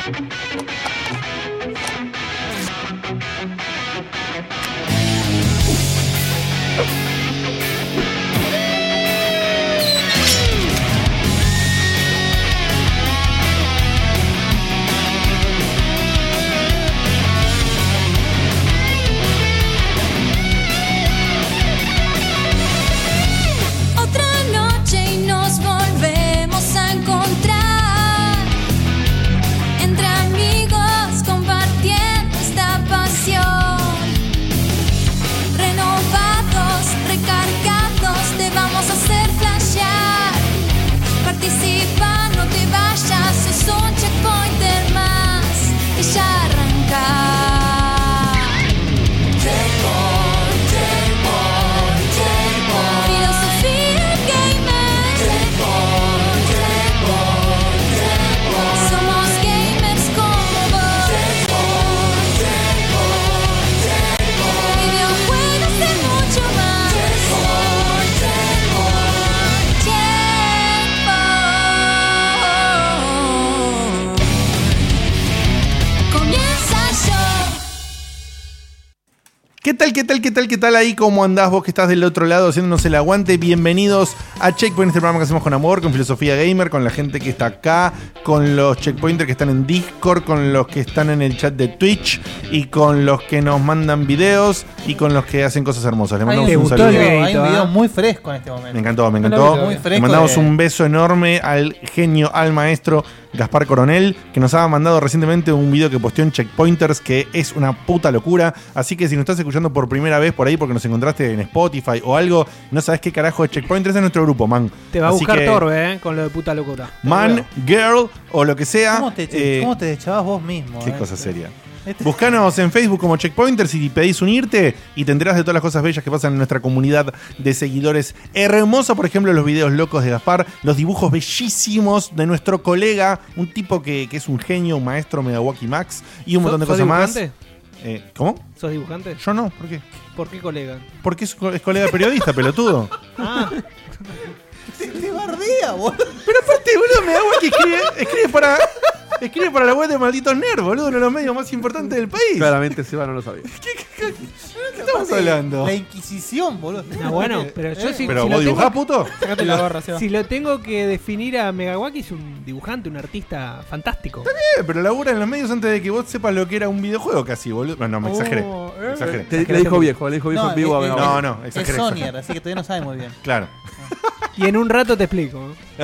Participa, no te vayas, es un checkpointer más y ya arranca. Checkpoint, checkpoint, checkpoint. Filosofía gamer. Checkpoint, checkpoint, checkpoint. Somos gamers como vos. Checkpoint, checkpoint, checkpoint. Videojuegos y mucho más. Checkpoint, checkpoint, checkpoint. ¿Qué tal ahí? ¿Cómo andás vos que estás del otro lado haciéndonos el aguante? Bienvenidos a Checkpoint, este programa que hacemos con amor, con filosofía gamer, con la gente que está acá, con los checkpointers que están en Discord, con los que están en el chat de Twitch y con los que nos mandan videos y con los que hacen cosas hermosas. Le mandamos un saludo. Hay un video muy fresco en este momento. Me encantó. Le mandamos un beso enorme al genio, al maestro Gaspar Coronel, que nos ha mandado recientemente un video que posteó en Checkpointers que es una puta locura. Así que si nos estás escuchando por primera vez por ahí porque nos encontraste en Spotify o algo, no sabes qué carajo es Checkpointers, es nuestro grupo, man. Te va a buscar Torbe, con lo de puta locura. Man, girl o lo que sea. ¿Cómo te deschavás vos mismo? Qué cosa seria. Buscanos en Facebook como Checkpointers y pedís unirte y te enterás de todas las cosas bellas que pasan en nuestra comunidad de seguidores. Hermoso, por ejemplo, los videos locos de Gaspar, los dibujos bellísimos de nuestro colega, un tipo que es un genio, un maestro, Megawaki Max y un montón de cosas más. ¿Cómo? ¿Sos dibujante? Yo no, ¿por qué? ¿Por qué colega? Porque es colega periodista, pelotudo. Ah. Te bardea, boludo. Pero aparte, boludo, Megawaki escribe para la web de Malditos Nerds, boludo, uno de los medios más importantes del país. Claramente Seba no lo sabía. ¿Qué estamos hablando? La Inquisición, boludo. No, bueno, pero yo sí. ¿Pero si vos dibujás, puto? Sácate la barra, Seba. Si lo tengo que definir a Megawaki, es un dibujante, un artista fantástico. Está bien, pero labura en los medios antes de que vos sepas lo que era un videojuego casi, boludo. No, me exageré. Le dijo viejo en vivo. No, exageré. Es Sonyer, así que todavía no sabe muy bien. Claro. Y en un rato te explico.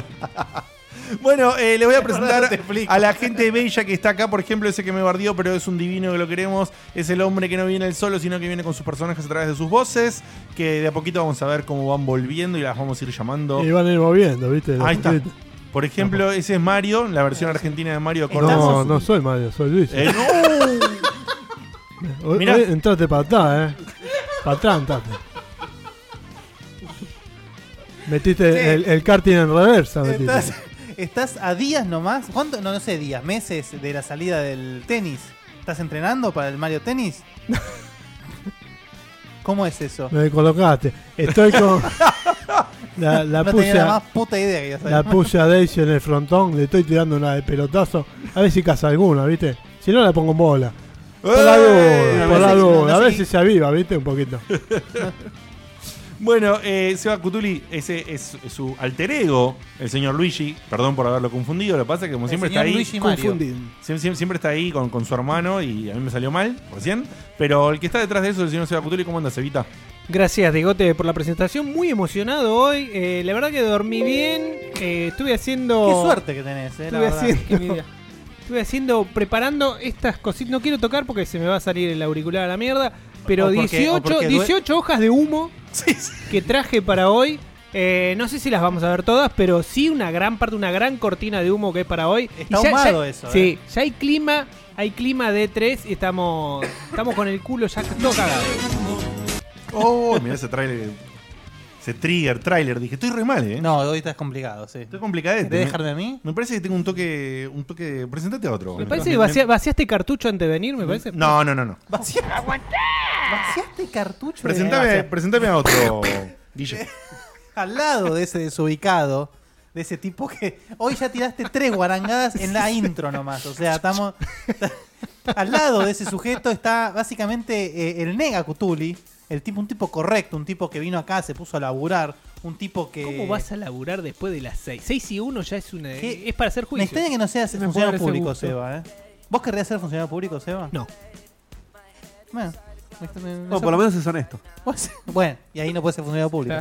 Bueno, le voy a presentar a la gente bella que está acá. Por ejemplo, ese que me bardió, pero es un divino que lo queremos. Es el hombre que no viene él solo, sino que viene con sus personajes a través de sus voces. Que de a poquito vamos a ver cómo van volviendo y las vamos a ir llamando. Y van a ir moviendo, ¿viste? Ahí está. Por ejemplo, ese es Mario, la versión argentina de Mario Cortázar. No soy Mario, soy Luis. Mirá. Entraste para atrás, Para atrás entraste. Metiste el karting en reversa. Estás a días nomás. ¿Cuánto? No sé, días, meses de la salida del tenis. ¿Estás entrenando para el Mario Tennis? ¿Cómo es eso? Me colocaste. Estoy con. La no puse tenía la más puta idea que iba a saber. La puse a Daisy en el frontón. Le estoy tirando una de pelotazo. A ver si caza alguna, ¿viste? Si no, la pongo en bola. Por la duda. A ver si se aviva, ¿viste? Un poquito. Bueno, Seba Cutuli, ese es su alter ego, el señor Luigi. Perdón por haberlo confundido. Lo que pasa es que como siempre está ahí, siempre está ahí con su hermano y a mí me salió mal recién. Pero el que está detrás de eso es el señor Seba Cutuli. ¿Cómo anda, Sebita? Gracias, Digote, por la presentación. Muy emocionado hoy. La verdad que dormí bien. Estuve haciendo... Qué suerte que tenés, Estuve preparando estas cositas. No quiero tocar porque se me va a salir el auricular a la mierda. Pero 18 hojas de humo que traje para hoy. No sé si las vamos a ver todas, pero sí una gran parte, una gran cortina de humo que es para hoy. Está ahumado eso. Sí, ya hay clima de 3 y estamos con el culo ya todo cagado. Oh, mirá ese trailer. Ese trailer, dije, estoy re mal, No, hoy estás complicado, sí. Estoy complicadete. ¿Te dejar de mí? Me parece que tengo un toque. Presentate a otro. Me parece que vaciaste cartucho antes de venir, me parece. No. ¿Vaciaste cartucho? Presentame a otro, Guille. Al lado de ese desubicado, de ese tipo que hoy ya tiraste 3 guarangadas en la intro nomás. O sea, estamos al lado de ese sujeto está básicamente el Nega Cutuli, un tipo correcto, un tipo que vino acá, se puso a laburar, un tipo que... ¿Cómo vas a laburar después de las 6? 6 y 1 ya es para hacer juicio. Me extraña que no seas funcionario público, Seba, ¿Vos querrías ser funcionario público, Seba? No. Bueno, no, por lo menos es honesto. Bueno, y ahí no puede ser funcionario público.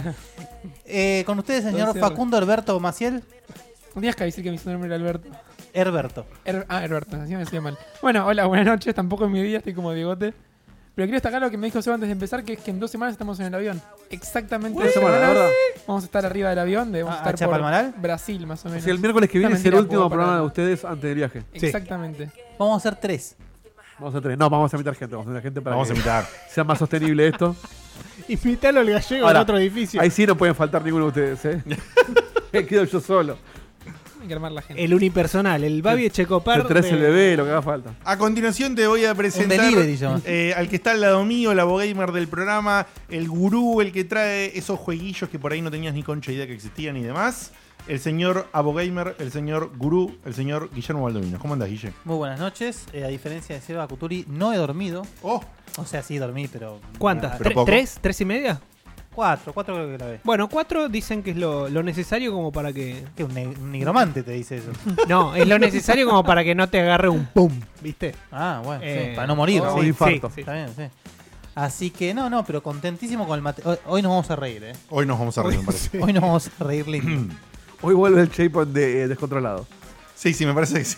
Con ustedes, señor Facundo Herberto Maciel. Un día es que decir que mi nombre era Alberto. Herberto. Herberto, así me decía mal. Bueno, hola, buenas noches. Tampoco es mi día, estoy como Diegote. Pero quiero destacar lo que me dijo Seba antes de empezar, que es que en 2 semanas estamos en el avión. Exactamente 2 semanas, la verdad. Vamos a estar arriba del avión, debemos estar por Brasil, más o menos. O sea, el miércoles que viene es el último programa de ustedes antes del viaje. Exactamente. Vamos a hacer 3. Vamos a hacer 3. No, vamos a invitar gente. Vamos a invitar gente para vamos a invitar. Sea más sostenible esto. Invítalo al gallego en otro edificio. Ahí sí no pueden faltar ninguno de ustedes, Me quedo yo solo. Hay que armar la gente. El unipersonal, el Babi Echecopar. Te traes el bebé, lo que haga falta. A continuación te voy a presentar al que está al lado mío, el abogamer del programa, el gurú, el que trae esos jueguillos que por ahí no tenías ni concha idea que existían y demás. El señor abogamer, el señor gurú, el señor Guillermo Baldovino. ¿Cómo andás, Guille? Muy buenas noches. A diferencia de Seba Cutuli, no he dormido. O sea, sí dormí, pero... ¿Cuántas? ¿3? ¿3 y media? 4 creo que grabé. Bueno, 4 dicen que es lo necesario como para que... ¿Qué, un nigromante te dice eso? No, es lo necesario como para que no te agarre un pum, ¿viste? Ah, bueno, sí, para no morir. Un infarto. Sí. Está bien, sí. Así que no, pero contentísimo con el material. Hoy nos vamos a reír, Hoy nos vamos a reír, me parece. Hoy nos vamos a reír lindo. Hoy vuelve el Chapon descontrolado. Sí, me parece que sí.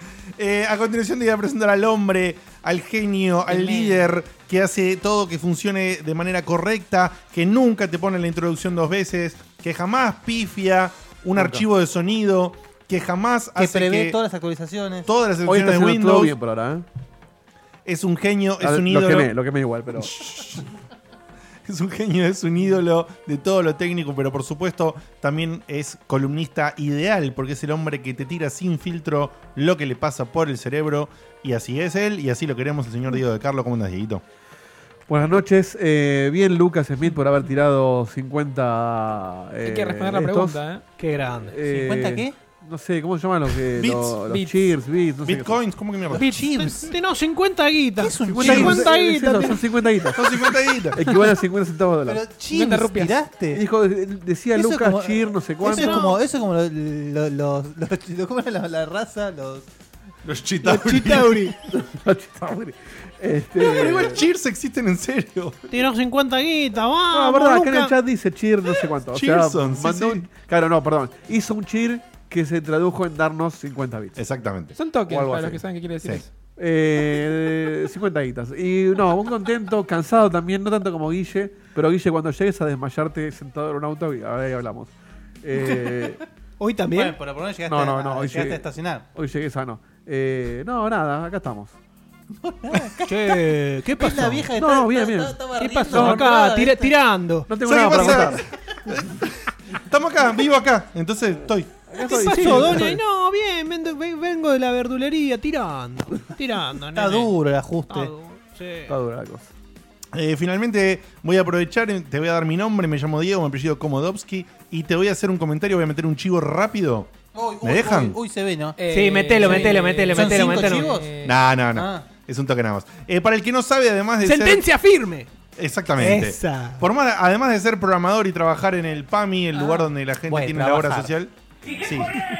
A continuación te voy a presentar al hombre, al genio, al líder que hace todo que funcione de manera correcta, que nunca te pone la introducción 2 veces, que jamás pifia un archivo de sonido, que jamás hace prevé todas las actualizaciones. Todas las actualizaciones de Windows. Todo bien por ahora, Es un genio, es un ídolo. Lo que me igual, pero... Es un genio, es un ídolo de todo lo técnico, pero por supuesto también es columnista ideal, porque es el hombre que te tira sin filtro lo que le pasa por el cerebro, y así es él, y así lo queremos, el señor Diego de Carlo. ¿Cómo andas, Dieguito? Buenas noches. Bien Lucas Smith por haber tirado 50... Hay que responder la pregunta, Qué grande. ¿50 qué? No sé, ¿cómo se llaman los que? Bits. Los cheers, bits, no sé. Bitcoins, ¿cómo que mierda? Chips. No, 50 guitas. ¿Qué es un 50 guitas? Son 50 guitas. Son 50 guitas. Equivalen a 50 centavos de dólar. Pero chips, tiraste. Dijo, decía Eso Lucas como- cheer, no sé cuánto. Eso es como ¿cómo era la raza? Los Chitauri. Chitauri. Los Chitauri. Pero igual Cheers existen en serio. Tiró 50 guitas, vamos. No, verdad, acá en el chat dice cheer, no sé cuánto. O sea, Cheerson, sí, mandó sí. Claro, no, perdón. Hizo un cheer que se tradujo en darnos 50 bits. Exactamente. Son tokens, O algo para los así. que saben qué quiere decir Sí. eso. 50 guitas. Y no, muy contento, cansado también, no tanto como Guille, pero Guille, cuando llegues a desmayarte sentado en un auto, ahí hablamos. Hoy también. Bueno, pero por lo menos llegaste, No, hoy hoy llegaste llegué. a estacionar. Hoy llegué sano. No, nada, acá estamos. Che, ¿qué Es pasó? la vieja que No, está, bien, está- bien. está- está ¿Qué barriendo pasó? la Acá, entrada esta. tirando. No tengo ¿Sabes nada qué para pasa? contar. Estamos acá, vivo acá. Entonces estoy. Acá ¿Qué estoy, pasó, sí, doña? estoy. No, bien, vengo de la verdulería tirando. Está duro el ajuste. Está dura la cosa. Finalmente voy a aprovechar, te voy a dar mi nombre, me llamo Diego, me apellido Komodowski, y te voy a hacer un comentario, voy a meter un chivo rápido. ¿Me dejan? Uy, se ve, ¿no? Sí, metelo. ¿Son 5 chivos? No. Ah. Es un toque nada más. Para el que no sabe, además de Sentencia firme. ser... Exactamente. Esa. Además de ser programador y trabajar en el PAMI, el lugar donde la gente Bueno, tiene la obra trabajar. social. Sí.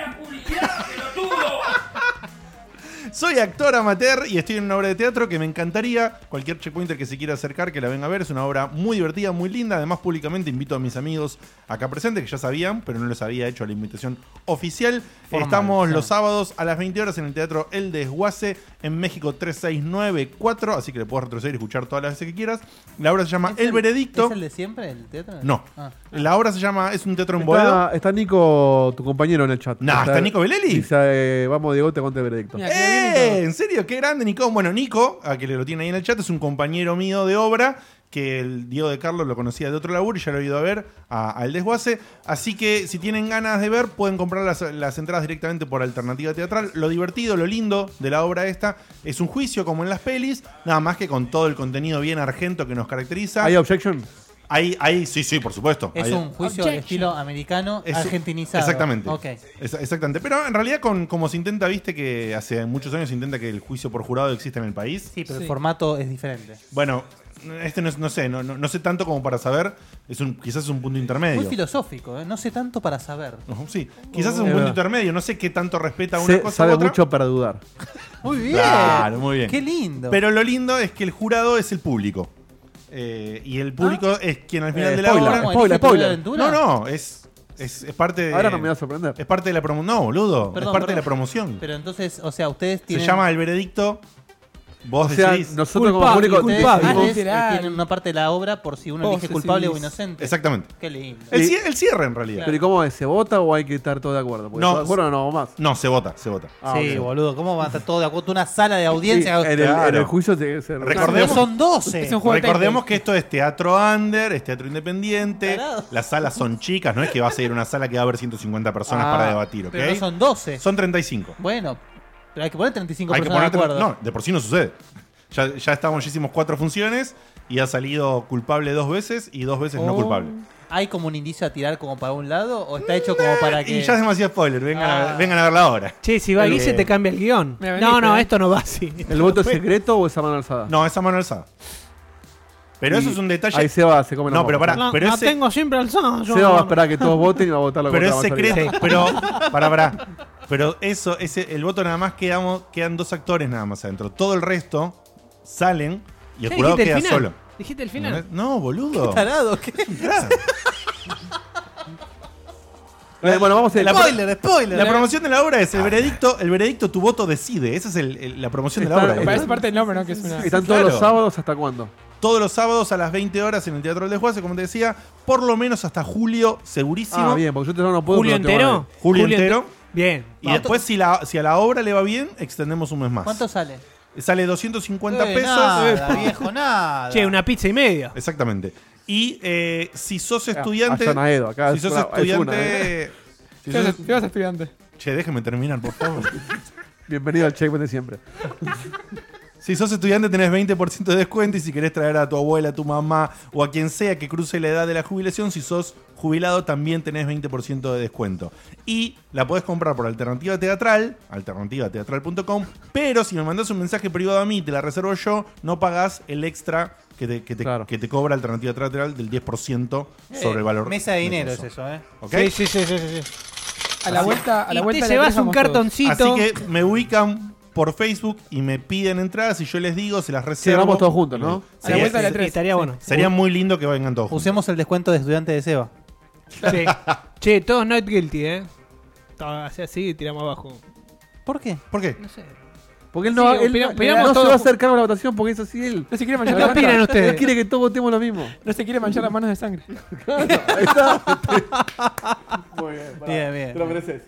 Soy actor amateur y estoy en una obra de teatro que me encantaría. Cualquier checkpointer que se quiera acercar, que la venga a ver. Es una obra muy divertida, muy linda. Además, públicamente invito a mis amigos acá presentes, que ya sabían, pero no les había hecho la invitación oficial. Formal, Estamos sí. los sábados a las 20 horas en el Teatro El Desguace, en México 3694. Así que le puedes retroceder y escuchar todas las veces que quieras. La obra se llama El Veredicto. ¿Es el de siempre, el teatro? No. Ah. La obra se llama, es un teatro en Boedo. Está Nico, tu compañero en el chat. No, ¿está Nico Belelli? Dice, vamos, Diego, te cuente el veredicto. Mira, queda bien y todo. ¿En serio? Qué grande, Nico. Bueno, Nico, a que lo tiene ahí en el chat, es un compañero mío de obra, que el Diego de Carlos lo conocía de otro laburo y ya lo he ido a ver al Desguace. Así que si tienen ganas de ver, pueden comprar las entradas directamente por Alternativa Teatral. Lo divertido, lo lindo de la obra esta es un juicio como en las pelis, nada más que con todo el contenido bien argento que nos caracteriza. ¿Hay objection? Sí, por supuesto. Es un juicio al estilo americano argentinizado. Exactamente. Okay. Exactamente. Pero en realidad, como se intenta, viste que hace muchos años se intenta que el juicio por jurado exista en el país. Sí, pero el formato es diferente. Bueno, no sé tanto como para saber. Quizás es un punto intermedio. Muy filosófico, ¿eh? No sé tanto para saber. Sí, quizás es un punto intermedio. No sé qué tanto respeta una cosa sabe u otra. mucho para dudar. Muy bien. Claro, muy bien. Qué lindo. Pero lo lindo es que el jurado es el público. Y el público es quien al final de la obra... Spoiler. No, es parte de... Ahora no me va a sorprender. Es parte de la promoción. No, boludo. Es parte de la promoción. Pero entonces, o sea, ustedes tienen... Se llama el veredicto. Vos decís... Nosotros como público... tienen una parte de la obra por si uno elige culpable o inocente. Exactamente. Qué lindo. El cierre, en realidad. Pero ¿y cómo es? ¿Se vota o hay que estar todos de acuerdo? Porque no, no más. No, se vota. Sí, boludo. ¿Cómo van a estar todos de acuerdo? Una sala de audiencia. En el juicio se recordemos, son 12. Recordemos que esto es teatro under, es teatro independiente. Las salas son chicas, no es que vas a ir a una sala que va a haber 150 personas para debatir, ¿ok? Pero no son 12. Son 35. Bueno, pero hay que poner 35 personas de acuerdo. No, de por sí no sucede. Ya hicimos 4 funciones y ha salido culpable 2 veces y 2 veces no culpable. ¿Hay como un indicio a tirar como para un lado o está hecho como para que...? Y ya es demasiado spoiler, vengan a verla ahora. Che, si va Guille te cambia el guión. No, esto no va así. ¿El voto es secreto o es a mano alzada? No, es a mano alzada. Pero eso es un detalle. Ahí se come la No, pero pará. No, tengo siempre alzada. Se va a esperar a que todos voten y va a votar lo que pero es secreto. Pero, Pero el voto nada más quedan 2 actores nada más adentro. Todo el resto salen y el jurado queda solo. ¿Dijiste el final? No, boludo. ¿Qué tarado? ¿Qué? Bueno, vamos a Spoiler. La promoción de la obra es el veredicto, tu voto decide. Esa es la promoción de la obra. Parece parte del nombre, ¿no? Que es una... ¿Están todos los sábados hasta cuándo? Todos los sábados a las 20 horas en el Teatro del Desguace, como te decía, por lo menos hasta julio, segurísimo. Ah, bien, porque yo no puedo. ¿Julio entero? Julio entero. Bien. Y después, si a la obra le va bien, extendemos un mes más. ¿Cuánto sale? Sale 250 pesos. Nada, viejo, nada. Che, una pizza y media. Exactamente. Y si sos estudiante. Acá si sos estudiante. ¿Qué vas a estudiante? Che, déjame terminar, por favor. Bienvenido al Checkpoint de siempre. Si sos estudiante tenés 20% de descuento y si querés traer a tu abuela, a tu mamá o a quien sea que cruce la edad de la jubilación, si sos jubilado también tenés 20% de descuento. Y la podés comprar por Alternativa Teatral, alternativateatral.com, pero si me mandás un mensaje privado a mí y te la reservo yo, no pagás el extra que te cobra Alternativa Teatral del 10% sobre el valor. Mesa de dinero es eso, ¿eh? ¿Okay? Sí. A la vuelta te llevas un cartoncito. Así que me ubican por Facebook y me piden entradas y yo les digo, se las reservo. Sí, vamos todos juntos, ¿no? A la vuelta de la 3. Estaría bueno. Sería muy lindo que vengan todos juntos. Usemos el descuento de estudiante de Seba. Sí. Che, todos not guilty, así y tiramos abajo. ¿Por qué? ¿Por qué? No sé. Porque él no se va a acercar a la votación porque es así él. No se quiere manchar ¿Qué las opinan manos. ustedes? Él quiere que todos votemos lo mismo. No se quiere manchar las manos de sangre. Ahí está. Muy bien. Bien. Te lo mereces.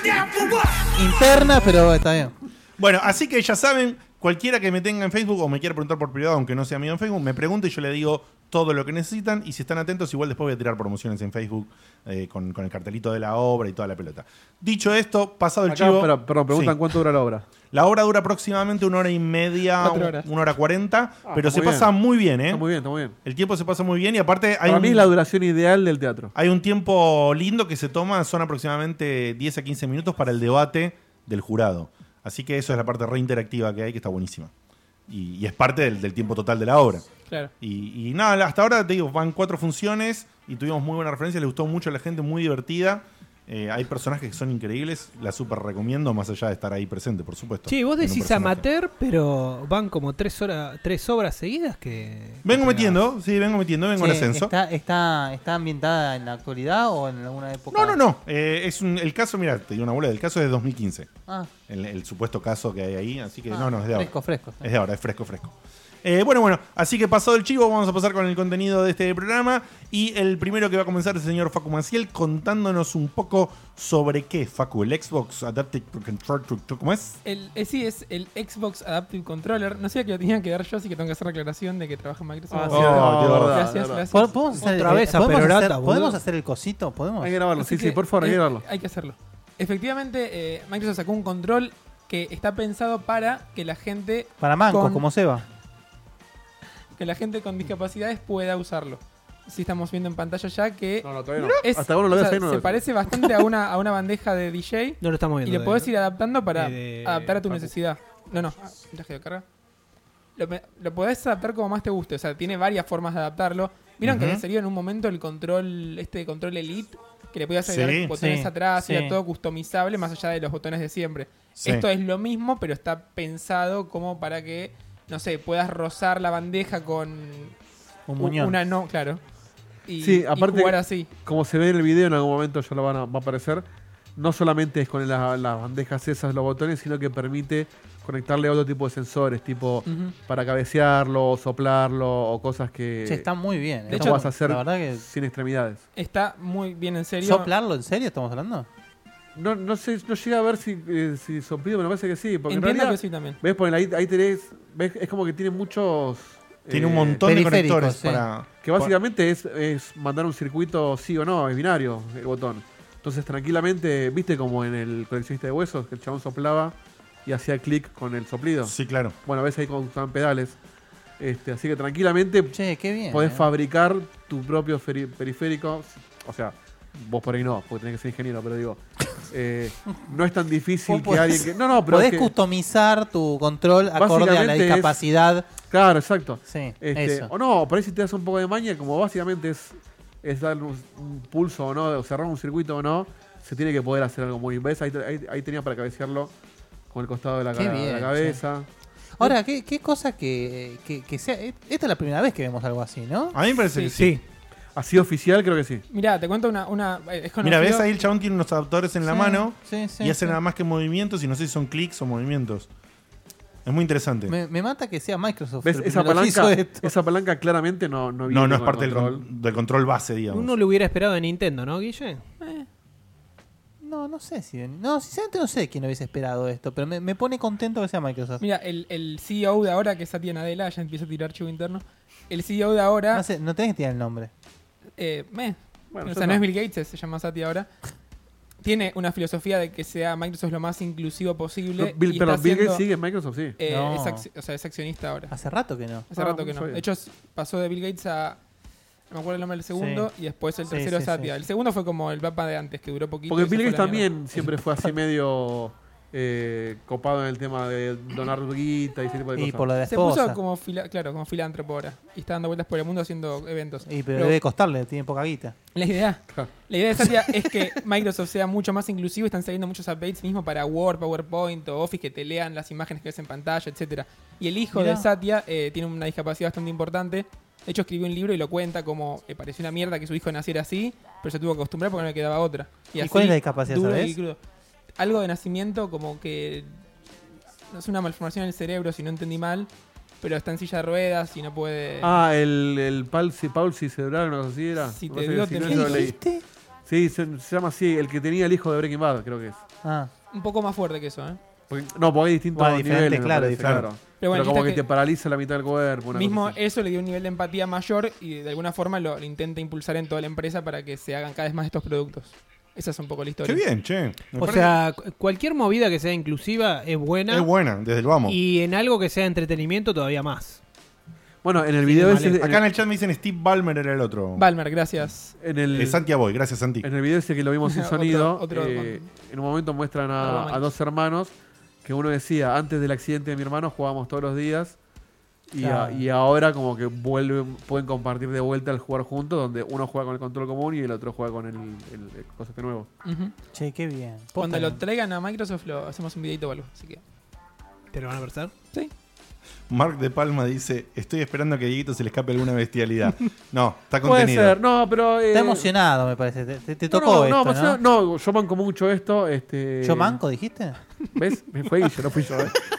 Interna, pero está bien. Bueno, así que ya saben, cualquiera que me tenga en Facebook o me quiera preguntar por privado, aunque no sea amigo en Facebook, me pregunta y yo le digo todo lo que necesitan. Y si están atentos, igual después voy a tirar promociones en Facebook con el cartelito de la obra y toda la pelota. Dicho esto, pasado el chivo. Pero preguntan sí. cuánto dura la obra. La obra dura aproximadamente 1 hora y media, 4 horas. 1 hora 40, pero se muy pasa muy bien, ¿eh? Está muy bien. El tiempo se pasa muy bien y aparte Para mí es la duración ideal del teatro. hay un tiempo lindo que se toma, son aproximadamente 10 a 15 minutos para el debate del jurado. Así que eso es la parte re interactiva que hay, que está buenísima. Y es parte del tiempo total de la obra. Claro. Y nada, hasta ahora te digo, van 4 funciones y tuvimos muy buena referencia, le gustó mucho a la gente, muy divertida. Hay personajes que son increíbles, la súper recomiendo, más allá de estar ahí presente, por supuesto. Sí, vos en un decís personaje. amateur, pero van como 3 obras seguidas que... Vengo metiendo en ascenso. ¿Está ambientada en la actualidad o en alguna época? No. El caso, mira, te digo una bola, el caso es de 2015. Ah. El supuesto caso que hay ahí, así que no, es de ahora. Fresco. Es de ahora, es fresco. Bueno, así que pasado el chivo, vamos a pasar con el contenido de este programa. Y el primero que va a comenzar es el señor Facu Maciel contándonos un poco sobre qué, Facu, el Xbox Adaptive Controller, ¿cómo es? Sí, es el Xbox Adaptive Controller. No sé que lo tenía que dar yo, así que tengo que hacer la aclaración de que trabaja en Microsoft. Gracias. ¿Podemos hacer, Otra vez a Perorata, ¿podemos hacer el cosito? ¿Podemos? Hay que grabarlo, Así sí, que, por favor, hay que grabarlo. Hay que hacerlo. Efectivamente, Microsoft sacó un control que está pensado para que la gente... Para mancos, como Seba. Que la gente con discapacidades pueda usarlo. Sí, estamos viendo en pantalla ya que. No, todavía no. Hasta uno lo ves ahí, no se lo parece bastante a una bandeja de DJ. No lo estamos viendo. Y le podés ir adaptando para de adaptar a tu Facu. necesidad. No. Mensaje de carga. Lo podés adaptar como más te guste. O sea, tiene varias formas de adaptarlo. Vieron que había salido en un momento el control Elite, que le podías agregar botones atrás, y era todo customizable más allá de los botones de siempre. Sí. Esto es lo mismo, pero está pensado como para que, no sé, puedas rozar la bandeja con un muñón. Claro. Y, sí, aparte, y jugar así. Como se ve en el video, en algún momento ya va a aparecer. No solamente es con las bandejas esas, los botones, sino que permite conectarle a otro tipo de sensores, tipo para cabecearlo, o soplarlo, o cosas que está muy bien. De hecho, vas a hacer la verdad que sin extremidades. Está muy bien, en serio. ¿Soplarlo en serio estamos hablando? No sé, no llega a ver si soplido, pero me parece que sí. Porque Entiendo en realidad, que sí también. ¿ves? Porque ahí tenés, ¿ves? Es como que tiene muchos... Tiene un montón de conectores para... Que básicamente es mandar un circuito sí o no, es binario el botón. Entonces tranquilamente, ¿viste como en el coleccionista de huesos? Que el chabón soplaba y hacía clic con el soplido. Sí, claro. Bueno, ves ahí con usaban pedales. Así que tranquilamente qué bien, podés fabricar tu propio periférico. O sea, vos por ahí no, porque tenés que ser ingeniero, pero digo, no es tan difícil que alguien que... No, pero podés customizar tu control acorde a la discapacidad. Claro, exacto. Sí, eso. O no, por ahí si te das un poco de maña, como básicamente es dar un pulso o no, o cerrar un circuito o no, se tiene que poder hacer algo muy... ¿Ves? Ahí tenía para cabecearlo con el costado de la cabeza. Sí. Ahora, ¿qué cosa que sea? Esta es la primera vez que vemos algo así, ¿no? A mí me parece que sí. Así oficial, creo que sí. Mirá, te cuento una es conocido. Mira, ves ahí el chabón tiene unos adaptadores en la mano y hace sí. nada más que movimientos y no sé si son clics o movimientos. Es muy interesante. Me mata que sea Microsoft. ¿Ves? Esa palanca claramente no viene. No es parte del control base, digamos. Uno lo hubiera esperado de Nintendo, ¿no, Guille? No sé si... No, sinceramente no sé quién hubiese esperado esto, pero me pone contento que sea Microsoft. Mira, el CEO de ahora, que es Satya Nadella, ya empieza a tirar archivo interno. El CEO de ahora... No tenés que tirar el nombre. Bueno, o sea, no es Bill Gates, se llama Satya ahora. Tiene una filosofía de que sea Microsoft lo más inclusivo posible. Bill Gates sigue en Microsoft, sí. Es accionista ahora. Hace rato que no. Hace rato que no. De hecho, pasó de Bill Gates a... No me acuerdo el nombre del segundo, y después el tercero Satya. Sí. El segundo fue como el papa de antes, que duró poquito. Porque Bill Gates también siempre fue así medio copado en el tema de donar guita y ese tipo de cosas. Por lo de la se esposa. puso como filántropo ahora. Y está dando vueltas por el mundo haciendo eventos. Pero debe costarle, tiene poca guita. La idea de Satya es que Microsoft sea mucho más inclusivo. Están saliendo muchos updates mismo para Word, PowerPoint o Office que te lean las imágenes que ves en pantalla, etcétera. Y el hijo de Satya tiene una discapacidad bastante importante. De hecho, escribió un libro y lo cuenta como le pareció una mierda que su hijo naciera así, pero se tuvo que acostumbrar porque no le quedaba otra. ¿Y cuál es la discapacidad, sabes? Algo de nacimiento, como que no es una malformación en el cerebro, si no entendí mal, pero está en silla de ruedas y no puede... el palsy cerebral, una cosa así era. Si te digo, ¿Qué dijiste? Sí, se llama así, el que tenía el hijo de Breaking Bad, creo que es. Un poco más fuerte que eso, ¿eh? Porque hay distintos niveles, claro. Pero como que te paraliza la mitad del cuerpo. Mismo eso le dio un nivel de empatía mayor y de alguna forma lo intenta impulsar en toda la empresa para que se hagan cada vez más estos productos. Esa es un poco la historia. Qué bien, che. O sea, cualquier movida que sea inclusiva es buena. Es buena, desde el vamos. Y en algo que sea entretenimiento todavía más. Bueno, en el video ese... Acá en el chat me dicen Steve Ballmer era el otro. Ballmer, gracias. Santi Aboy, gracias Santi. En el video ese que lo vimos sin sonido, en un momento muestran a dos hermanos que uno decía, antes del accidente de mi hermano jugábamos todos los días y ahora como que pueden compartir de vuelta el jugar juntos, donde uno juega con el control común y el otro juega con el cosas de nuevo. Che, qué bien. Cuando lo traigan a Microsoft lo hacemos un videito o algo, así que... ¿Te lo van a prestar? Sí. Mark de Palma dice, estoy esperando a que a Dieguito se le escape alguna bestialidad. No, está Puede contenido. ser, no, pero... Está emocionado, me parece. Te tocó esto, ¿no? Yo manco mucho esto. ¿Yo manco, dijiste? ¿Ves? Me fue Guille, no fui yo.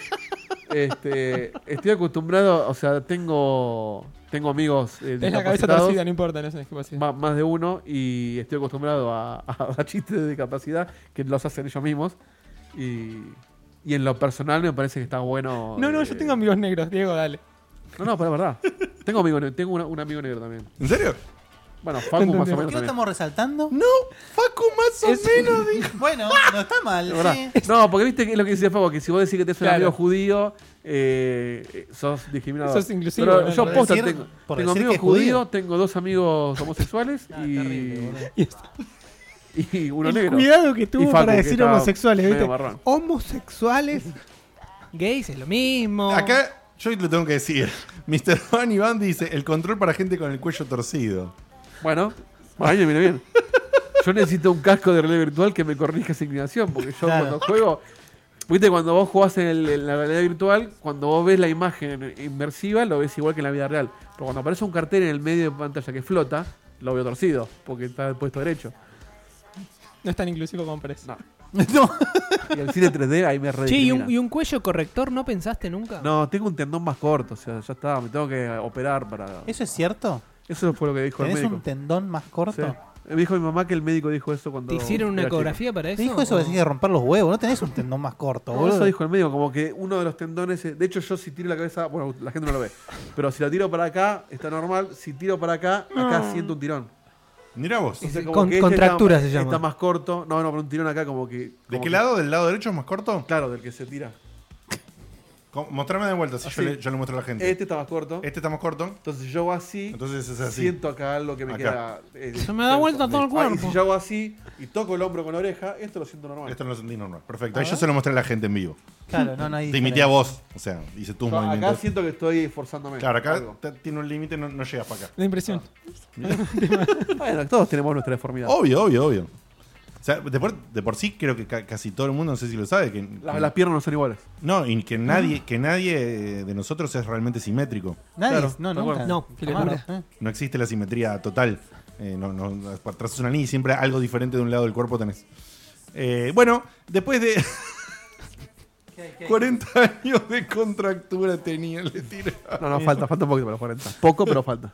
Estoy acostumbrado, o sea, tengo amigos Tenés la cabeza torcida, no importa, no es discapacidad. Más de uno, y estoy acostumbrado a chistes de discapacidad que los hacen ellos mismos. Y en lo personal me parece que está bueno. No, yo tengo amigos negros, Diego, dale. No, pero es verdad. Tengo un amigo negro también. ¿En serio? Bueno, Facu más o menos. ¿Por qué lo también. estamos resaltando? No, Facu más o menos dijo. Bueno, no está mal. ¿Verdad? Sí. No, porque viste que es lo que dice Facu, que si vos decís que tenés un Claro. amigo judío, sos discriminador. Sos inclusivo, Pero ¿no? yo Por posta decir- tengo por amigos decir que es judíos, judío. tengo 2 amigos homosexuales Terrible, y uno El negro. cuidado que Y tuvo Facu, para que decir estaba homosexuales, medio ¿viste? marrón. Homosexuales, gays es lo mismo. Acá yo le tengo que decir. Mr. Van Iván dice: el control para gente con el cuello torcido. Bueno, ahí me viene bien. Yo necesito un casco de realidad virtual que me corrija esa inclinación, porque yo Claro. cuando juego... Viste, cuando vos jugás en la realidad virtual, cuando vos ves la imagen inmersiva, lo ves igual que en la vida real. Pero cuando aparece un cartel en el medio de pantalla que flota, lo veo torcido, porque está puesto derecho. No es tan inclusivo como parece. No. No. Y el cine 3D ahí me Che, rediscrimina. ¿y un cuello corrector no pensaste nunca? No, tengo un tendón más corto, o sea, ya está, me tengo que operar para... ¿Eso es cierto? Eso fue lo que dijo el ¿Tenés médico. un tendón más corto? Sí. Me dijo mi mamá que el médico dijo eso cuando... ¿Te hicieron una era chico. ecografía para eso? ¿Te dijo eso ¿O? que decís de romper los huevos? No tenés un tendón más corto, No, boludo. eso dijo el médico, como que uno de los tendones... De hecho, yo si tiro la cabeza... Bueno, la gente no lo ve. Pero si la tiro para acá, está normal. Si tiro para acá, acá siento un tirón. Mirá vos. Entonces, como Con- que contractura está, se llama. Está más corto. No, pero un tirón acá como que... ¿De como qué que- lado? ¿Del lado derecho es más corto? Claro, del que se tira. Mostrame de vuelta, si Así. yo le muestro a la gente. Este está más corto. Este está más corto. Entonces si yo hago así, Entonces es así. siento acá algo que me Acá. queda... Se me da vuelta todo el y cuerpo. si yo hago así y toco el hombro con la oreja, esto lo siento normal. Esto no lo sentí normal. Perfecto. Ahí yo se lo mostré a la gente en vivo. Claro, no hay Te imité a vos. O sea, hice tus Yo acá movimientos. siento que estoy esforzándome. Claro, acá Algo. tiene un límite, no llegas para acá. La impresión. Bueno, todos tenemos nuestra deformidad. Obvio. O sea, de por sí creo que casi todo el mundo, no sé si lo sabe, que Las piernas no son iguales. no, y que nadie de nosotros es realmente simétrico. Nadie, Claro, no, de nunca. acuerdo. No, Qué locura. No existe la simetría total. Trazas una línea y siempre algo diferente de un lado del cuerpo tenés. Bueno, después de 40 años de contractura tenía, le tira. No, falta un poquito para los 40. Poco, pero falta.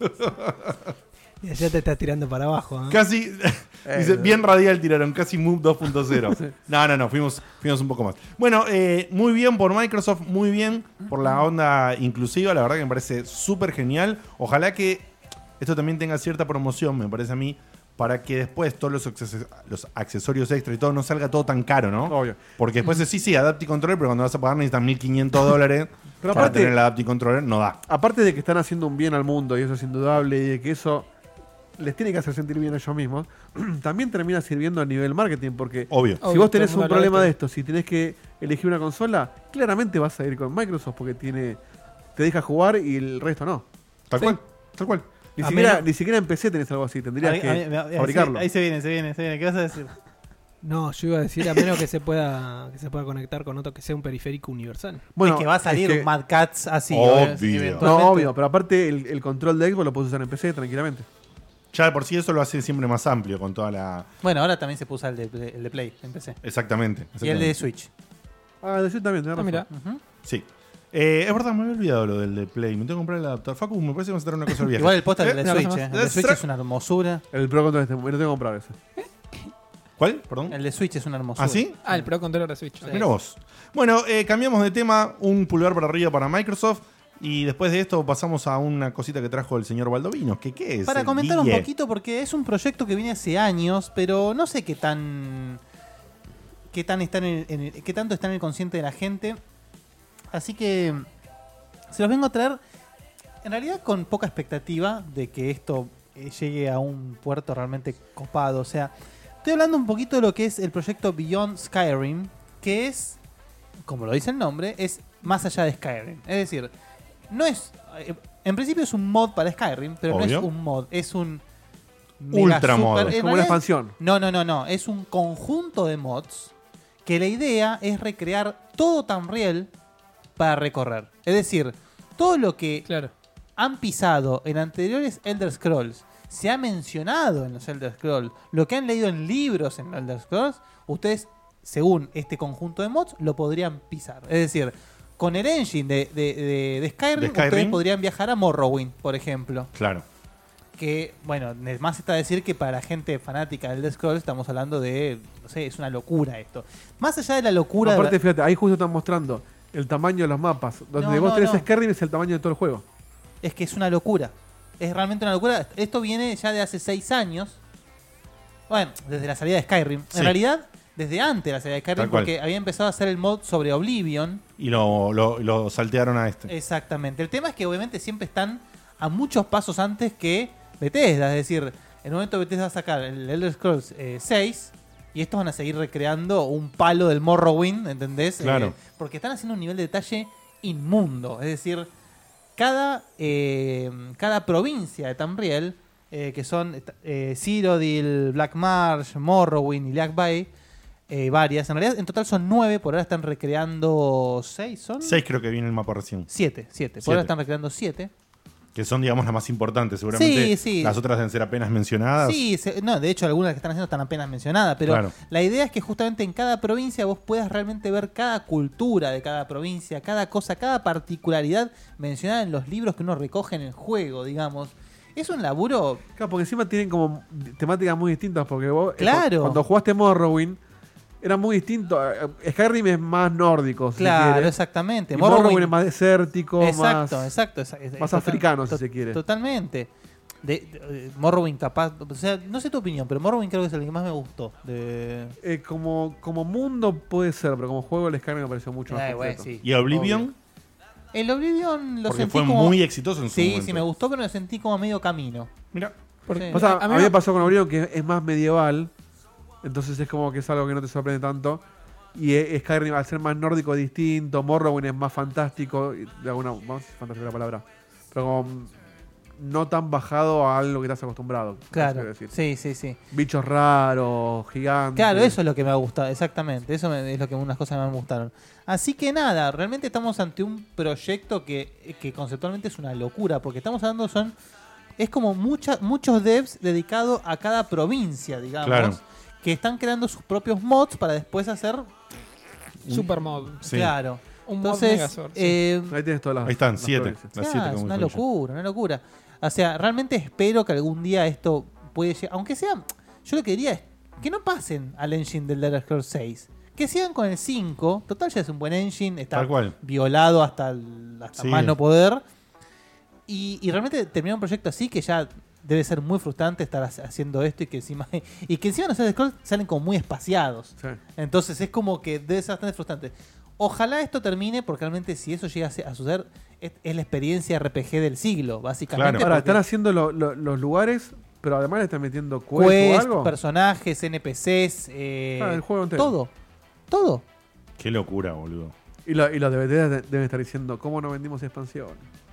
Y ya te estás tirando para abajo. ¿eh? Casi, dice, bien radial tiraron, casi Move 2.0. No, fuimos un poco más. Bueno, muy bien por Microsoft, muy bien por la onda inclusiva, la verdad que me parece súper genial. Ojalá que esto también tenga cierta promoción, me parece a mí, para que después todos los accesorios extra y todo no salga todo tan caro, ¿no? Obvio. Porque después sí, Adaptive Controller, pero cuando vas a pagar necesitas $1.500 Pero para aparte- tener el Adaptive Controller, no da. Aparte de que están haciendo un bien al mundo, y eso es indudable, y de que eso les tiene que hacer sentir bien a ellos mismos, también termina sirviendo a nivel marketing, porque Obvio. si vos tenés todo el mundo un problema habla de esto, si tenés que elegir una consola, claramente vas a ir con Microsoft, porque te deja jugar y el resto no. Tal cual. Ni A siquiera en PC tenés algo así, tendrías que fabricarlo. Ahí se viene. ¿Qué vas a decir? No, yo iba a decir a menos que se pueda conectar con otro que sea un periférico universal. Es que va a salir es que- un Mad Cats así. Obvio. eventualmente. No, obvio, pero aparte el control de Xbox lo puedes usar en PC tranquilamente. Ya de por sí eso lo hace siempre más amplio con toda la... Bueno, ahora también se puso el de Play, en PC. Exactamente. Y el de Switch. Ah, de Switch también, tenés razón. Mira. Ujú. Sí. Es verdad, me había olvidado lo del de Play. Me tengo que comprar el adaptador. Facu, me parece que vamos a traer una cosa vieja. Igual el póster del de no, Switch. no, El de Switch es una hermosura. El Pro Controller me lo tengo que comprar ese. ¿Cuál? Perdón. El de Switch es una hermosura. ¿Ah, sí? Ah, el Pro Controller de Switch. Mira vos. Bueno, cambiamos de tema. Un pulgar para arriba para Microsoft. Y después de esto pasamos a una cosita que trajo el señor Baldovino. ¿Qué es? Para comentar un Guille? poquito, porque es un proyecto que viene hace años, pero no sé qué tanto está en el consciente de la gente. Así que se los vengo a traer en realidad con poca expectativa de que esto llegue a un puerto realmente copado. O sea, estoy hablando un poquito de lo que es el proyecto Beyond Skyrim, que es, como lo dice el nombre, es más allá de Skyrim. Es decir, no es... En principio es un mod para Skyrim, pero Obvio. no es un mod, es un... mega Ultra mod. super- Es en como una realidad- expansión. no. Es un conjunto de mods que la idea es recrear todo Tamriel para recorrer. Es decir, todo lo que Claro. han pisado en anteriores Elder Scrolls, se ha mencionado en los Elder Scrolls, lo que han leído en libros en Elder Scrolls, ustedes, según este conjunto de mods, lo podrían pisar. Es decir, con el engine de Skyrim, ustedes podrían viajar a Morrowind, por ejemplo. Claro. Que, bueno, más está decir que para la gente fanática del Elder Scrolls estamos hablando de, no sé, es una locura esto. Más allá de la locura... Aparte, fíjate, ahí justo están mostrando el tamaño de los mapas. Donde No, vos no, tenés no. Skyrim es el tamaño de todo el juego. es que es una locura. es realmente una locura. Esto viene ya de hace 6 años. Bueno, desde la salida de Skyrim. Sí. En realidad, desde antes de la salida de Skyrim, Tal cual. porque había empezado a hacer el mod sobre Oblivion. Y lo saltearon a este. Exactamente. El tema es que obviamente siempre están a muchos pasos antes que Bethesda. Es decir, en el momento Bethesda va a sacar el Elder Scrolls 6 y estos van a seguir recreando un palo del Morrowind, ¿entendés? Claro. Porque están haciendo un nivel de detalle inmundo. Es decir, cada provincia de Tamriel, que son Cyrodiil, Black Marsh, Morrowind y Black Bay, varias. En realidad, en total son 9. Por ahora están recreando 6. ¿Son? 6 creo que viene el mapa recién. 7. Por ahora están recreando 7. Que son, digamos, las más importantes. Seguramente Sí. las otras deben ser apenas mencionadas. Sí, no, de hecho algunas que están haciendo están apenas mencionadas, pero Claro. la idea es que justamente en cada provincia vos puedas realmente ver cada cultura de cada provincia, cada cosa, cada particularidad mencionada en los libros que uno recoge en el juego, digamos. Es un laburo... Claro, porque encima tienen como temáticas muy distintas, porque vos Claro. cuando jugaste Morrowind era muy distinto. Skyrim es más nórdico, si se Claro, quiere. exactamente. Y Morrowind es más desértico, Exacto. más africano, si se quiere. Totalmente. Morrowind capaz... O sea, no sé tu opinión, pero Morrowind creo que es el que más me gustó. Como mundo puede ser, pero como juego el Skyrim me pareció mucho más completo. Sí, ¿Y Oblivion? obvio. El Oblivion lo Porque sentí fue como... muy exitoso en su momento. Sí, me gustó, pero lo sentí como a medio camino. Mira. Sí. O sea, A a mí mí me- me pasó con Oblivion que es más medieval, entonces es como que es algo que no te sorprende tanto. Y Skyrim al ser más nórdico es distinto, Morrowind es más fantástico, y de alguna más fantástica la palabra, pero como no tan bajado a algo que estás acostumbrado. Claro, quiero decir. sí. Bichos raros, gigantes. Claro, eso es lo que me ha gustado, exactamente. Eso es lo que unas cosas me gustaron. Así que nada, realmente estamos ante un proyecto que conceptualmente es una locura, porque estamos hablando es como muchos devs dedicados a cada provincia, digamos, Claro. que están creando sus propios mods para después hacer... Super mod. Sí. Claro. Un mod Entonces, Megazord, sí. Ahí tienes todas las. Ahí están, las 7. provincias. Las claro, 7 es como una dijo ella. locura, una locura. O sea, realmente espero que algún día esto puede llegar. Aunque sea, yo lo que diría es que no pasen al engine del Elder Scrolls 6. Que sigan con el 5. Total, ya es un buen engine. Está Tal cual. violado hasta Sí. más no poder. Y realmente terminar un proyecto así que ya debe ser muy frustrante estar haciendo esto y que encima los Elder Scrolls salen como muy espaciados. Sí. Entonces es como que debe ser bastante frustrante. Ojalá esto termine, porque realmente si eso llega a suceder, es la experiencia RPG del siglo, básicamente. Claro. Ahora, porque están haciendo los lugares, pero además le están metiendo quests o algo. personajes, NPCs, El juego entero. todo. Qué locura, boludo. Y los de Bethesda deben estar diciendo, ¿cómo no vendimos expansión?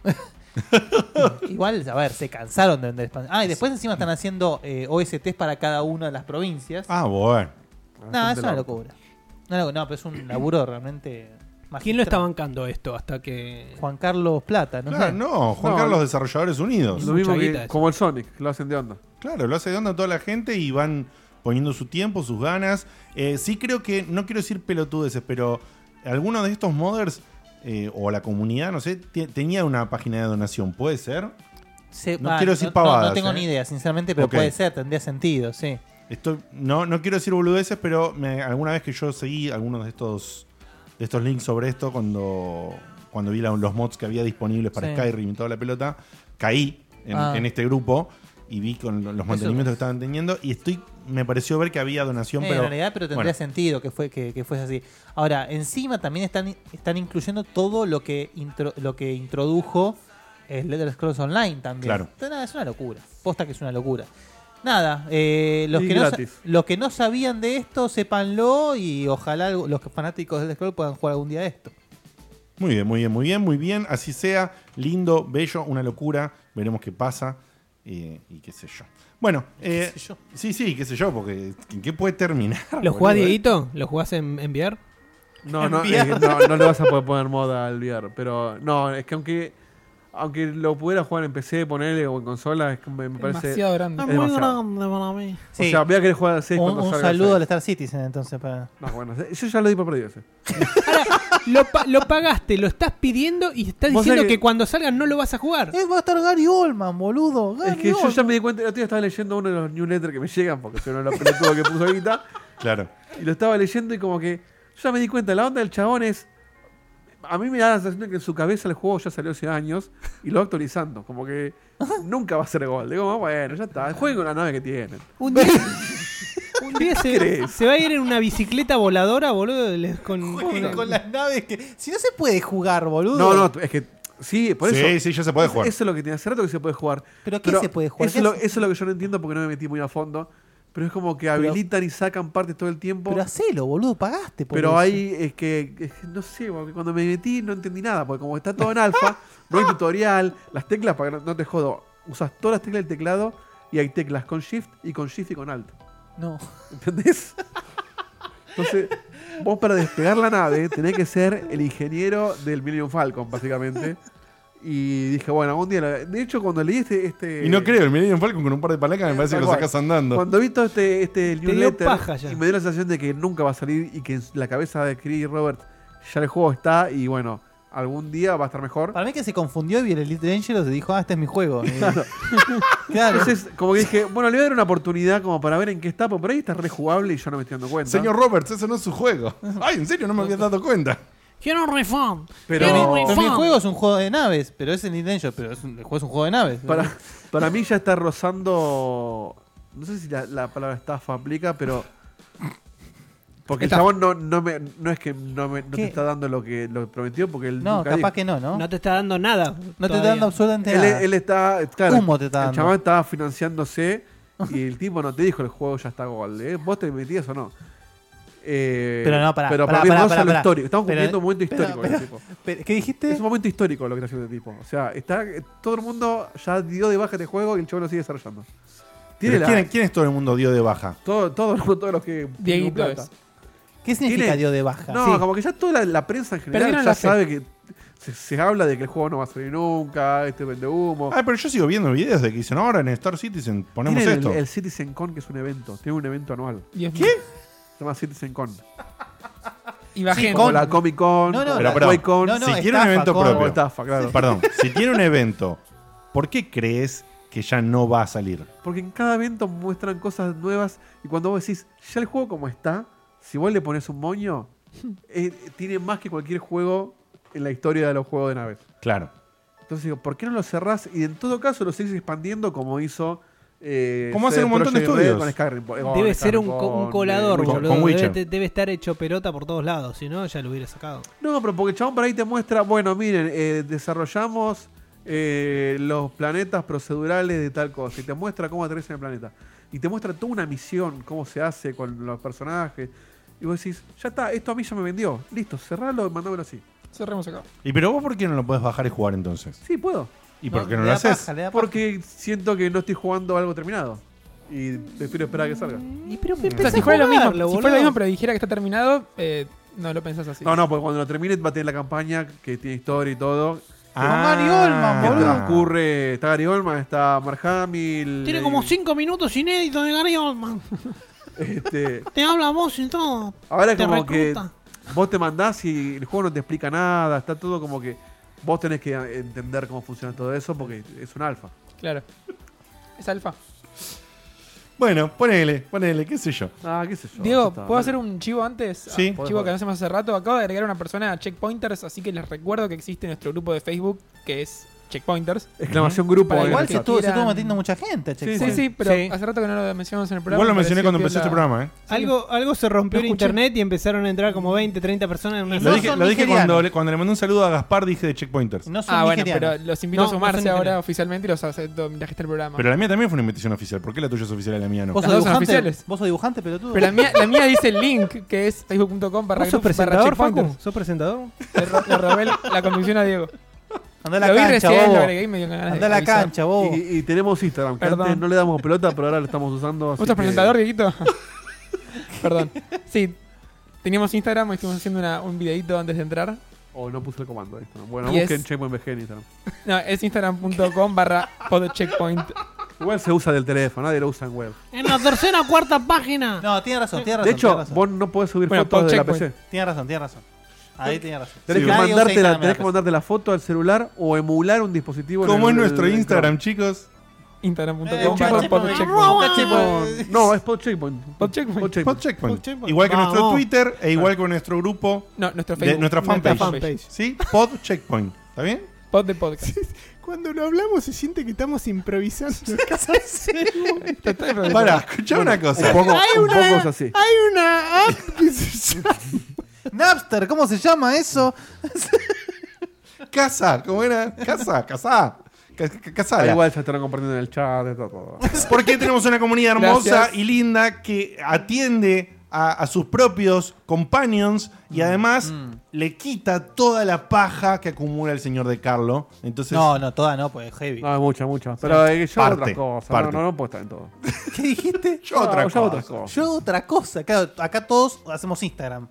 Igual, a ver, se cansaron de vender expansión. Y después encima están haciendo OSTs para cada una de las provincias. Ah, bueno. No, es una locura. No, pero es un laburo realmente magistral. ¿Quién lo está bancando esto hasta que...? Juan Carlos Plata, no Claro, sé. no, Juan No, Carlos Desarrolladores Unidos. Lo mismo Mucha que guita eso. como el Sonic, que lo hacen de onda. Claro, lo hace de onda toda la gente y van poniendo su tiempo, sus ganas. Sí creo que, no quiero decir pelotudeces, pero algunos de estos modders o la comunidad, no sé, tenía una página de donación, ¿puede ser? No quiero decir pavadas, No tengo ni idea, sinceramente, pero Ok. puede ser, tendría sentido, sí. No quiero decir boludeces, pero alguna vez que yo seguí algunos de estos links sobre esto, cuando vi los mods que había disponibles para Sí. Skyrim y toda la pelota, caí en este grupo y vi con los mantenimientos que estaban teniendo y me pareció ver que había donación, En pero realidad, pero tendría bueno, sentido que fuese así. Ahora, encima también están incluyendo todo lo que introdujo el Elder Scrolls Online también. Claro. Entonces, nada, es una locura. Posta que es una locura. Nada, los gratis. que no sabían de esto, sépanlo y ojalá los fanáticos del Scroll puedan jugar algún día esto. muy bien, muy bien, muy bien, muy bien. Así sea, lindo, bello, una locura. Veremos qué pasa y qué sé yo. Bueno, ¿Qué sé yo? sí, qué sé yo, porque ¿en qué puede terminar? ¿Lo jugás, boludo? Dieguito? ¿Lo jugás en VR? No, no le vas a poder poner moda al VR. Pero no, es que aunque lo pudiera jugar en PC, ponerle o en consola, es que me parece. Demasiado grande. Es demasiado. para mí. Sí. O sea, voy a querer jugar al 6 cuando Un salga el saludo al 6. Star Citizen, entonces. No, bueno, yo ya lo di por perdido ese. Lo pagaste, lo estás pidiendo y estás Vos diciendo sabés que que- cuando salgan no lo vas a jugar. Va a estar Gary Oldman, boludo. Es que yo ya me di cuenta, el otro día estaba leyendo uno de los newsletters que me llegan, porque soy uno de los pelotudos que puso ahorita, Claro. y lo estaba leyendo y como que yo ya me di cuenta, la onda del chabón es a mí me da la sensación de que en su cabeza el juego ya salió hace años y lo va actualizando. Como que nunca va a ser gol. Digo, bueno, ya está. Jueguen con la nave que tienen. Un día se va a ir en una bicicleta voladora, boludo. Con las naves que... Si no se puede jugar, boludo. No, es que... Sí, por eso. Sí, ya se puede jugar. Eso es lo que tiene hace rato que se puede jugar. ¿Pero qué se puede jugar? Eso es lo que yo no entiendo porque no me metí muy a fondo. Pero es como que habilitan y sacan partes todo el tiempo. Pero hacelo, boludo, pagaste por Pero eso. ahí es que no sé, porque cuando me metí no entendí nada. Porque como está todo en alfa, no hay tutorial. Las teclas, para que no te jodo, usas todas las teclas del teclado y hay teclas con Shift y con Alt. No. ¿Entendés? Entonces, vos para despegar la nave tenés que ser el ingeniero del Millennium Falcon, básicamente. Y dije, bueno, algún día... De hecho, cuando leí este... Y no creo, el Millennium Falcon con un par de palancas me parece que lo sacas andando. Cuando vi todo este newsletter ya. y me dio la sensación de que nunca va a salir y que en la cabeza de Chris y Robert ya el juego está y bueno, algún día va a estar mejor. Para mí que se confundió y vio el Elite Dangerous y dijo, este es mi juego. Claro. Claro. Entonces, como que dije, bueno, le voy a dar una oportunidad como para ver en qué está, porque por ahí está rejugable y yo no me estoy dando cuenta. Señor Roberts, eso no es su juego. Ay, en serio, no me había dado cuenta. Quiero un refund. Pero mi juego es un juego de naves, pero es el Elite Dangerous, pero el juego es un juego de naves. para mí ya está rozando... No sé si la palabra estafa aplica, pero... Porque el chabón no es que no te está dando lo que prometió, porque él no, nunca capaz dijo. que no. No te está dando nada. No te está dando absolutamente nada. Él está... Claro, Humo te está dando. El chabón estaba financiándose y el tipo no te dijo el juego ya está gol. ¿Vos te metías o no? Pero no, pero para mí no es lo histórico. Estamos cumpliendo un momento histórico. ¿Qué dijiste? Es un momento histórico lo que está haciendo el tipo. O sea, todo el mundo ya dio de baja este juego y el chabón lo sigue desarrollando. ¿Quién es todo el mundo dio de baja? Todos los que... Dieguito es. ¿Qué significa dio de baja? No, como que ya toda la prensa en general Perdieron ya la fe. sabe que se habla de que el juego no va a salir nunca, vende humo. Pero yo sigo viendo videos de que dicen ahora en Star Citizen ponemos Tiene esto. el CitizenCon, que es un evento. Tiene un evento anual. ¿Qué? Se llama CitizenCon. Y va gente. Como la Comic Con, No, la pero, Toy-Con. no, si quiere un evento con- propio. O estafa, claro. Perdón, si tiene un evento, ¿por qué crees que ya no va a salir? Porque en cada evento muestran cosas nuevas y cuando vos decís, ya el juego como está, si vos le pones un moño, tiene más que cualquier juego en la historia de los juegos de naves. Claro. Entonces digo, ¿por qué no lo cerrás? Y en todo caso lo seguís expandiendo como hizo... Como hacen un montón de Projekt Red estudios. Con Skyrim, Debe ser Skyrim, un colador, Witcher. boludo. Con Witcher. Debe estar hecho pelota por todos lados. Si no, ya lo hubiera sacado. No, pero porque el chabón por ahí te muestra, bueno, miren, desarrollamos los planetas procedurales de tal cosa. Y te muestra cómo aterriza en el planeta. Y te muestra toda una misión, cómo se hace con los personajes. Y vos decís, ya está, esto a mí ya me vendió. Listo, cerralo y mandámelo así. Cerremos acá. ¿Y pero vos por qué no lo podés bajar y jugar entonces? Sí, puedo. ¿Y por qué no le lo da haces? paja, le da paja. Porque siento que no estoy jugando algo terminado. Y prefiero esperar a que salga. O sea, si fuera lo mismo, si fuera lo mismo, pero dijera que está terminado, no lo pensás así. No, porque cuando lo termine va a tener la campaña que tiene historia y todo. Con Gary Oldman, Que boludo. transcurre, está Gary Oldman, está Mark Hamill. Tiene como 5 minutos inéditos de Gary Oldman. Te habla vos y todo. Ahora Te como que recluta. vos te mandás y el juego no te explica nada, está todo como que vos tenés que entender cómo funciona todo eso porque es un alfa. Claro. Es alfa. Bueno, ponele, qué sé yo. Qué sé yo. Diego, ya está. ¿puedo hacer un chivo antes? Sí. Un chivo que no hacemos hace rato. Acabo de agregar a una persona a Checkpointers, así que les recuerdo que existe nuestro grupo de Facebook, que es Checkpointers. Exclamación grupo. Para en Igual el se chat. estuvo metiendo mucha gente. Sí, pero hace rato que no lo mencionamos en el programa. Igual lo me mencioné pareció cuando piola. empezó este programa, ¿eh? Algo se rompió Lo en escuché. internet y empezaron a entrar como 20, 30 personas en una Y Lo no dije, son lo dije nigerianos. cuando le mandé un saludo a Gaspar, dije de Checkpointers. No son Bueno, nigerianos. pero los invito a No, no sumarse son ahora nigerianos. oficialmente y los acepto mientras que esté el programa. Pero la mía también fue una invitación oficial. ¿Por qué la tuya es oficial y la mía no? ¿Vos Las sos dos son dibujante? oficiales. ¿Vos sos dibujante, pelotudo? Pero la mía dice el link, que es facebook.com/. ¿Vos sos presentador, Facu? checkpointers. ¿Sos presentador? Le robé la conducción a Diego. Andá a la Lo vi cancha, recién, lo bobo. agregué y me dio ganas de Andá a la avisar. cancha, bobo. Y tenemos Instagram, que Perdón. antes no le damos pelota, pero ahora lo estamos usando. así ¿Vos sos que- presentador, Dieguito? Perdón. Sí, teníamos Instagram y estuvimos haciendo un videito antes de entrar. O no puse el comando de Instagram. Bueno, Y busquen es- Checkpoint VG en Instagram. No, es instagram.com/podcheckpoint. Igual se usa del teléfono, nadie lo usa en web. En la tercera o cuarta página. No, tiene razón, tiene razón. De hecho, tiene razón. vos no podés subir Bueno, fotos de la Checkpoint. PC. Tiene razón, tiene razón. Ahí tiene razón. Tenés, Sí, que, nadie usa mandarte Instagram en tenés la que PC. mandarte la foto al celular o emular un dispositivo. en Como el- es nuestro el- Instagram, chicos. Instagram.com/podcheckpoint. No, es Podcheckpoint. Podcheckpoint. Igual que nuestro Twitter e igual que nuestro grupo. No, nuestro Facebook. Nuestra fanpage. ¿Sí? Podcheckpoint. ¿Está bien? Pod de podcast. Cuando lo hablamos se siente que estamos improvisando. Pará, escuchá una cosa. Un poco es así. Hay una app que se llama Napster, ¿cómo se llama eso? Casa, ¿cómo era? Casa. Igual ya estarán compartiendo en el chat. Todo. Porque tenemos una comunidad hermosa Gracias. y linda que atiende a sus propios companions y además le quita toda la paja que acumula el señor de Carlo. Entonces, No, toda no, pues heavy. No, mucha. Pero yo Parte, otras cosas. parte. No puedo estar en todo. ¿Qué dijiste? yo otra Yo cosa. otras cosas. Yo otra cosa. Claro, acá todos hacemos Instagram.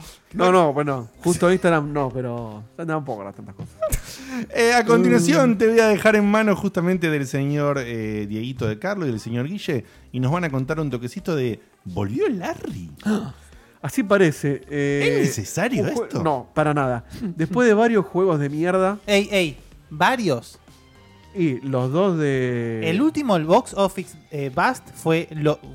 Bueno, justo Instagram no, pero tampoco las tantas cosas. A continuación te voy a dejar en manos justamente del señor Dieguito de Carlo y del señor Guille y nos van a contar un toquecito de ¿volvió Larry? Así parece. ¿Es necesario esto? No, para nada. Después de varios juegos de mierda Ey, varios. y los dos de... El último, el Box Office Bust, fue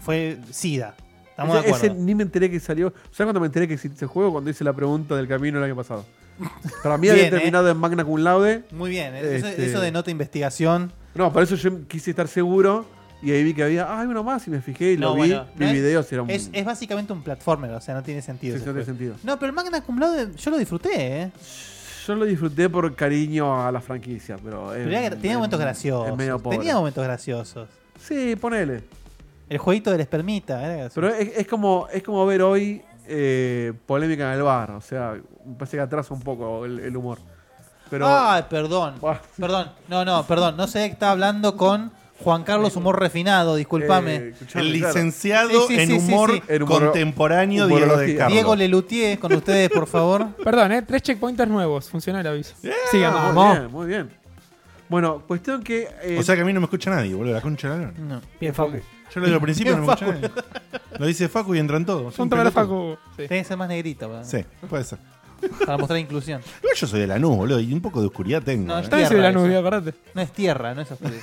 SIDA. Estamos de acuerdo. Ese ni me enteré que salió. ¿Sabes cuando me enteré que existe ese juego? Cuando hice la pregunta del camino el año pasado. Para mí había Bien, terminado en Magna Cum Laude. Muy bien. Este- Eso de nota investigación. No, por eso yo quise estar seguro. Y ahí vi que había, uno más y me fijé y No, lo bueno, vi no videos y era un... Es básicamente un platformer, o sea, no tiene sentido. Sí, ese no tiene juego. sentido. No, pero el Magna Cum Laude yo lo disfruté, ¿eh? Yo lo disfruté por cariño a la franquicia, pero... Tenía momentos graciosos. Es medio pobre. Tenía momentos graciosos. Sí, ponele. El jueguito de la espermita, era gracioso. Pero es como ver hoy polémica en el bar. O sea, me parece que atrasa un poco el humor. Pero... Ay, perdón. Buah. Perdón. Perdón. No sé, está hablando con Juan Carlos Humor Refinado, discúlpame. Escuchame, El claro. licenciado Sí, en sí, humor sí. En humor- contemporáneo Diego de humorología. Carlo. Diego Lelutier, con ustedes, por favor. Perdón, 3 checkpointers nuevos. Funcionó el aviso. Sigamos. Sigamos. Muy bien, muy bien. Bueno, cuestión que... O sea que a mí no me escucha nadie, boludo. La concha de la lora. No. Bien, Facu. Yo lo digo al principio, no me escucha nadie. Lo dice Facu y entran todos. Soy un Punto para pelotudo. Facu. Sí. Tiene que ser más negrito, ¿verdad? Sí, puede ser. Para mostrar inclusión. Igual yo soy de Lanús, boludo, y un poco de oscuridad tengo. No, ¿eh? yo También soy de la Tierra, nube, eso. acordate. No es tierra, no es oscuridad.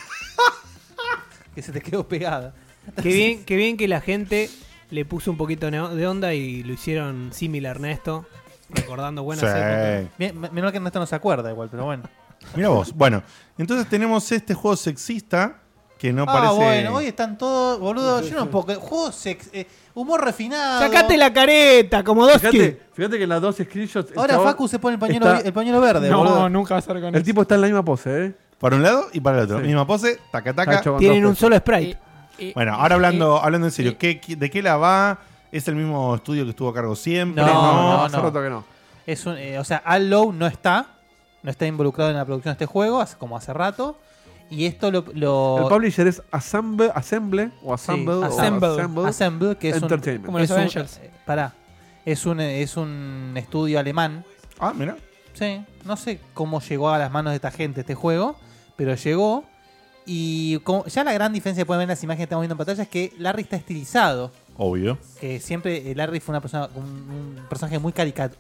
Que se te quedó pegada. Qué bien que la gente le puso un poquito de onda y lo hicieron similar a Ernesto, recordando buenas épocas. Sí. Bien, menos que Ernesto no se acuerda igual, pero bueno. Mira vos. Bueno, entonces tenemos este juego sexista que no parece. Bueno, hoy están todos, boludo. Yo no puedo. Juego humor refinado. ¡Sacate la careta, Komodowski! Fíjate que en las dos screenshots... el Ahora chabón Facu se pone el está- pañuelo verde, No, boludo. nunca vas a ver con El eso. tipo está en la misma pose, ¿eh? Para un lado y para el otro. Sí. Misma pose, taca Está taca. hecho con Tienen dos un solo sprite. Bueno, ahora hablando en serio, ¿de qué la va? ¿Es el mismo estudio que estuvo a cargo siempre? No, hace rato que no. Es o sea, Allow no está involucrado en la producción de este juego, como hace rato. Y esto El publisher es Assemble, o Assemble, o Assemble. Assemble, que es Entertainment. Como los es un- Avengers. pará, es un estudio alemán. Ah, mira. Sí, no sé cómo llegó a las manos de esta gente este juego, pero llegó. Y ya la gran diferencia que pueden ver en las imágenes que estamos viendo en pantalla es que Larry está estilizado. Obvio. Que siempre Larry fue una persona, un personaje muy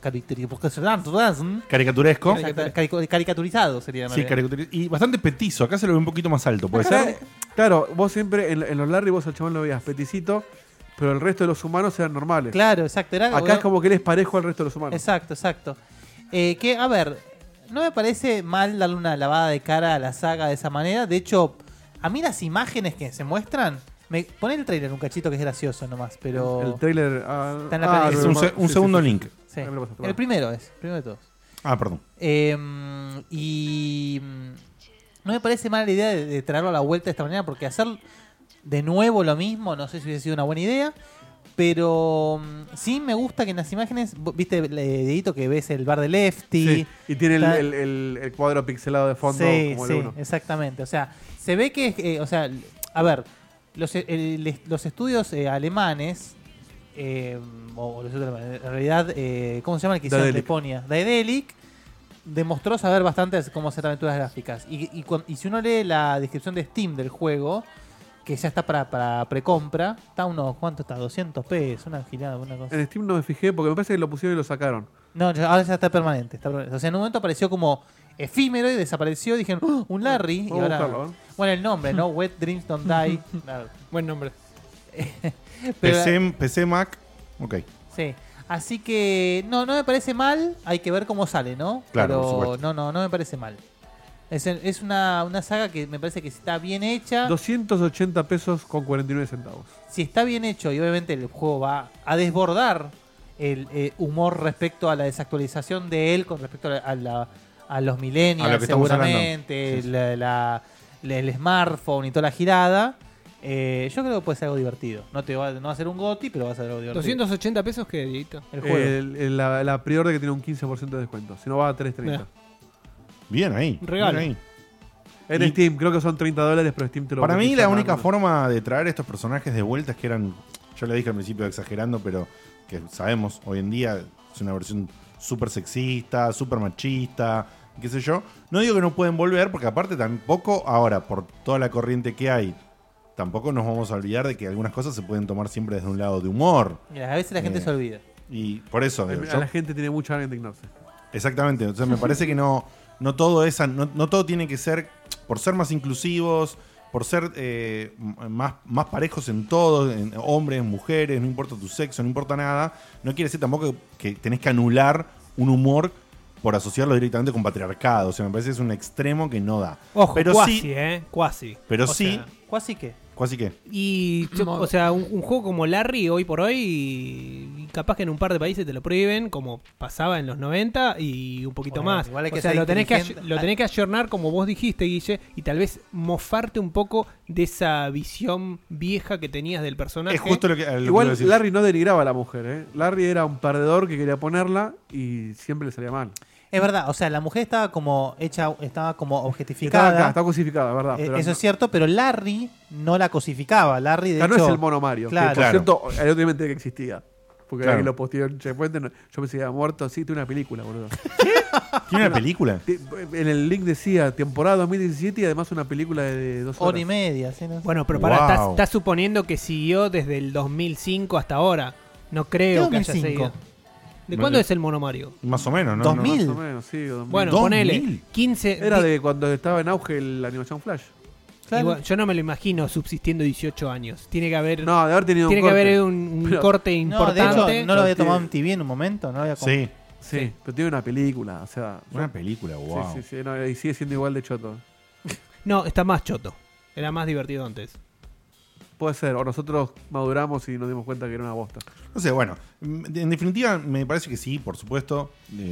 Caricaturesco. caricaturizado sería. en Sí, realidad. caricaturesco. Y bastante petizo. Acá se lo ve un poquito más alto, puede ser. Claro, vos siempre en los Larry vos al chabón lo veías peticito, pero el resto de los humanos eran normales. Claro, exacto. Acá es como que él es parejo al resto de los humanos. Exacto. Que, a ver, no me parece mal darle una lavada de cara a la saga de esa manera. De hecho, a mí las imágenes que se muestran... Poné el trailer un cachito que es gracioso nomás, pero... El trailer... Está en la Es película. un segundo link. Sí. Ahí me lo pasaste, El primero de todos. Ah, perdón. Y no me parece mala la idea de traerlo a la vuelta de esta manera, porque hacer de nuevo lo mismo, no sé si hubiese sido una buena idea, pero sí me gusta que en las imágenes, viste, dedito que ves el bar de Lefty. Sí, y tiene Está- el cuadro pixelado de fondo Sí, como sí, el uno. exactamente. O sea, se ve que, o sea, a ver, los estudios alemanes, o los estudios alemanes, en realidad, ¿cómo se llama el que hicieron Daedalic. Leponia? Daedalic demostró saber bastante cómo hacer aventuras gráficas. Y si uno lee la descripción de Steam del juego, que ya está para precompra, está ¿cuánto está? 200 pesos, una gilada, una cosa. En Steam no me fijé porque me parece que lo pusieron y lo sacaron. No, ahora ya está permanente. O sea, en un momento apareció como efímero y desapareció. Dijeron, ¡oh, un Larry! Y Vamos a ahora... buscarlo, ¿eh? Bueno, el nombre, ¿no? Wet Dreams Don't Die. Claro. Buen nombre. PC, Mac, ok. Sí. Así que no me parece mal. Hay que ver cómo sale, ¿no? Claro, por pero supuesto. no me parece mal. Es una saga que me parece que está bien hecha. 280 pesos con 49 centavos. Si está bien hecho y obviamente el juego va a desbordar el humor respecto a la desactualización de él con respecto a los millennials, seguramente, sí. el smartphone y toda la girada. Yo creo que puede ser algo divertido. No va a ser un GOTY, pero va a ser algo divertido. 280 pesos que, Dieguito. El juego. La pre-order que tiene un 15% de descuento. Si no va a 3.30. Bien ahí. Regalo. Bien ahí. En Steam, creo que son $30, pero Steam te lo Para mí cotiza la única más. forma de traer estos personajes de vuelta es que eran, yo le dije al principio exagerando, pero que sabemos hoy en día es una versión súper sexista, súper machista, qué sé yo. No digo que no pueden volver, porque aparte tampoco, ahora, por toda la corriente que hay, tampoco nos vamos a olvidar de que algunas cosas se pueden tomar siempre desde un lado de humor. Mira, a veces la gente se olvida. Y por eso... La gente tiene mucha ganas de indignarse. Exactamente, entonces me parece que no todo tiene que ser, por ser más inclusivos, por ser más parejos en todo, en hombres, mujeres, no importa tu sexo, no importa nada, no quiere decir tampoco que tenés que anular un humor por asociarlo directamente con patriarcado. O sea, me parece que es un extremo que no da. Ojo, pero cuasi, sí, cuasi. Pero O sí, sea, ¿Cuasi qué? ¿cuasi qué? Y, o sea, un juego como Larry hoy por hoy, y capaz que en un par de países te lo prohíben, como pasaba en los 90 y un poquito Bueno, más. igual hay que O sea, ser lo tenés inteligente. que ayornar, como vos dijiste, Guille, y tal vez mofarte un poco de esa visión vieja que tenías del personaje. Es justo lo que Igual iba a decir. Larry no denigraba a la mujer, ¿eh? Larry era un perdedor que quería ponerla y siempre le salía mal. Es verdad, o sea, la mujer estaba como objetificada. Está cosificada, ¿verdad? Pero eso no. es cierto, pero Larry no la cosificaba. Larry, de No hecho, es el mono Mario. Claro. Que, por cierto, el otro día me enteré que existía. Porque Claro. alguien lo posteó en Checkpoint. Yo pensé que había muerto. Sí, tiene una película, boludo. ¿Tiene una película? En el link decía temporada 2017 y además una película de 2 horas. hora y media. ¿Sí? No sé. Bueno, pero Wow. pará, estás suponiendo que siguió desde el 2005 hasta ahora. No creo que haya 2005? seguido. ¿De cuándo es el Mono Mario? Más o menos, ¿no? 2000. Más o menos, sí. 2000. Bueno, 2000. ponele 15. Era de cuando estaba en auge la animación Flash. Claro. Igual, yo no me lo imagino subsistiendo 18 años. Tiene que haber, No, de haber tenido tiene un que corte. haber un Pero- corte No, de importante. hecho, no lo había Tiene- tomado en TV en un momento. No lo había Sí, Sí, pero tiene una película, o sea... una película, wow. Sí, sí, sí, no, y sigue siendo igual de choto. No, está más choto. Era más divertido antes. Puede ser, o nosotros maduramos y nos dimos cuenta que era una bosta. No sé, bueno, en definitiva me parece que sí, por supuesto,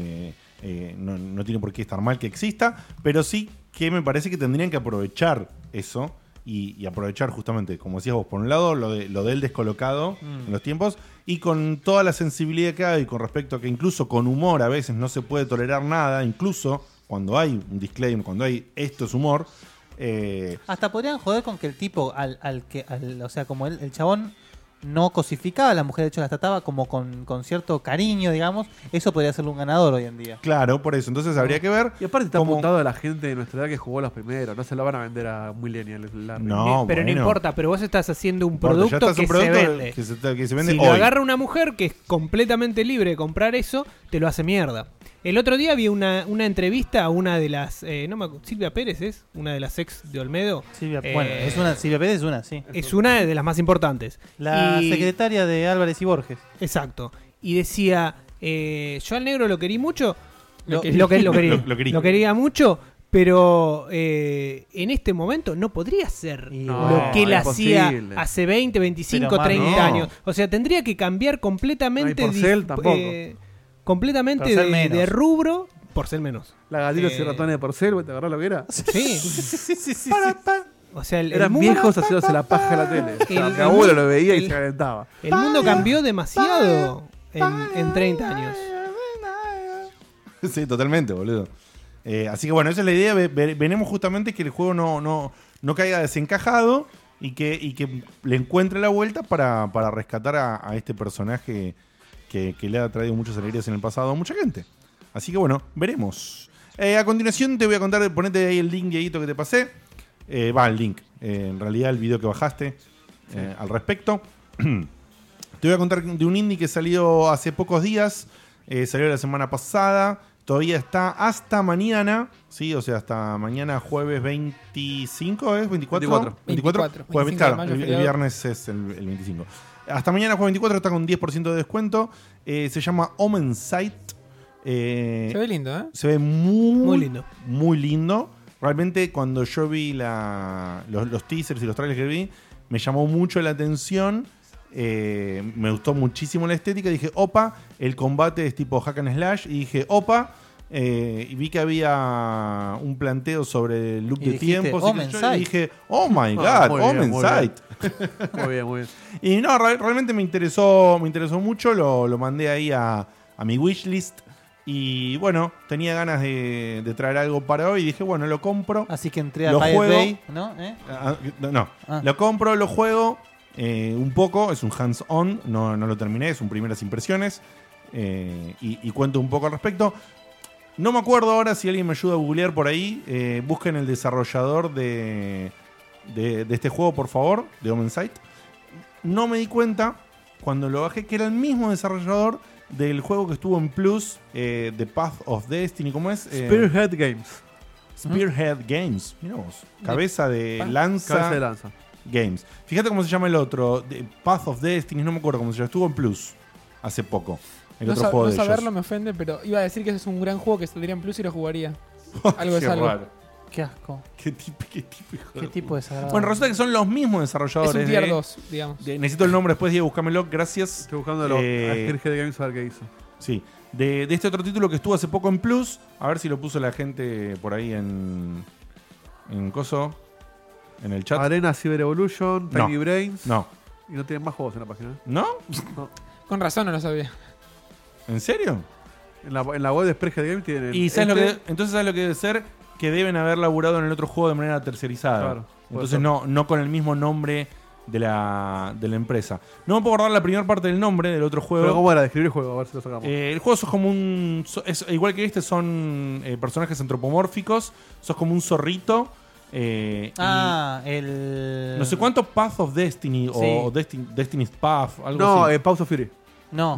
no tiene por qué estar mal que exista, pero sí que me parece que tendrían que aprovechar eso y aprovechar justamente, como decías vos, por un lado lo del descolocado en los tiempos y con toda la sensibilidad que hay con respecto a que incluso con humor a veces no se puede tolerar nada, incluso cuando hay un disclaimer, cuando hay esto es humor. Hasta podrían joder con que el tipo, o sea, como el chabón no cosificaba a la mujer, de hecho las trataba como con cierto cariño, digamos. Eso podría ser un ganador hoy en día. Claro, por eso. Entonces habría que ver. Y aparte está cómo- apuntado a la gente de nuestra edad que jugó los primeros. No se lo van a vender a Millennials. No, Pero bueno. no importa, pero vos estás haciendo un Importa, ya producto estás que un producto se vende. que se vende Si hoy. lo agarra una mujer que es completamente libre de comprar eso, te lo hace mierda. El otro día vi una entrevista a una de las... Silvia Pérez es, una de las ex de Olmedo. Silvia Pérez es una, sí. Es una de las más importantes. La Y- secretaria de Álvarez y Borges. Exacto. Y decía, yo al negro lo querí mucho. Lo Lo querí. quería mucho, pero en este momento no podría ser No, lo que él es hacía imposible. hace 20, 25, Pero, 30 no. años. O sea, tendría que cambiar completamente, No, y Porcel tampoco. completamente Porcel menos. de rubro. Por ser menos. La gatitos y ratones de Porcel, ¿te agarrás lo que era? Sí. O sea, el Eran mundo, viejos haciéndose la paja en la tele. O sea, El- mi abuelo lo veía y el- se calentaba. el mundo cambió demasiado en 30 años. Sí, totalmente, boludo. Así que bueno, esa es la idea. Veremos justamente que el juego no caiga desencajado y que le encuentre la vuelta para rescatar a este personaje que le ha traído muchas alegrías en el pasado a mucha gente. Así que bueno, veremos. A continuación te voy a contar, ponete ahí el link, Dieguito, que te pasé. El link. En realidad el video que bajaste al respecto. Te voy a contar de un indie que salió hace pocos días. Salió la semana pasada. todavía está hasta mañana, ¿sí? O sea, hasta mañana jueves 25, ¿es? 24. 24. Jueves, claro, el viernes es el 25. Hasta mañana jueves 24 está con 10% de descuento. Se llama Omen Sight. Se ve lindo, ¿eh? Se ve muy lindo. Muy lindo. Realmente cuando yo vi los teasers y los trailers que vi, me llamó mucho la atención. Me gustó muchísimo la estética. Dije, opa, el combate es tipo hack and slash. Y dije, opa, y vi que había un planteo sobre el loop de tiempos. Y dije, oh my god, Omen Sight. Muy bien, muy bien. Y no, realmente me interesó mucho. Lo mandé ahí a mi wishlist. Y bueno, tenía ganas de traer algo para hoy. Y dije, bueno, lo compro. Así que entré a Pirate Bay, ¿no? Lo compro, lo juego. Un poco, es un hands-on, no lo terminé, es un primeras impresiones y cuento un poco al respecto. No me acuerdo ahora, si alguien me ayuda a googlear por ahí, busquen el desarrollador de este juego, por favor, de Omen Sight. No me di cuenta cuando lo bajé que era el mismo desarrollador del juego que estuvo en Plus, The Path of Destiny, ¿cómo es? Spearhead Games. Spearhead Games, mirá vos. Cabeza de lanza. Cabeza de lanza. Games. Fíjate cómo se llama el otro, Path of Destiny, no me acuerdo cómo se llama, estuvo en Plus hace poco. El otro juego de ellos. No saberlo me ofende, pero iba a decir que ese es un gran juego que saldría en Plus y lo jugaría. Algo es algo. Raro. Qué asco. ¿Qué tipo ¿Qué tipo de desagradable? Bueno, resulta que son los mismos desarrolladores. Es un tier 2, digamos. Necesito el nombre después, Diego, búscamelo, gracias. Estoy buscándolo. Spearhead Games a ver qué hizo. Sí. De este otro título que estuvo hace poco en Plus, a ver si lo puso la gente por ahí en coso. En el chat. Arena Cyber Evolution, Tiny Brains. No. Y no tienen más juegos en la página. ¿No? No. Con razón no lo sabía. ¿En serio? En la web de Spearhead Games tienen. Y entonces ¿sabes lo que debe ser? Que deben haber laburado en el otro juego de manera tercerizada. Claro, entonces no con el mismo nombre de la empresa. No me puedo acordar la primera parte del nombre del otro juego. Pero ¿cómo era? Describir el juego, a ver si lo sacamos. El juego sos como un... igual que son personajes antropomórficos. Sos como un zorrito. No sé cuánto Path of Destiny o Destiny's Path, algo así. Path of Fury. No.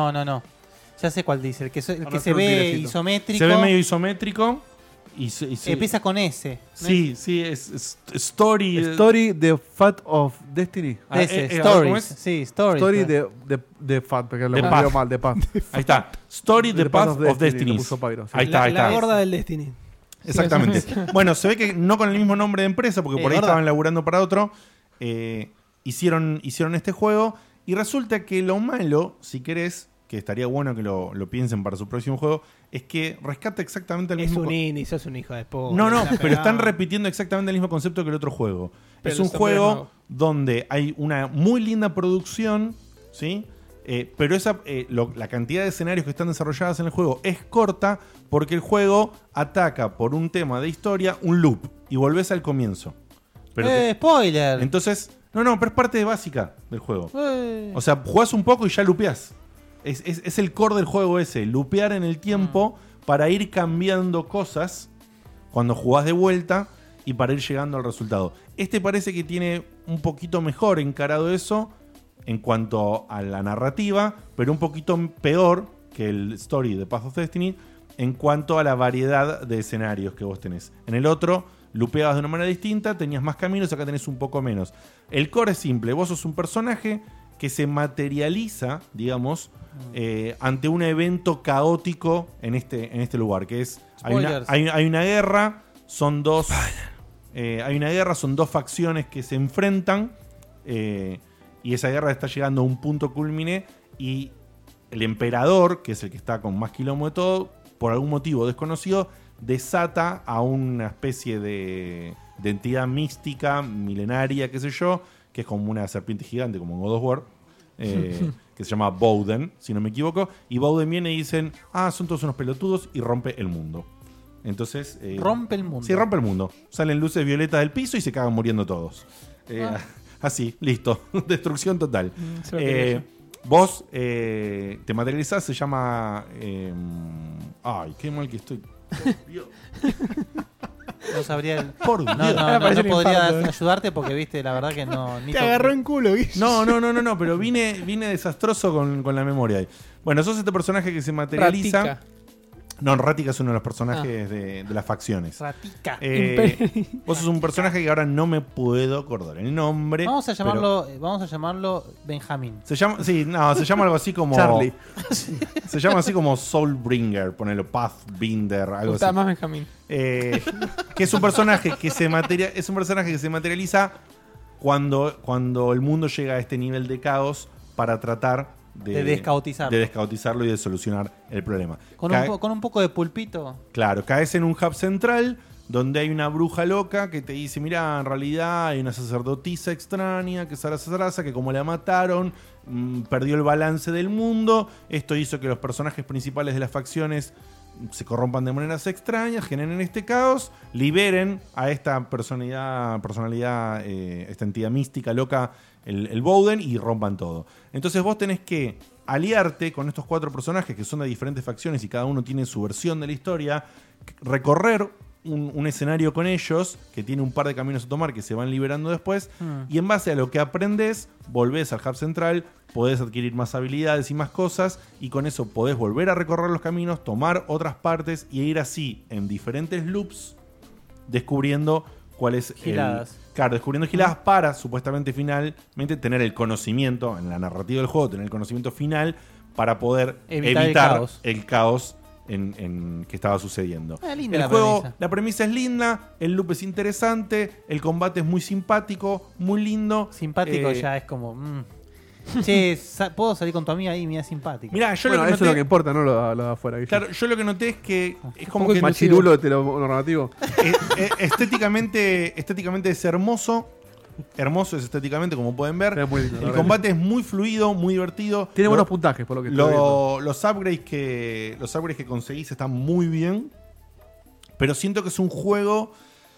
Ya sé cuál dice. El que se ve isométrico. Se ve medio isométrico. Empieza con S. Sí, es Story. Story The Path of Destiny. Stories. Sí, Stories. Story The Path, porque lo Path. mal, The Path. Ahí está. Story The Path of Destiny. Ahí está. La gorda del Destiny. Exactamente. Bueno, se ve que no con el mismo nombre de empresa, porque por ahí estaban laburando para otro. Hicieron este juego. Y resulta que lo malo, si querés, que estaría bueno que lo piensen para su próximo juego, es que rescata exactamente el mismo... Es un indie, sos un hijo de puta. No, pero están repitiendo exactamente el mismo concepto que el otro juego. Pero es un juego donde hay una muy linda producción, ¿sí? Pero la cantidad de escenarios que están desarrollados en el juego es corta porque el juego ataca por un tema de historia un loop y volvés al comienzo. ¡Spoiler! Entonces, pero es parte básica del juego. O sea, jugás un poco y ya lupeás. Es el core del juego ese, lupear en el tiempo para ir cambiando cosas cuando jugás de vuelta y para ir llegando al resultado. Este parece que tiene un poquito mejor encarado eso en cuanto a la narrativa, pero un poquito peor que el Story de Path of Destiny en cuanto a la variedad de escenarios que vos tenés. En el otro lupeabas de una manera distinta, tenías más caminos, acá tenés un poco menos. El core es simple, vos sos un personaje que se materializa, digamos, ante un evento caótico en este lugar, que es hay una guerra, son dos facciones que se enfrentan y esa guerra está llegando a un punto culmine y el emperador, que es el que está con más quilombo de todo, por algún motivo desconocido, desata a una especie de entidad mística, milenaria, qué sé yo, que es como una serpiente gigante, como en God of War, que se llama Bowden, si no me equivoco, y Bowden viene y dicen, son todos unos pelotudos, y rompe el mundo. Entonces... ¿rompe el mundo? Sí, rompe el mundo. Salen luces violetas del piso y se cagan muriendo todos. Así, listo. Destrucción total. Vos te materializás, se llama... ay, qué mal que estoy. Dios. No sabría. Por Dios. No podría ayudarte porque viste, la verdad que no. Te agarró en culo, ¿viste? No, pero vine desastroso con la memoria ahí. Bueno, sos este personaje que se materializa. No, Ratica es uno de los personajes de las facciones. Ratica. Vos sos un personaje que ahora no me puedo acordar el nombre. Vamos a llamarlo Benjamín. Se llama algo así como Charlie. Se llama así como Soulbringer, ponelo Pathbinder, algo así. Más Benjamín. Que es un personaje que se materializa cuando el mundo llega a este nivel de caos para tratar de descautizarlo y de solucionar el problema. Con un poco de pulpito. Claro, caes en un hub central donde hay una bruja loca que te dice, mira, en realidad hay una sacerdotisa extraña que es Sarasa, que como la mataron, perdió el balance del mundo. Esto hizo que los personajes principales de las facciones se corrompan de maneras extrañas, generen este caos, liberen a esta personalidad, esta entidad mística loca, el Bowden, y rompan todo. Entonces vos tenés que aliarte con estos 4 personajes que son de diferentes facciones y cada uno tiene su versión de la historia, recorrer un escenario con ellos que tiene un par de caminos a tomar que se van liberando después, y en base a lo que aprendes volvés al hub central, podés adquirir más habilidades y más cosas, y con eso podés volver a recorrer los caminos, tomar otras partes y ir así en diferentes loops descubriendo cuál es descubriendo giladas para supuestamente finalmente tener el conocimiento en la narrativa del juego, tener el conocimiento final para poder evitar el caos en que estaba sucediendo. El juego, la premisa es linda, el loop es interesante, el combate es muy simpático, muy lindo. Simpático ya es como... Che, ¿puedo salir con tu amiga ahí? Mira, simpático. Mirá, eso es lo que importa, no lo de afuera. Claro, yo lo que noté es que es como que... Machirulo heteronormativo. Estéticamente es hermoso. Hermoso es estéticamente, como pueden ver. El combate es muy fluido, muy divertido. Tiene buenos puntajes, por lo que los upgrades que conseguís están muy bien. Pero siento que es un juego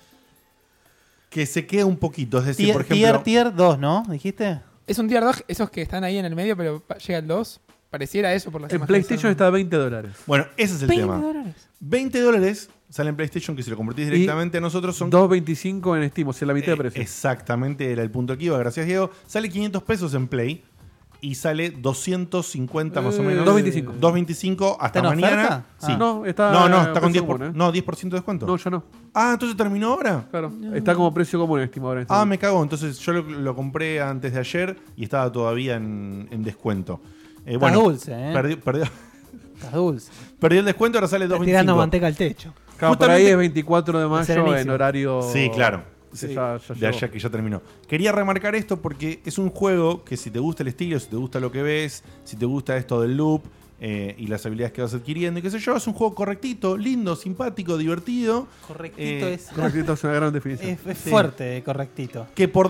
que se queda un poquito. Es decir, por ejemplo... Tier 2, ¿no? ¿Dijiste? Es un Tier 2, esos que están ahí en el medio, pero llega el 2. Pareciera eso por las imágenes. En PlayStation está a $20. Bueno, ese es el tema. $20 sale en PlayStation, que si lo convertís directamente a nosotros son... $2.25 en Steam, o sea, la mitad de precio. Exactamente, era el punto que iba, gracias Diego. Sale $500 en Play y sale 250 más o menos. 2.25 hasta mañana. Sí. No, está con 10%, no, 10% de descuento. No, ya no. Ah, entonces terminó ahora. Claro, está como precio común en Steam ahora. Me cago, entonces yo lo compré antes de ayer y estaba todavía en descuento. Está dulce, Perdió. Está dulce. Perdió el descuento, ahora sale 2.25. Tirando manteca al techo. Claro, por ahí es 24 de mayo en horario... Sí, claro. Sí, de allá que ya terminó. Quería remarcar esto porque es un juego que si te gusta el estilo, si te gusta lo que ves, si te gusta esto del loop y las habilidades que vas adquiriendo y qué sé yo, es un juego correctito, lindo, simpático, divertido. Correctito correctito es una gran definición. Es fuerte, correctito. Que por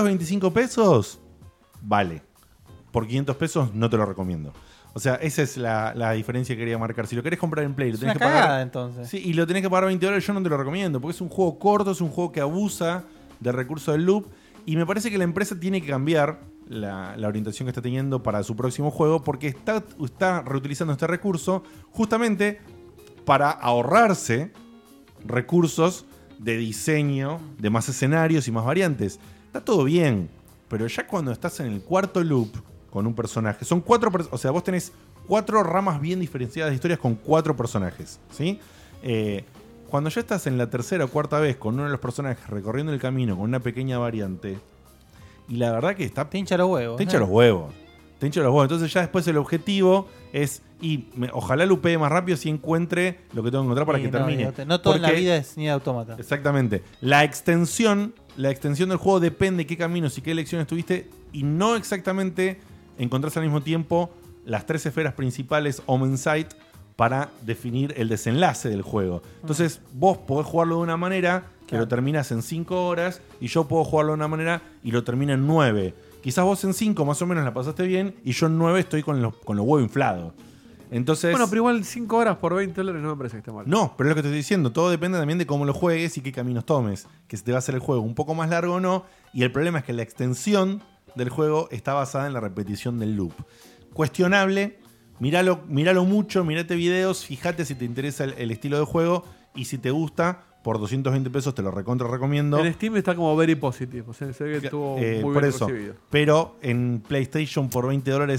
$225 vale. Por $500 no te lo recomiendo. O sea, esa es la diferencia que quería marcar. Si lo querés comprar en Play, lo tenés que pagar. Entonces. Sí, y lo tenés que pagar $20, yo no te lo recomiendo. Porque es un juego corto, es un juego que abusa del recurso del loop. Y me parece que la empresa tiene que cambiar la orientación que está teniendo para su próximo juego. Porque está reutilizando este recurso justamente para ahorrarse recursos de diseño, de más escenarios y más variantes. Está todo bien, pero ya cuando estás en el cuarto loop con un personaje, son 4, o sea, vos tenés 4 ramas bien diferenciadas de historias con 4 personajes, ¿sí? Cuando ya estás en la tercera o cuarta vez con uno de los personajes recorriendo el camino con una pequeña variante, y la verdad que está... Te hincha los huevos. Te hincha los huevos. Entonces ya después el objetivo es, ojalá lupee más rápido si encuentre lo que tengo que encontrar para que termine. No todo en la vida es ni de autómata. Exactamente. La extensión del juego depende de qué caminos y qué elecciones tuviste, y no exactamente encontrás al mismo tiempo las 3 esferas principales Omen Sight para definir el desenlace del juego. Entonces vos podés jugarlo de una manera que lo terminás en 5 horas, y yo puedo jugarlo de una manera y lo termino en 9. Quizás vos en 5 más o menos la pasaste bien y yo en 9 estoy con los huevos inflados. Entonces, bueno, pero igual 5 horas por $20 no me parece que esté mal. No, pero es lo que te estoy diciendo. Todo depende también de cómo lo juegues y qué caminos tomes. Que se te va a hacer el juego un poco más largo o no. Y el problema es que la extensión del juego está basada en la repetición del loop. Cuestionable. Míralo mucho, mirate videos, fíjate si te interesa el estilo de juego. Y si te gusta, por $220 te lo recontra recomiendo. En Steam está como very positive, o sea, se ve que estuvo muy bien recibido. Pero en PlayStation por $20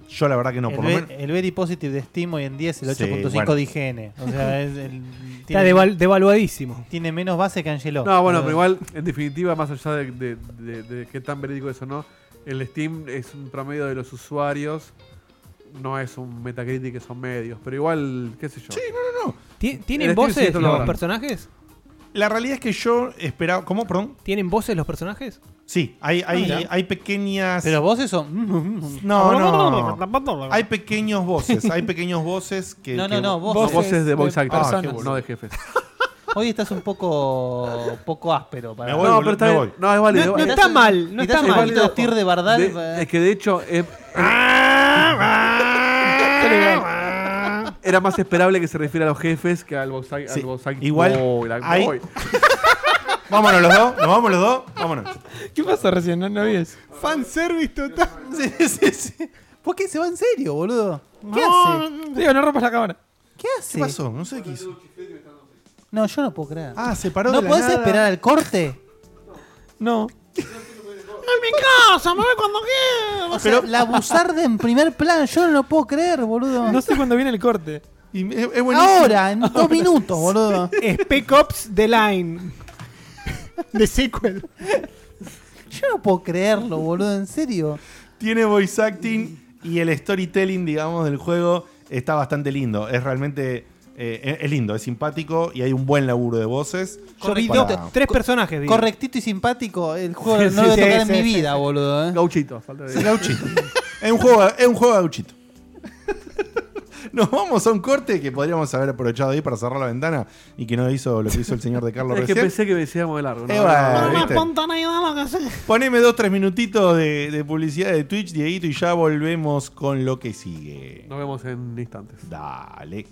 Yo la verdad que no, por lo menos. El Very Positive de Steam hoy en día es el 8.5 de IGN. O sea, está devaluadísimo. Tiene menos base que Angelo. No, bueno, pero igual, en definitiva, más allá de qué tan verídico es o no, el Steam es un promedio de los usuarios. No es un Metacritic que son medios, pero igual, qué sé yo. Sí, no. ¿Tienen voces los personajes? La realidad es que yo esperaba... ¿Cómo? Perdón. ¿Tienen voces los personajes? Sí, hay pequeñas... Pero voces son... No. Hay pequeños voces. Hay pequeños voces que... No, voces de voice actors, no de jefes. Hoy estás un poco áspero. Me voy, no, pero está bien. No, es válido. No está mal. No está mal. De Bardal. Es que de hecho... Era más esperable que se refiera a los jefes que al voice actor. Igual Vámonos los dos, nos vamos los dos, vámonos. ¿Qué pasó recién? No habías. Fanservice total. Sí. ¿Por qué se va en serio, boludo? ¿Qué hace? Digo, no rompas la cámara. ¿Qué hace? ¿Qué pasó? No sé qué hizo. No, yo no puedo creer. Se paró ¿No de la podés nada. esperar al corte? No. En mi casa, me voy cuando quiera. O sea, la buzarda en primer plano, yo no lo puedo creer, boludo. No sé cuándo viene el corte. Es buenísimo. Ahora, en 2 minutos, boludo. Spec Ops The Line. De sequel. Yo no puedo creerlo, boludo, en serio. Tiene voice acting y el storytelling, digamos, del juego está bastante lindo. Es realmente... es lindo, es simpático y hay un buen laburo de voces. Yo vi 3 personajes. Vi. Correctito y simpático. El juego no lo voy a tocar en mi vida, boludo. Gauchito. Falta de... Gauchito. es un juego de gauchito. Nos vamos a un corte que podríamos haber aprovechado ahí para cerrar la ventana y que no hizo lo que hizo el señor de Carlos Es que pensé que decíamos de largo. Poneme 2-3 minutitos de publicidad de Twitch, Dieguito, y ya volvemos con lo que sigue. Nos vemos en instantes. Dale.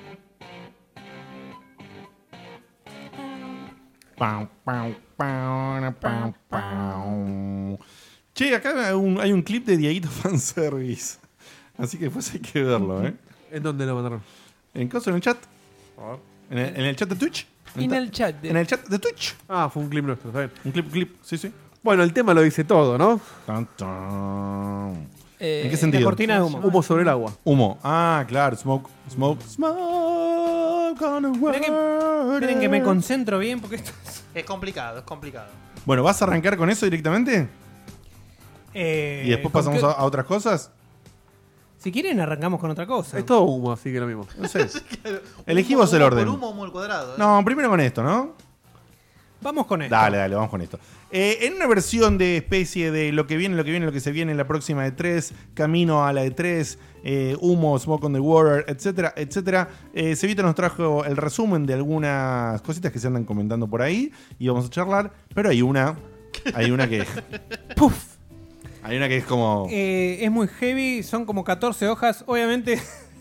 Che, acá hay un clip de Dieguito Fanservice. Así que después hay que verlo, ¿eh? ¿En dónde lo mandaron? ¿En cosa? ¿En el chat? ¿En el chat de Twitch? En el chat. ¿En el chat de Twitch? Fue un clip nuestro, ¿está bien? Un clip, sí. Bueno, el tema lo dice todo, ¿no? ¿En qué sentido? La cortina de humo. Humo sobre el agua. Humo. Claro. Smoke on the water. Miren que me concentro bien porque esto es complicado. Bueno, ¿vas a arrancar con eso directamente? ¿Y después pasamos a otras cosas? Si quieren, arrancamos con otra cosa. Es todo humo, así que lo mismo. No sé. Elegimos el orden. Por humo al cuadrado. No, primero con esto, ¿no? Vamos con esto. Dale, vamos con esto. En una versión de especie de lo que viene, lo que se viene en la próxima E3, camino a la E3, humo, smoke on the water, etcétera, etcétera. Cevita nos trajo el resumen de algunas cositas que se andan comentando por ahí y vamos a charlar, pero hay una que... ¡Puf! Hay una que es como... es muy heavy, son como 14 hojas. Obviamente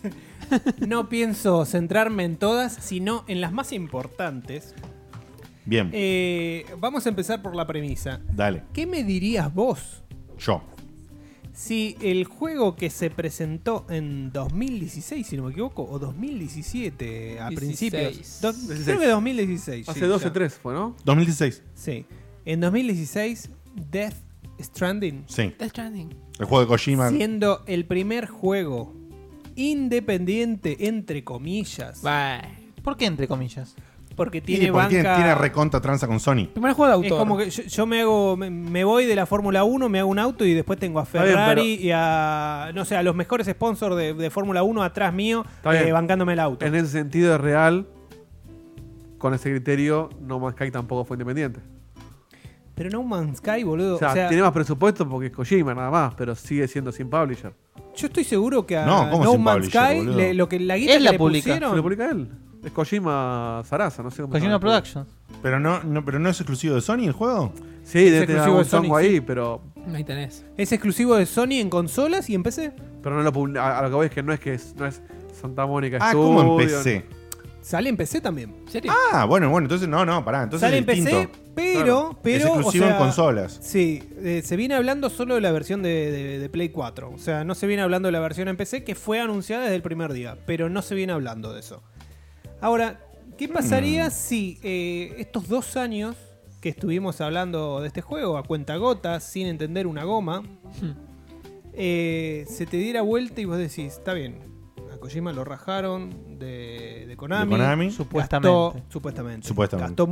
no pienso centrarme en todas, sino en las más importantes. Bien. Vamos a empezar por la premisa. Dale. ¿Qué me dirías vos? Yo. Si el juego que se presentó en 2016, si no me equivoco, o 2017 a principios. Creo que 2016. Hace 12-3 fue, ¿no? 2016. Sí. En 2016, Death Stranding. Sí. Death Stranding. El juego de Kojima. Siendo el primer juego independiente, entre comillas. ¿Por qué entre comillas? Porque tiene banca... Tiene recontra tranza con Sony. Primer juego de autor. Es como que yo me voy de la Fórmula 1, me hago un auto y después tengo a Ferrari y a los mejores sponsors de Fórmula 1 atrás mío bancándome el auto. En ese sentido es real. Con ese criterio, No Man's Sky tampoco fue independiente. Pero No Man's Sky, boludo. O sea, tiene más presupuesto porque es Kojima nada más, pero sigue siendo sin publisher. Yo estoy seguro que a No Man's Sky lo que la guita Él que la le publica. pusieron... Se lo publica él. Es Kojima Sarasa, no sé cómo. Kojima Productions. Pero no es exclusivo de Sony el juego. Sí, debe tener exclusivo algún de Sony, tongo ahí, sí. pero Ahí tenés. Es exclusivo de Sony en consolas y en PC. no lo a lo que voy es que no es Santa Mónica ¿Cómo en Studio, PC? Sale en PC también. ¿En serio? Bueno, entonces pará. Entonces Sale es en PC, distinto. pero Es exclusivo o sea, en consolas. Sí, se viene hablando solo de la versión de Play 4. O sea, no se viene hablando de la versión en PC que fue anunciada desde el primer día, pero no se viene hablando de eso. Ahora, ¿qué pasaría si estos 2 años que estuvimos hablando de este juego a cuentagotas, sin entender una goma, se te diera vuelta y vos decís, está bien, a Kojima lo rajaron de Konami. ¿De Konami? Supuestamente. Gastó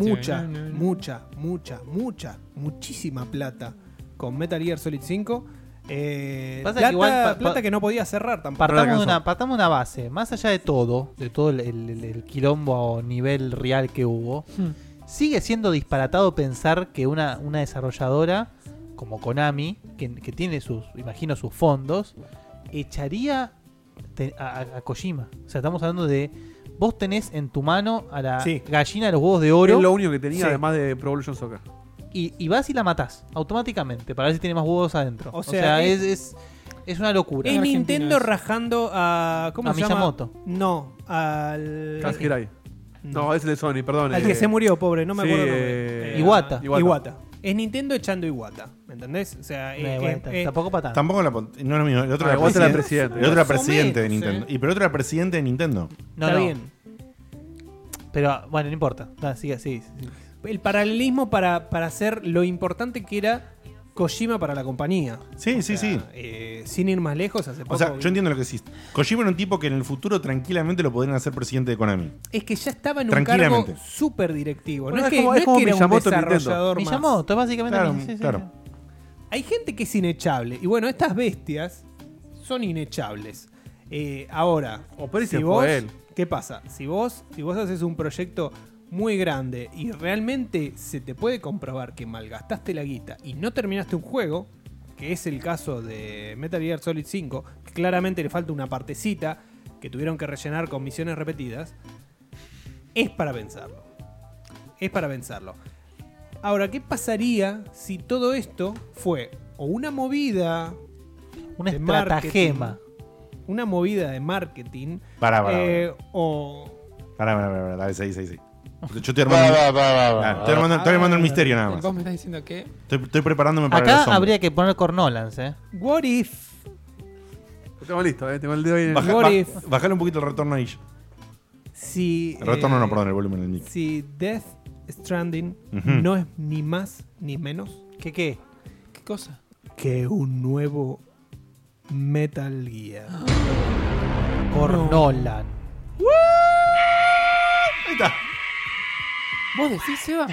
muchísima plata con Metal Gear Solid 5. Plata que no podía cerrar tampoco. Partamos de una base. Más allá de todo el quilombo a nivel real que hubo, sigue siendo disparatado pensar que una desarrolladora como Konami, que tiene imagino sus fondos, echaría a Kojima. O sea, estamos hablando de vos tenés en tu mano a la gallina de los huevos de oro. Es lo único que tenía además de Pro Evolution Soccer. Y vas y la matás automáticamente para ver si tiene más huevos adentro. O sea, es una locura. Es Nintendo rajando a... ¿Cómo se Miyamoto. llama? No, al... Kashirai. No, es el de Sony, perdón. Al que se murió, pobre, no me acuerdo el nombre. Iwata. Es Nintendo echando Iwata, ¿me entendés? O sea, tampoco para tanto. Tampoco no es lo mismo. El otro era presidente. El otro era presidente de Nintendo. Pero el otro era presidente de Nintendo. Está bien. Pero bueno, no importa. Sigue así. El paralelismo para hacer lo importante que era Kojima para la compañía. Sí. Sin ir más lejos, hace poco. O sea, yo entiendo lo que decís. Kojima era un tipo que en el futuro tranquilamente lo podrían hacer presidente de Konami. Es que ya estaba en un cargo súper directivo. No es que era un desarrollador más. Miyamoto, básicamente. Claro. Hay gente que es inechable. Y bueno, estas bestias son inechables. Ahora, si vos, ¿qué pasa? Si vos haces un proyecto muy grande y realmente se te puede comprobar que malgastaste la guita y no terminaste un juego, que es el caso de Metal Gear Solid 5, que claramente le falta una partecita que tuvieron que rellenar con misiones repetidas, es para pensarlo. Ahora, ¿qué pasaría si todo esto fue o una movida, una estratagema, una movida de marketing, o... Para, sí. Yo estoy armando el misterio nada más. ¿Vos me estás diciendo qué? Estoy preparándome para acá el zombie. habría que poner Cornolans, What if? Lo tengo listo, tengo el dedo ahí. Bajale un poquito el retorno ahí. Si, el retorno no, perdón, el volumen del mic. Si Death Stranding no es ni más ni menos ¿Qué cosa? Que un nuevo Metal Gear. Cornolan. Ahí está. ¿Vos decís, Seba?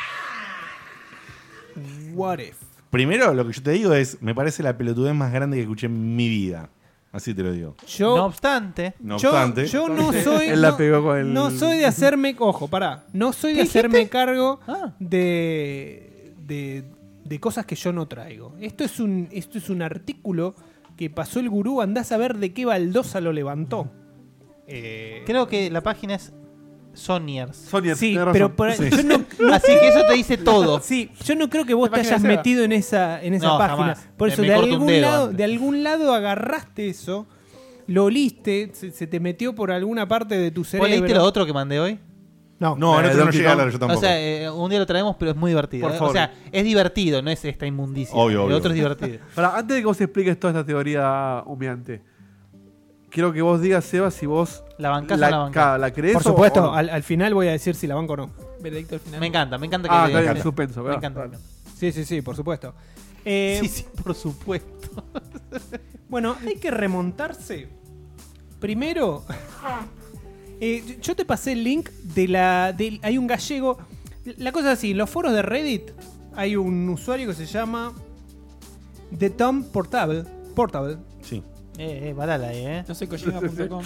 What if? Primero, lo que yo te digo es, me parece la pelotudez más grande que escuché en mi vida. Así te lo digo. No obstante, yo no soy. Él la pegó con el... No soy de hacerme. Ojo, pará. No soy de hacerme cargo de cosas que yo no traigo. Esto es un artículo que pasó el gurú. Andás a ver de qué baldosa lo levantó. Creo que la página es Sonyers. Sí, pero yo no, así que eso te dice todo. Sí, yo no creo que vos te hayas metido en esa página. Jamás. Por eso, de algún lado agarraste eso, lo oliste, se te metió por alguna parte de tu cerebro. ¿Vos leíste lo otro que mandé hoy? No, no llegué a hablar yo tampoco. O sea, un día lo traemos, pero es muy divertido. Por favor. O sea, es divertido, no es esta inmundicia. Obvio. El otro es divertido. Ahora, antes de que vos expliques toda esta teoría humeante, quiero que vos digas, Seba, si vos la bancás o la bancás. ¿La crees? Por supuesto, o no? al final voy a decir si la banco o no. Veredicto al final. Me encanta que está bien, suspenso. Me encanta. Sí, por supuesto. Sí, por supuesto. Bueno, hay que remontarse. Primero, yo te pasé el link hay un gallego. La cosa es así, en los foros de Reddit hay un usuario que se llama The Tom Portable. Sí. Balala ahí, No sé, Kojima.com.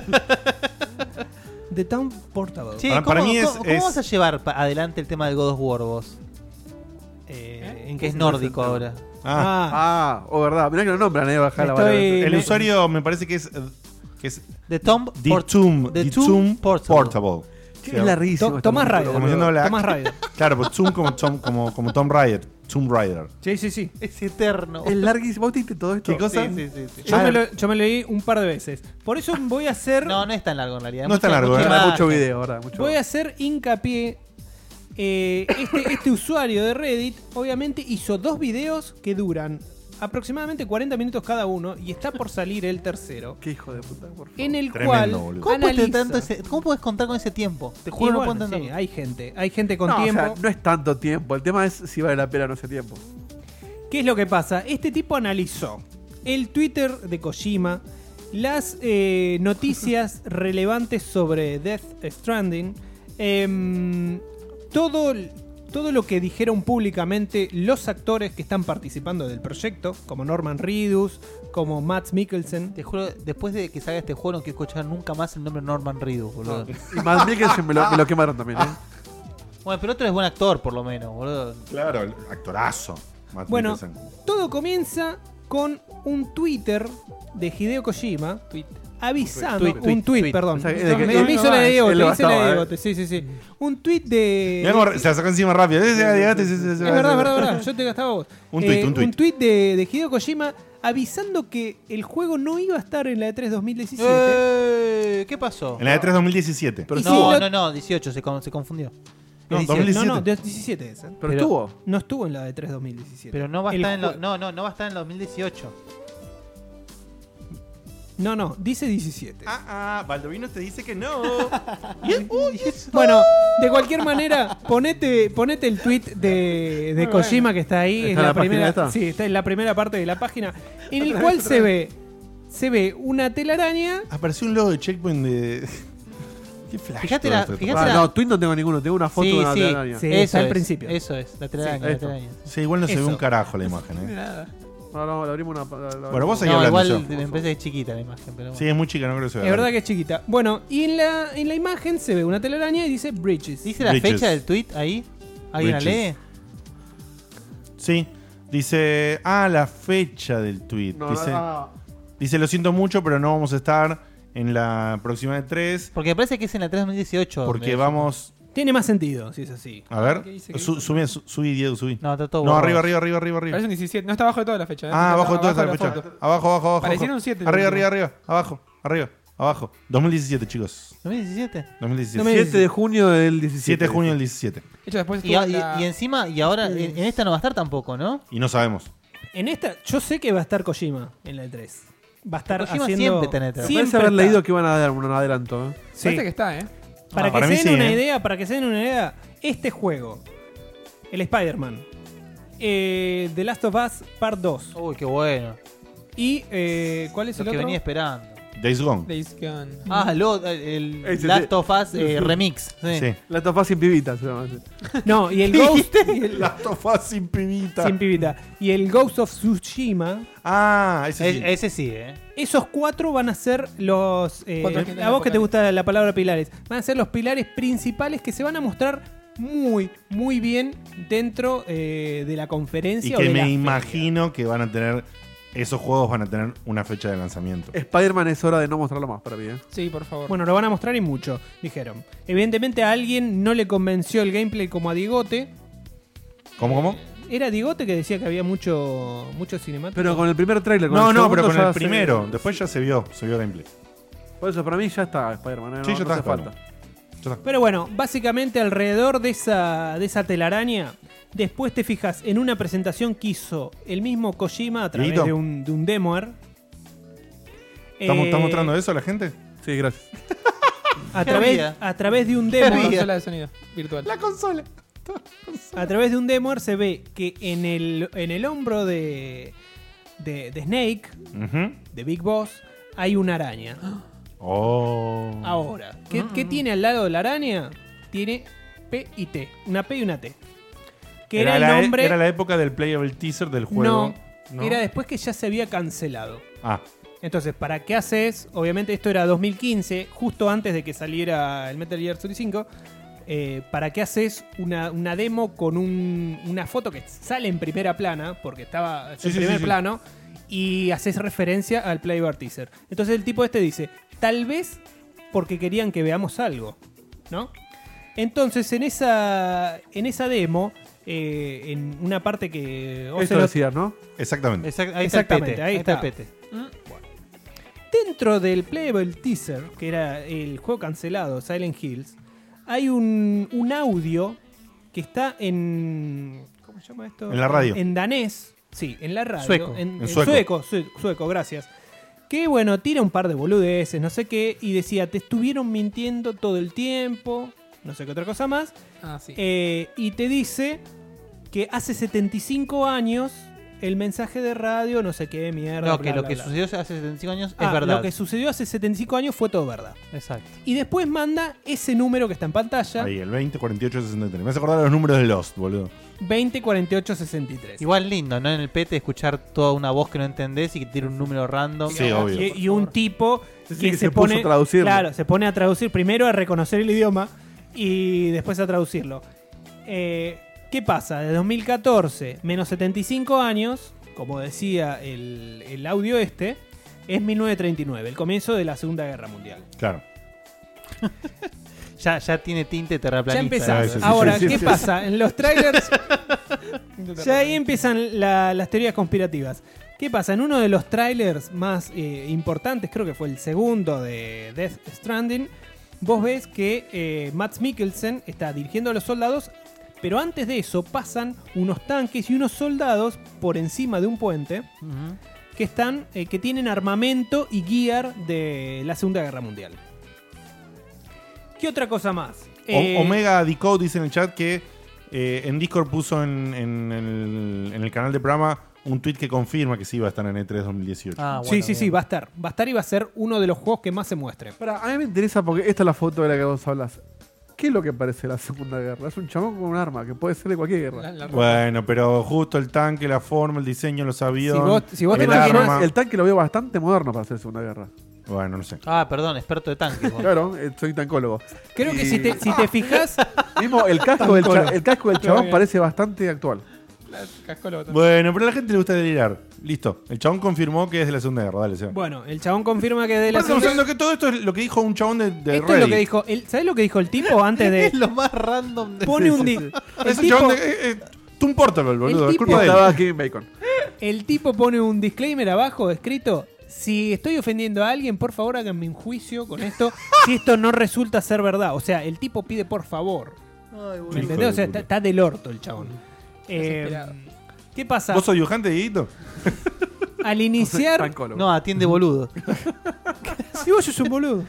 The Town Portable. Sí, ¿cómo vas a llevar adelante el tema del God of War vos? Que es nórdico ahora. Verdad. Mirá que lo nombran, bajar la vara. El usuario me parece que es The Tomb Portable. Es larguísimo. Tomás Raider. Tomás Raider. Claro, pues Tomb como Tomb Raider. Tomb Raider. Sí. Es eterno. Es larguísimo. ¿Vos viste todo esto? ¿Qué cosa? Sí. Yo me lo leí un par de veces. Por eso voy a hacer... No es tan largo en realidad. No es tan largo. Mucho video, ¿verdad? Voy a hacer hincapié. Este usuario de Reddit, obviamente, hizo 2 videos que duran aproximadamente 40 minutos cada uno y está por salir el tercero. Qué hijo de puta, por favor. En el Tremendo, cual boludo. ¿Cómo puedes contar con ese tiempo? Te juro, no puedo entender. Sí, hay gente con tiempo. O sea, no es tanto tiempo. El tema es si vale la pena o no ese tiempo. ¿Qué es lo que pasa? Este tipo analizó el Twitter de Kojima, las noticias relevantes sobre Death Stranding, todo lo que dijeron públicamente los actores que están participando del proyecto, como Norman Reedus, como Mads Mikkelsen. Te juro, después de que salga este juego no quiero escuchar nunca más el nombre Norman Reedus, boludo. Y Mads Mikkelsen me lo quemaron también, Bueno, pero otro es buen actor, por lo menos, boludo. Claro, actorazo. Mads Bueno, Mikkelsen. todo comienza con un Twitter de Hideo Kojima avisando, un tweet, perdón. O sea, de que me hizo la de Diegote, él lo hice la de bastaba, Diegote, sí. Un tweet de... Mirá cómo se la sacó encima rápido. Es verdad, yo te gastaba vos. Un tweet. De Hideo Kojima avisando que el juego no iba a estar en la E3 2017. ¿Qué pasó? En la E3 2017. Pero no, 18, se confundió. No, 2017. No, 17 es. Pero estuvo. No estuvo en la E3 2017. Pero no va a estar no va a estar en el 2018. No, dice 17. Baldovino te dice que no. Bueno, de cualquier manera, ponete el tweet de Kojima que está ahí. ¿Está en la primera, página esta? sí, está en la primera parte de la página. En el cual se ve una telaraña. Apareció un logo de Checkpoint de... Qué flash. Fíjate No, tweet no tengo ninguno, tengo una foto de una telaraña. Sí, eso al es, principio. Eso es, la telaraña. Sí, igual no se ve un carajo la imagen, Nada. No, le abrimos una... Bueno, vos seguís No, hablando. igual Yo. me parece que es chiquita la imagen. Pero Sí, es muy chica, no creo que se vea. Es verdad que es chiquita. Bueno, y en la imagen se ve una telaraña y dice Bridges. ¿Dice la Bridges. fecha del tweet ahí? ¿Alguien la Bridges. lee? Sí, dice... la fecha del tweet. Dice, lo siento mucho, pero no vamos a estar en la próxima E3 Porque me parece que es en la 3 2018. porque vamos... Tiene más sentido, si es así. A ver, ¿Qué dice? subí, Diego, subí. No, está todo No, borroso. arriba. Parece un 17. No está abajo de toda la fecha. Abajo de toda esta la fecha. foto. Abajo. Pareciera un 7. Arriba. Abajo. 2017, chicos. ¿2017? 2017. 7 de junio del 17. 7 de junio del 17. De hecho, después Y, estuvo la- y encima, y ahora, en esta no va a estar tampoco, ¿no? Y no sabemos. En esta, yo sé que va a estar Kojima en la E3. Va a estar Kojima haciendo... siempre está en E3. Parece Siempre haber está. leído que iban a dar un adelanto. Sí. Parece que está, Para para que mí se den sí, una idea, este juego, el Spider-Man, The Last of Us Part 2 Uy, qué bueno. y ¿cuál es Lo el que otro? venía esperando. Days Gone. Days Gone. El Ese, Last of Us remix. Sí. La tofá sin pibitas. Se llama. No, y el Ghost y el- La tofa sin pibita. sin pibita. Y el Ghost of Tsushima. Ese sí. Ese sí, Esos 4 van a ser los... Cuatro que a vos que te gusta la palabra pilares. Van a ser los pilares principales que se van a mostrar muy bien dentro de la Y conferencia. o que de la me feria. imagino que van a tener... Esos juegos van a tener una fecha de lanzamiento. Spider-Man es hora de no mostrarlo más para mí. Sí, por favor. Bueno, lo van a mostrar y mucho, dijeron. Evidentemente a alguien no le convenció el gameplay como a Digote. ¿Cómo? Era Digote que decía que había mucho cinemático. Pero con el primer trailer. No, pero con el primero. Después ya se vio gameplay. Por eso, para mí ya está Spider-Man. Sí, ya no está, hace falta. Pero bueno, básicamente alrededor de esa telaraña, después te fijas en una presentación que hizo el mismo Kojima a través Dieguito. de un demoer. ¿Está mostrando eso a la gente? Sí, gracias. A ¿Qué través, había? a través de un Una demoer. consola de sonido virtual. consola. A través de un demoer se ve que en el hombro de Snake, de Big Boss, hay una araña. Oh. Ahora, ¿qué tiene al lado de la araña? Tiene P y T. Una P y una T. Que era el nombre. Era la época del playable teaser del juego. No, era después que ya se había cancelado. Ah, Entonces, ¿para qué haces? Obviamente esto era 2015, justo antes de que saliera el Metal Gear Solid 5. ¿Para qué haces una demo con una foto que sale en primera plana? Porque estaba en primer plano. Y haces referencia al playable teaser. Entonces el tipo este dice, tal vez porque querían que veamos algo, ¿no? Entonces en esa demo, en una parte que... Esto decía, ¿no? exactamente. Ahí Exactamente, está ahí el está. pete. Dentro del playable teaser, que era el juego cancelado, Silent Hills, hay un audio que está en... ¿Cómo se llama esto? En la radio. En danés. Sí, en la radio. Sueco. En sueco. Sueco, gracias. Que bueno, tira un par de boludeces, no sé qué, y decía, te estuvieron mintiendo todo el tiempo, no sé qué otra cosa más. Ah, sí. Y te dice que hace 75 años el mensaje de radio, no sé qué mierda. No, bla, que lo bla, que bla. sucedió hace 75 años es verdad. Lo que sucedió hace 75 años fue todo verdad. Exacto. Y después manda ese número que está en pantalla. Ahí, el 20, 48, 63. Me hace acordar los números de Lost, boludo. 20, 48, 63. Igual lindo, ¿no? En el PT escuchar toda una voz que no entendés y que tiene un número random. Sí, obvio. Y un tipo que se se pone puso a traducirlo. Claro, se pone a traducir primero a reconocer el idioma y después a traducirlo. ¿Qué pasa? De 2014 menos 75 años, como decía el audio es 1939, el comienzo de la Segunda Guerra Mundial. Claro. Ya tiene tinte terraplanista. Ya empezamos. sí, sí, Ahora, sí, ¿qué sí. pasa? En los trailers ya ahí empiezan las teorías conspirativas. ¿Qué pasa? En uno de los trailers más importantes, creo que fue el segundo de Death Stranding, vos ves que Mads Mikkelsen está dirigiendo a los soldados, pero antes de eso pasan unos tanques y unos soldados por encima de un puente que están que tienen armamento y gear de la Segunda Guerra Mundial. ¿Qué otra cosa más? Omega Decode dice en el chat que en Discord puso en el canal de programa un tweet que confirma que sí va a estar en E3 2018. Ah, bueno, sí, va a estar. Va a estar y va a ser uno de los juegos que más se muestre. A mí me interesa porque esta es la foto de la que vos hablas. ¿Qué es lo que parece la Segunda Guerra? Es un chabón con un arma, que puede ser de cualquier guerra. Bueno, pero justo el tanque, la forma, el diseño, los aviones. Si vos te el imaginás- arma. El tanque lo veo bastante moderno para hacer Segunda Guerra. Bueno, no sé. Ah, perdón, experto de tanques. vos. Claro, soy tancólogo. Creo que si te fijas, Mismo el casco el casco del chabón parece bastante actual. Bueno, pero a la gente le gusta delirar. Listo. El chabón confirmó que es de la Segunda Guerra. Dale, Seba. bueno, el chabón confirma que de la Estamos Segunda- hablando que todo esto es lo que dijo un chabón de Esto es Reddit. lo que dijo. ¿Sabés lo que dijo el tipo antes de Es lo más random de pone un Ese el chabón tipo, de Toon Portable, boludo. El Es tipo culpa de él. Estaba Kevin Bacon. el tipo pone un disclaimer abajo escrito: si estoy ofendiendo a alguien, por favor háganme un juicio con esto. Si esto no resulta ser verdad. O sea, el tipo pide por favor. ¿Me entendés? O sea, está del orto el chabón. Desesperado. ¿Qué pasa? ¿Vos sos dibujante, Dieguito? Al iniciar. Tancólogo. No, atiende boludo. Si vos sos un boludo.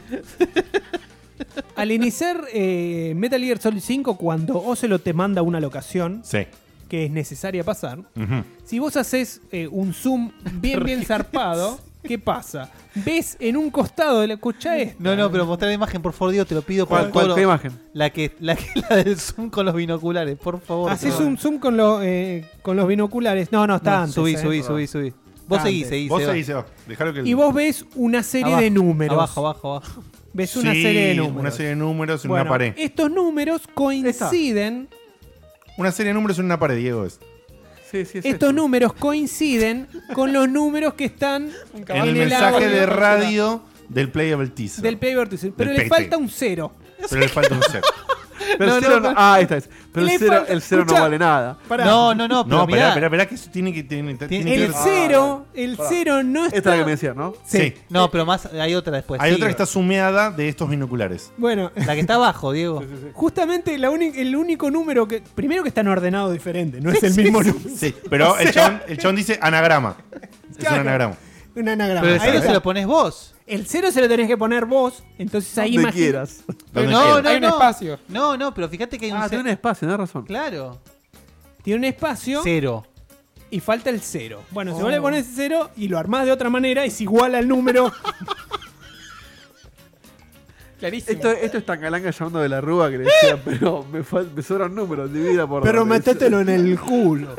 Al iniciar Metal Gear Solid 5, cuando Ocelot te manda una locación Sí. que es necesaria pasar, Ujú. si vos haces un zoom bien zarpado, ¿qué pasa? Ves en un costado de la escucha esta. No, pero mostrar la imagen, por favor, Diego, te lo pido. ¿Cuál por todo qué lo- imagen? La del zoom con los binoculares, por favor. Haces te lo- un zoom con los binoculares. No, está No, antes. subí. Vos Antes. seguís, Vos Seba. seguís, Seba. Dejalo que Y vos ves una serie de números. Abajo. Ves una Sí, serie de números. Una serie de números en Bueno, una pared. estos números coinciden. Una serie de números en una pared, Diego. Es. Sí, es Estos esto. números coinciden con los números que están En el el mensaje audio de radio del Playable Teaser. del Play Vertices. Pero Del le PT. falta un 0. Pero le falta un cero. Pero el No, cero no, no- esta es. Pero Le el cero, falta- el cero escuchá. no vale nada. No, pero No, mirá. esperá, que eso tiene que tiene que El ver- El 0, no está. Esta es la que me decías, ¿no? Sí. No, pero más, hay otra después. Hay sí. otra que está sumeada de estos binoculares. Bueno, La que está abajo, Diego. justamente el único número que. Primero que están ordenados diferente, no es el mismo número. Sí, pero el chabón dice anagrama. Es un Claro. anagrama. Un anagrama. Pero el Ahí cero está. se lo pones vos. El 0 se lo tenés que poner vos, entonces ahí Donde imagina- quieras. Donde No, quiera. no, Hay un no. espacio. No, pero fíjate que hay un Ah, tiene espacio, tenés razón. Claro. Tiene un espacio Cero. y falta el 0. Bueno, si vos le pones 0 y lo armás de otra manera, es igual al número. Clarísimo. Esto es Tangalanga llamando de la Rúa que le decía, pero me sobran números, divida por Pero dos. métetelo en el culo.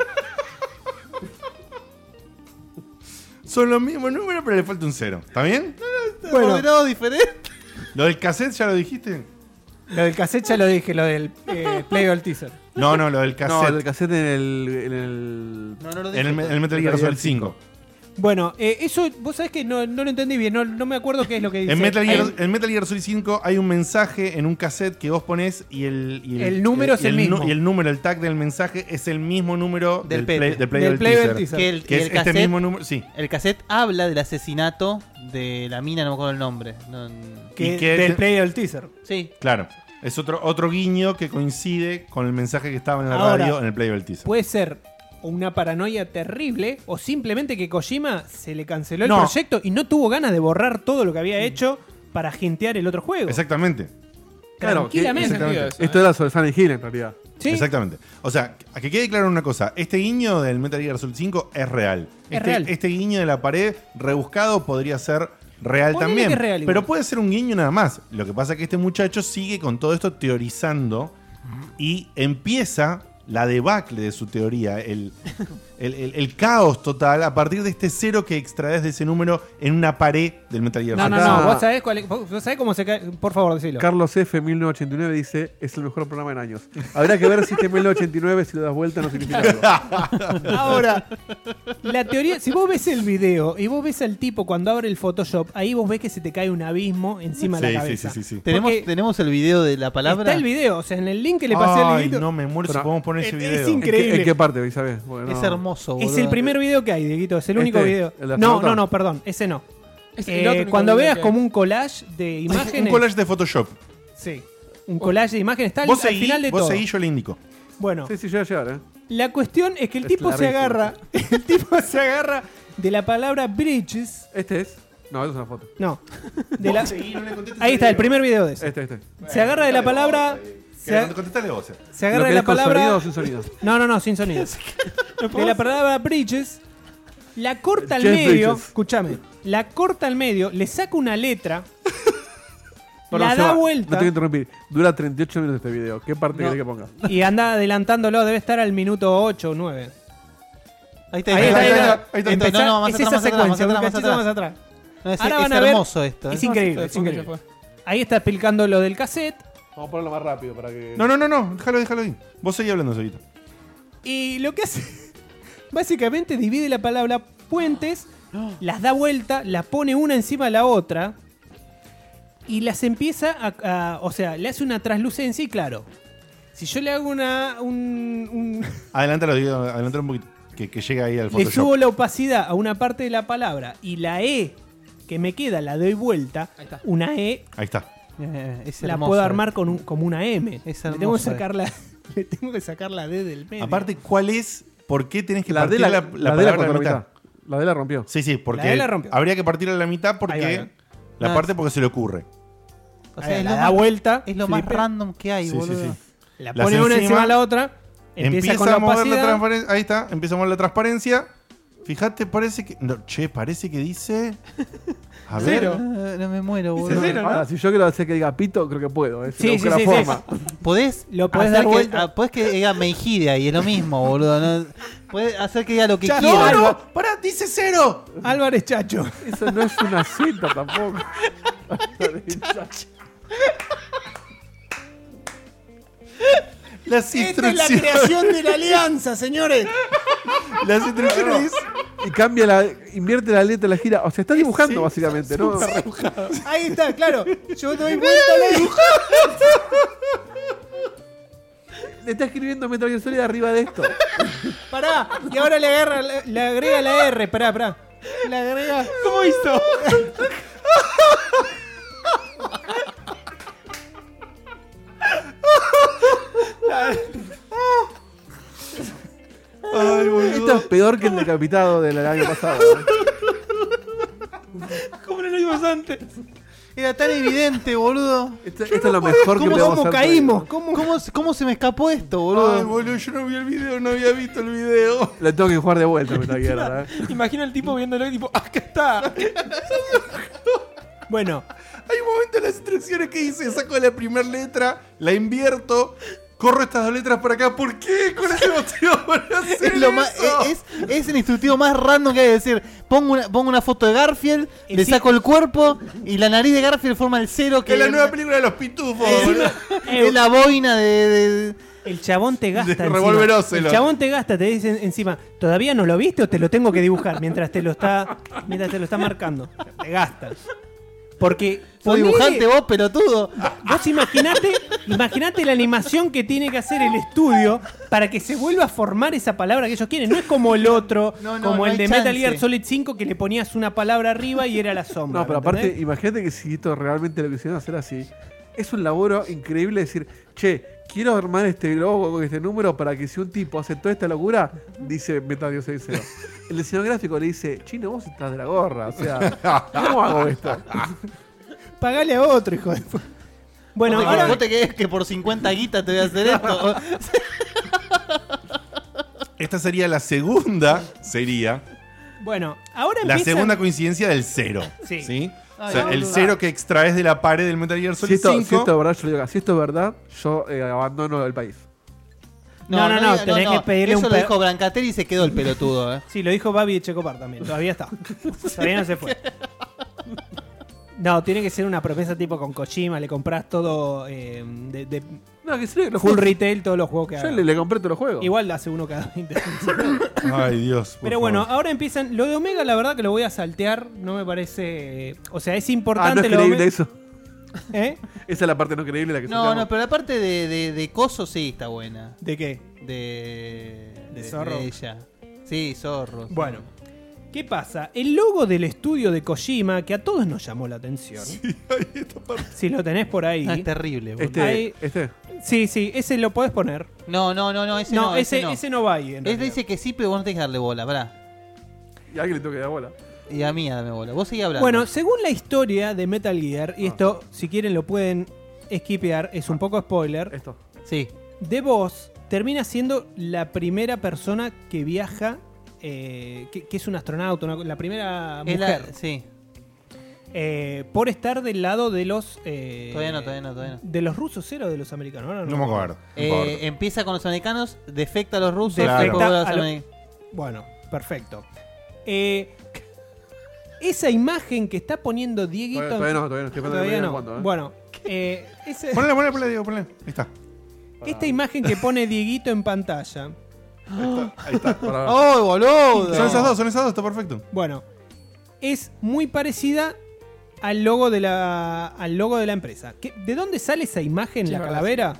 Son los mismos números, pero le falta un 0. ¿Está bien? Bueno, Ordenado diferente. ¿Lo del cassette ya lo dijiste? lo del cassette ya lo dije, lo del Playable Teaser. No, lo del No, cassette. el cassette en el... No lo en el Metal Gear Solid 5. Bueno, eso, vos sabés que no lo entendí bien, no me acuerdo qué es lo que dice. En Metal Gear Solid 5 hay un mensaje en un cassette que vos ponés y El número es el mismo. Y el número, el tag del mensaje es el mismo número Del del PT. Playable Playable Teaser. Teaser. Que es el este mismo número. Sí. El cassette habla del asesinato de la mina, no me acuerdo el nombre. No, y que- del Playable Teaser. sí. Claro. Es otro guiño que coincide con el mensaje que estaba en la Ahora, radio en el Playable Teaser. Puede ser una paranoia terrible o simplemente que Kojima se le canceló el No. proyecto y no tuvo ganas de borrar todo lo que había hecho para gentear el otro juego. Exactamente. Claro, Tranquilamente. Tiene sentido eso, Esto era sobre Silent Hill en realidad. Sí. Exactamente. O sea, a que quede claro una cosa. Este guiño del Metal Gear Solid 5 es real. Este guiño de la pared rebuscado podría ser real también. Que es real, pero puede ser un guiño nada más. Lo que pasa es que este muchacho sigue con todo esto teorizando y empieza la debacle de su teoría, el caos total a partir de este cero que extraes de ese número en una pared del Metal Gear Solid. No, vos sabés, vos sabés cómo se cae. Por favor, decilo. Carlos F. 1989 dice: es el mejor programa en años. Habrá que ver si este 1989, si lo das vuelta, no significa algo. Ahora, la teoría, si vos ves el video y vos ves al tipo cuando abre el Photoshop, ahí vos ves que se te cae un abismo encima de la cabeza. Sí. ¿Tenemos el video de la palabra? Está el video, o sea, en el link que le pasé al Ay, video. no me muero si podemos poner ese video. Es increíble. ¿En qué parte, Isabel? Bueno, es hermoso, boludo. Es el primer video que hay, Dieguito. Es el único video. No, perdón. Ese no. Cuando veas como un collage de imágenes. Un collage de Photoshop. Sí. Un collage de imágenes. Está vos al seguí, final de vos todo. seguí, yo le indico. Bueno. Sí, yo voy a llegar, La cuestión es que el tipo se agarra. El tipo se agarra de la palabra bridges. ¿Este es? No, esta es una foto. No. Ahí está, el primer video de eso. Este. Se agarra de la palabra. Contestale vos. Se agarra de la palabra. ¿Con sonido o sin sonido? No, sin sonido. De la palabra bridges. La corta al medio. Escúchame. La corta al medio, le saca una letra. La da vuelta. No te voy a interrumpir. Dura 38 minutos este video. ¿Qué parte querés que ponga? Y anda adelantándolo, debe estar al minuto 8 o 9. Ahí está. Es esa secuencia, un cachito más atrás. Ahora van a ver. Es hermoso esto. Es increíble. Ahí está explicando lo del cassette. Vamos a ponerlo más rápido para que. No. Déjalo ahí. Vos seguís hablando, Soyito. Y lo que hace. Básicamente divide la palabra puentes, las da vuelta, las pone una encima de la otra. Y las empieza o sea, le hace una traslucencia y claro. Si yo le hago Adelántalo un poquito. Que llegue ahí al Photoshop. Le subo la opacidad a una parte de la palabra y la E que me queda la doy vuelta. Ahí está. Una E. Ahí está. La puedo armar como una M. Es le tengo que sacar la D del medio. Aparte, ¿cuál es? ¿Por qué tenés que la partir D la palabra a la mitad? La D la rompió. Sí, porque habría que partirla a la mitad porque la parte porque se le ocurre. O sea, la da vuelta. Es lo más random que hay, boludo. Sí. La pone una encima de la otra. Empieza a mover la transparencia. Ahí está, empieza a mover la transparencia. Fíjate, parece que. No, parece que dice. A ver. Cero. No me muero, boludo. Cero, ¿no? Ahora, si yo quiero hacer que diga pito, creo que puedo. Sí. Forma. ¿Podés? Lo podés dar vuelta. Podés que diga Meijide y es lo mismo, boludo. ¿No? Podés hacer que diga lo que quiera. No, pará, dice cero. Álvarez Chacho. Eso no es una Z tampoco. Las Esta es la creación de la alianza, señores. Las instrucciones. Y invierte la letra, la gira. O sea, está dibujando básicamente, ¿no? Ahí está, claro. Yo doy vuelta a la dibujo. Le está escribiendo Metal Gear Solid arriba de esto. Pará. Y ahora le agrega la R. Pará. Le agrega. ¿Cómo hizo? Ay, boludo. Esto es peor que el decapitado del año pasado. ¿Cómo no lo vimos antes? Era tan evidente, boludo. Esto es lo mejor que podemos hacer. ¿Cómo caímos? ¿Cómo se me escapó esto, boludo? Ay, boludo, yo no vi el video, no había visto el video. Le tengo que jugar de vuelta, Metal Gear, Imagina al tipo viéndolo y tipo, ¡acá está! Bueno. Hay un momento en las instrucciones que dice, saco la primera letra, la invierto, corro estas dos letras para acá. ¿Por qué? ¿Con ese motivo para hacer es el instructivo más random que hay. Es decir, pongo una foto de Garfield, le saco el cuerpo y la nariz de Garfield forma el cero. Que es la nueva película de los pitufos. Es la boina de... El chabón te gasta Revolveróselo. El chabón te gasta, te dice encima, ¿todavía no lo viste o te lo tengo que dibujar mientras te lo está marcando? Te gastas. Porque soy dibujante vos, pelotudo. Vos imaginate la animación que tiene que hacer el estudio para que se vuelva a formar esa palabra que ellos quieren. No es como el otro, como el de Metal Gear Solid 5 que le ponías una palabra arriba y era la sombra. No, pero aparte, imagínate que si esto realmente lo quisieran hacer así, es un laburo increíble decir, che, quiero armar este logo con este número para que si un tipo hace toda esta locura, dice Metal Gear Solid 0. El diseñador gráfico le dice, Chino, vos estás de la gorra, o sea, ¿cómo hago esto? Pagale a otro, hijo de... Bueno, ahora vos te crees que por 50 guitas te voy a hacer esto. Esta sería la segunda. Bueno, ahora la empiezan... segunda coincidencia del 0. Sí. O sea, el 0 que extraes de la pared del Metal Gear Solid 5. Si esto es verdad, yo le digo, si esto es verdad, yo abandono el país. No, tenés que pedirle eso lo dijo Brancatelli y se quedó el pelotudo. Sí, lo dijo Babi de Checopar también. Todavía está. Todavía no se fue. No, tiene que ser una promesa tipo con Kojima. Le compras todo No, que sí, full retail, todos los juegos que yo haga. le compré todos los juegos. Igual hace uno cada 20 años. Ay, Dios. Pero bueno, ahora empiezan. Lo de Omega, la verdad que lo voy a saltear. No me parece. O sea, es importante. No es creíble eso. ¿Eh? Esa es la parte no creíble la que No, pero la parte de Coso sí está buena. ¿De qué? De Zorro. De ella. Sí, Zorro. Bueno, ¿qué pasa? El logo del estudio de Kojima, que a todos nos llamó la atención. Sí, ahí esta parte. Si lo tenés por ahí. Es terrible, boludo. Este. Sí, ese lo podés poner. No, ese no. Ese no va ahí. Él dice que sí, pero vos no tenés que darle bola, pará. Y a alguien le tengo que dar bola. Y a mí dame bola. Vos seguís hablando. Bueno, según la historia de Metal Gear, y esto, si quieren, lo pueden esquipear, es un poco spoiler. Esto. Sí. The Boss termina siendo la primera persona que viaja, que es un astronauta, la primera mujer. Sí. Por estar del lado de los. Todavía no. ¿De los rusos era o de los americanos? Ahora No me acuerdo. Empieza con los americanos, defecta a los rusos, Defecta después vuelve a los a lo- americanos. Bueno, perfecto. Esa imagen que está poniendo Dieguito. Todavía no. Estoy Todavía no. cuándo, Bueno, Ponle, Diego, ponle. Ahí está. esta imagen que pone Dieguito en pantalla. Ahí está. ¡Oh, boludo! Son esas dos, está perfecto. Bueno, es muy parecida al logo de la empresa. ¿De dónde sale esa imagen, Sí, la verdad, calavera?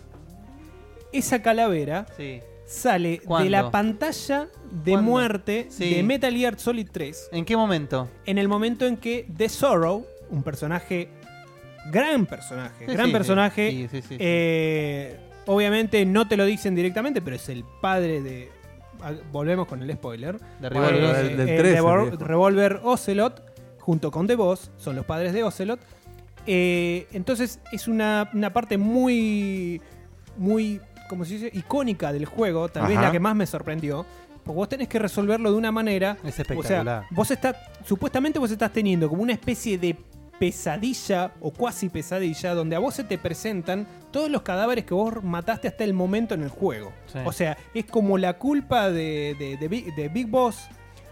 Esa calavera Sí. sale ¿Cuándo? de la pantalla de ¿Cuándo? muerte Sí. de Metal Gear Solid 3. ¿En qué momento? En el momento en que The Sorrow, un personaje, gran personaje, Sí. obviamente no te lo dicen directamente, pero es el padre de... Volvemos con el spoiler. De Revolver. del 13, viejo. Revolver Ocelot, junto con The Boss, son los padres de Ocelot. Entonces es una parte muy, como se dice, icónica del juego, tal vez Ajá. la que más me sorprendió. Porque vos tenés que resolverlo de una manera. Es O sea, espectacular. supuestamente vos estás teniendo como una especie de pesadilla o cuasi pesadilla donde a vos se te presentan todos los cadáveres que vos mataste hasta el momento en el juego. Sí. O sea, es como la culpa de Big Boss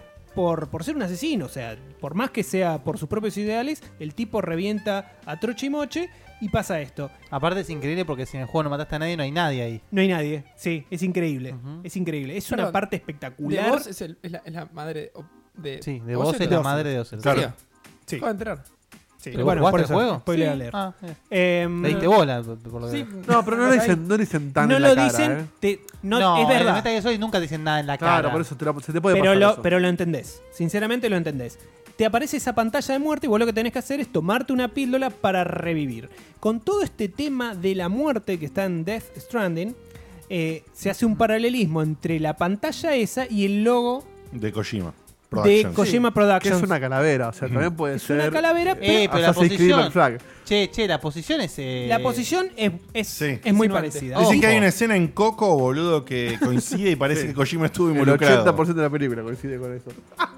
por ser un asesino. O sea, por más que sea por sus propios ideales, el tipo revienta a troche y moche y pasa esto. Aparte es increíble porque si en el juego no mataste a nadie, no hay nadie ahí. No hay nadie. Sí, es increíble. Ujú. Es increíble. Es Perdón, una parte De espectacular. vos es la madre de. Sí, de vos es Ocelot. la madre de Ocelot. Claro. Sí. Acabo de enterar. Sí. ¿Pero Bueno, jugaste por el eso, juego? spoiler Sí. alert. Le diste bola, por lo que Sí, veo. No, pero no lo dicen tan No en lo la cara, dicen, no, No, es en verdad. Metal Gear Solid nunca dicen nada en la cara. Claro, por eso se te puede pasar eso. Pero lo entendés. Sinceramente lo entendés. Te aparece esa pantalla de muerte y vos lo que tenés que hacer es tomarte una píldora para revivir. Con todo este tema de la muerte que está en Death Stranding, se hace un paralelismo entre la pantalla esa y el logo De Kojima. de Productions. Kojima Que Productions. es una calavera, o sea, también puede Es ser. una calavera, pero pero la Assassin's Creed posición. Black Flag. Che, la posición es. la posición es Sí. muy Insinuante. parecida. Dicen Ojo. que hay una escena en Coco, boludo, que coincide y parece Sí. que Kojima estuvo El involucrado. 80% de la película coincide con eso.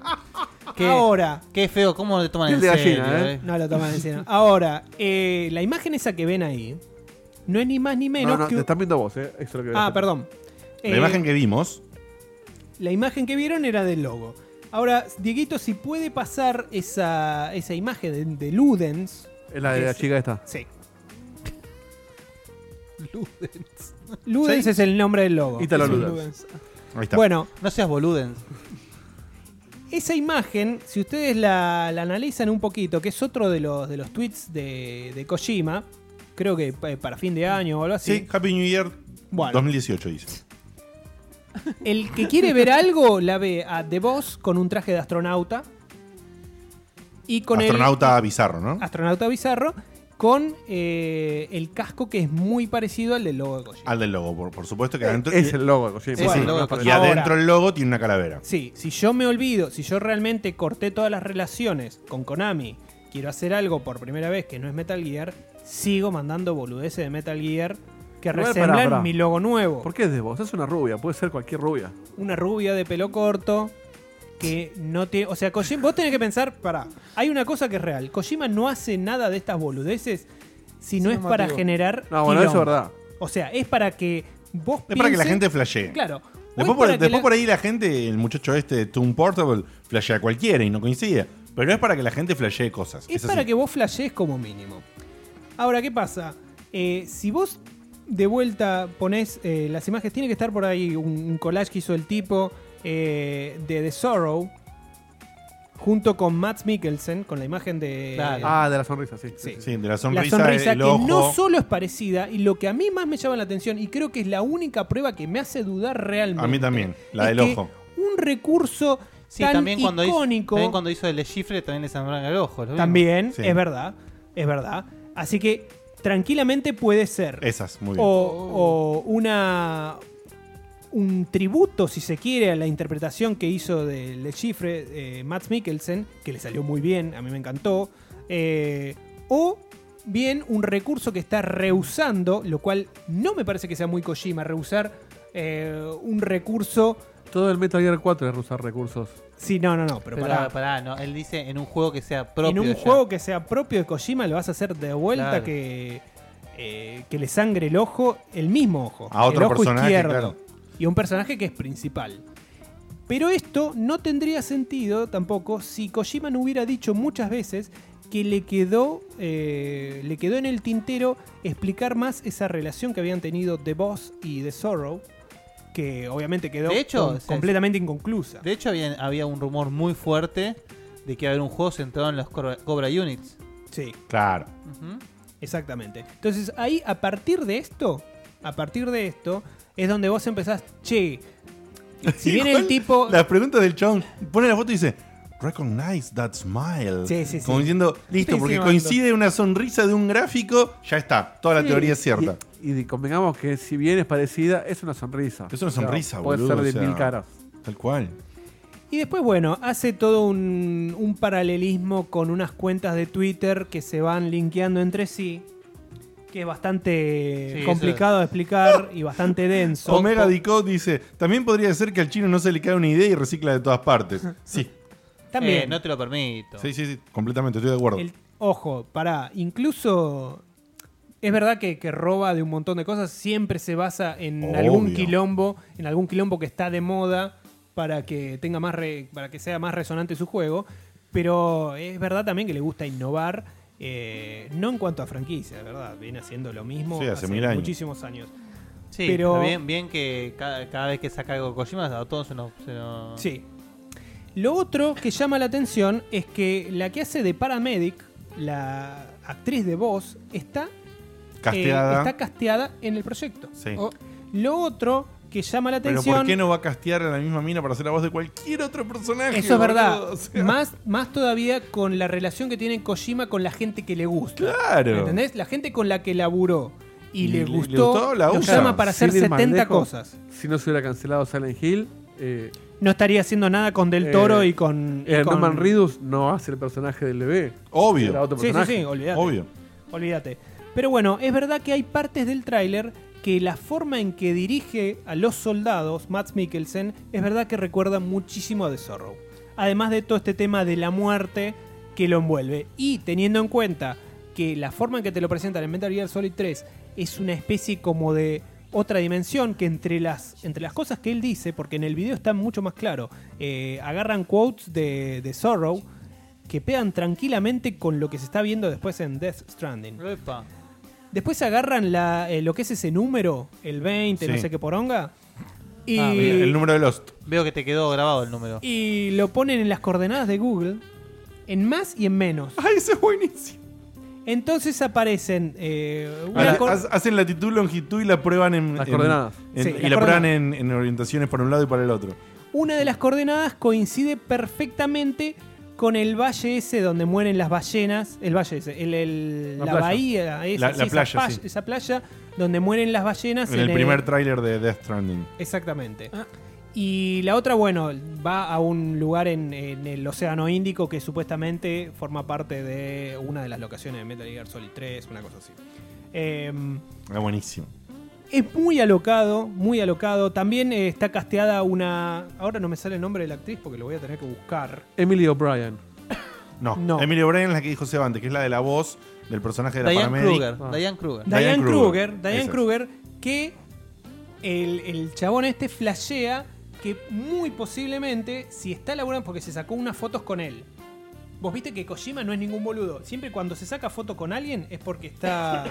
Ahora, Qué feo, ¿cómo lo toman Piel en de serio? gallina, no lo toman en serio. Ahora, la imagen esa que ven ahí no es ni más ni menos No, que... te están viendo vos, Eso es lo que Ah, perdón. La imagen que vimos. La imagen que vieron era del logo. Ahora, Dieguito, si puede pasar esa imagen de Ludens. Es la de la Es- chica esta. Sí. Ludens es el nombre del logo. Ítalo Es un Ludens. Ahí está. Bueno, No seas boluden. esa imagen, si ustedes la analizan un poquito, que es otro de los tweets de Kojima, creo que para fin de año o algo así. Sí, Happy New Year Bueno. 2018 dice. El que quiere ver algo la ve a The Boss con un traje de astronauta. Y con Astronauta bizarro, ¿no? astronauta bizarro. Con el casco que es muy parecido al del logo de Kojima. Al del logo, por supuesto que adentro. Es el logo de Kojima. Sí, Sí, sí, sí. el logo de Y Kojima. adentro el logo tiene una calavera. Sí, si yo me olvido, si yo realmente corté todas las relaciones con Konami, quiero hacer algo por primera vez que no es Metal Gear, sigo mandando boludeces de Metal Gear que resemblan mi logo nuevo. ¿Por qué es de vos? Es una rubia, puede ser cualquier rubia. Una rubia de pelo corto que no tiene... O sea, Kojima, vos tenés que pensar, hay una cosa que es real. Kojima no hace nada de estas boludeces si no es para generar No, bueno, eso es verdad. O sea, es para que vos Es para que la gente flashee. Claro. Después por ahí la gente, el muchacho Toon Portable, flashea cualquiera y no coincide. Pero es para que la gente flashee cosas. Es para que vos flashees como mínimo. Ahora, ¿qué pasa? Si vos de vuelta ponés las imágenes, tiene que estar por ahí un collage que hizo el tipo de The Sorrow junto con Mads Mikkelsen, con la imagen de... Claro. De la sonrisa, sí. Sí, de la sonrisa, la sonrisa el que ojo. no solo es parecida, y lo que a mí más me llama la atención, y creo que es la única prueba que me hace dudar realmente. A mí también, la es del que ojo. Un recurso tan también icónico... también cuando hizo el de Chifre también le sangraron el ojo. También, sí. Es verdad. Así que tranquilamente puede ser. Esas, muy bien. O un tributo, si se quiere, a la interpretación que hizo de Le Chiffre Mads Mikkelsen, que le salió muy bien, a mí me encantó. O bien un recurso que está rehusando, lo cual no me parece que sea muy Kojima, rehusar un recurso... Todo el Metal Gear 4 es rehusar recursos. Sí, no, pero pará. No, él dice en un juego que sea propio. En un juego que sea propio de Kojima lo vas a hacer de vuelta, claro. que le sangre el ojo, el mismo ojo. A otro el ojo personaje, izquierdo. claro. Y un personaje que es principal. Pero esto no tendría sentido tampoco si Kojima no hubiera dicho muchas veces que le quedó en el tintero explicar más esa relación que habían tenido The Boss y The Sorrow, que obviamente quedó completamente inconclusa. De hecho, había un rumor muy fuerte de que iba a haber un juego centrado en los Cobra Units. Sí. Claro. Exactamente. Entonces, ahí, a partir de esto, es donde vos empezás, si viene el tipo... Las preguntas del chabón, pone la foto y dice... Recognize that smile. Sí. Como diciendo, listo, porque coincide una sonrisa de un gráfico, ya está, toda la teoría es cierta. Y convengamos que si bien es parecida, es una sonrisa. Es una sonrisa, boludo. Puede ser de mil caras. Tal cual. Y después, bueno, hace todo un paralelismo con unas cuentas de Twitter que se van linkeando entre sí, que es bastante complicado de explicar y bastante denso. Omega Decode dice, también podría ser que al chino no se le cae una idea y recicla de todas partes. Sí. También. No te lo permito. Sí, completamente, estoy de acuerdo. Ojo, incluso es verdad que roba de un montón de cosas, siempre se basa en algún quilombo que está de moda para que tenga para que sea más resonante su juego, pero es verdad también que le gusta innovar, no en cuanto a franquicia, ¿verdad? Viene haciendo lo mismo hace muchísimos años. Sí, pero bien que cada vez que saca algo Kojima, a todos se nos... Sí. Lo otro que llama la atención es que la que hace de Paramedic, la actriz de voz, está casteada en el proyecto. Sí. Lo otro que llama la atención... Pero ¿por qué no va a castear a la misma mina para hacer la voz de cualquier otro personaje? Eso es verdad. O sea... más todavía con la relación que tiene Kojima con la gente que le gusta. Claro. ¿Entendés? La gente con la que laburó y le gustó, lo llama para hacer 70 cosas. Si no se hubiera cancelado Silent Hill... no estaría haciendo nada con Del Toro y con... Norman Reedus no hace el personaje del bebé. Obvio. Era otro personaje. Sí, olvídate. Obvio. Olvídate. Pero bueno, es verdad que hay partes del tráiler que la forma en que dirige a los soldados, Mads Mikkelsen, es verdad que recuerda muchísimo a The Sorrow. Además de todo este tema de la muerte que lo envuelve. Y teniendo en cuenta que la forma en que te lo presentan en Metal Gear Solid 3 es una especie como de otra dimensión, que entre las cosas que él dice, porque en el video está mucho más claro, agarran quotes de Sorrow que pegan tranquilamente con lo que se está viendo después en Death Stranding. Epa. Después agarran lo que es ese número, el 20, no sé qué poronga, y el número de Lost. Veo que te quedó grabado el número. Y lo ponen en las coordenadas de Google, en más y en menos. ¡Ay, eso es buenísimo! Entonces aparecen... hacen latitud, longitud y la prueban en... Las coordenadas. Y la prueban en orientaciones para un lado y para el otro. Una de las coordenadas coincide perfectamente con el valle ese donde mueren las ballenas. El valle ese, la bahía. Esa playa donde mueren las ballenas. En el primer tráiler de Death Stranding. Exactamente. Y la otra, bueno, va a un lugar en el Océano Índico que supuestamente forma parte de una de las locaciones de Metal Gear Solid 3, una cosa así. Es buenísimo. Es muy alocado, muy alocado. También está casteada una... Ahora no me sale el nombre de la actriz porque lo voy a tener que buscar. Emily O'Brien. No. Emily O'Brien es la que dijo Seba antes, que es la de la voz del personaje de la Paramedic. Diane Kruger, que el chabón este flashea que muy posiblemente, si está laburando, porque se sacó unas fotos con él. Vos viste que Kojima no es ningún boludo. Siempre cuando se saca foto con alguien es porque está...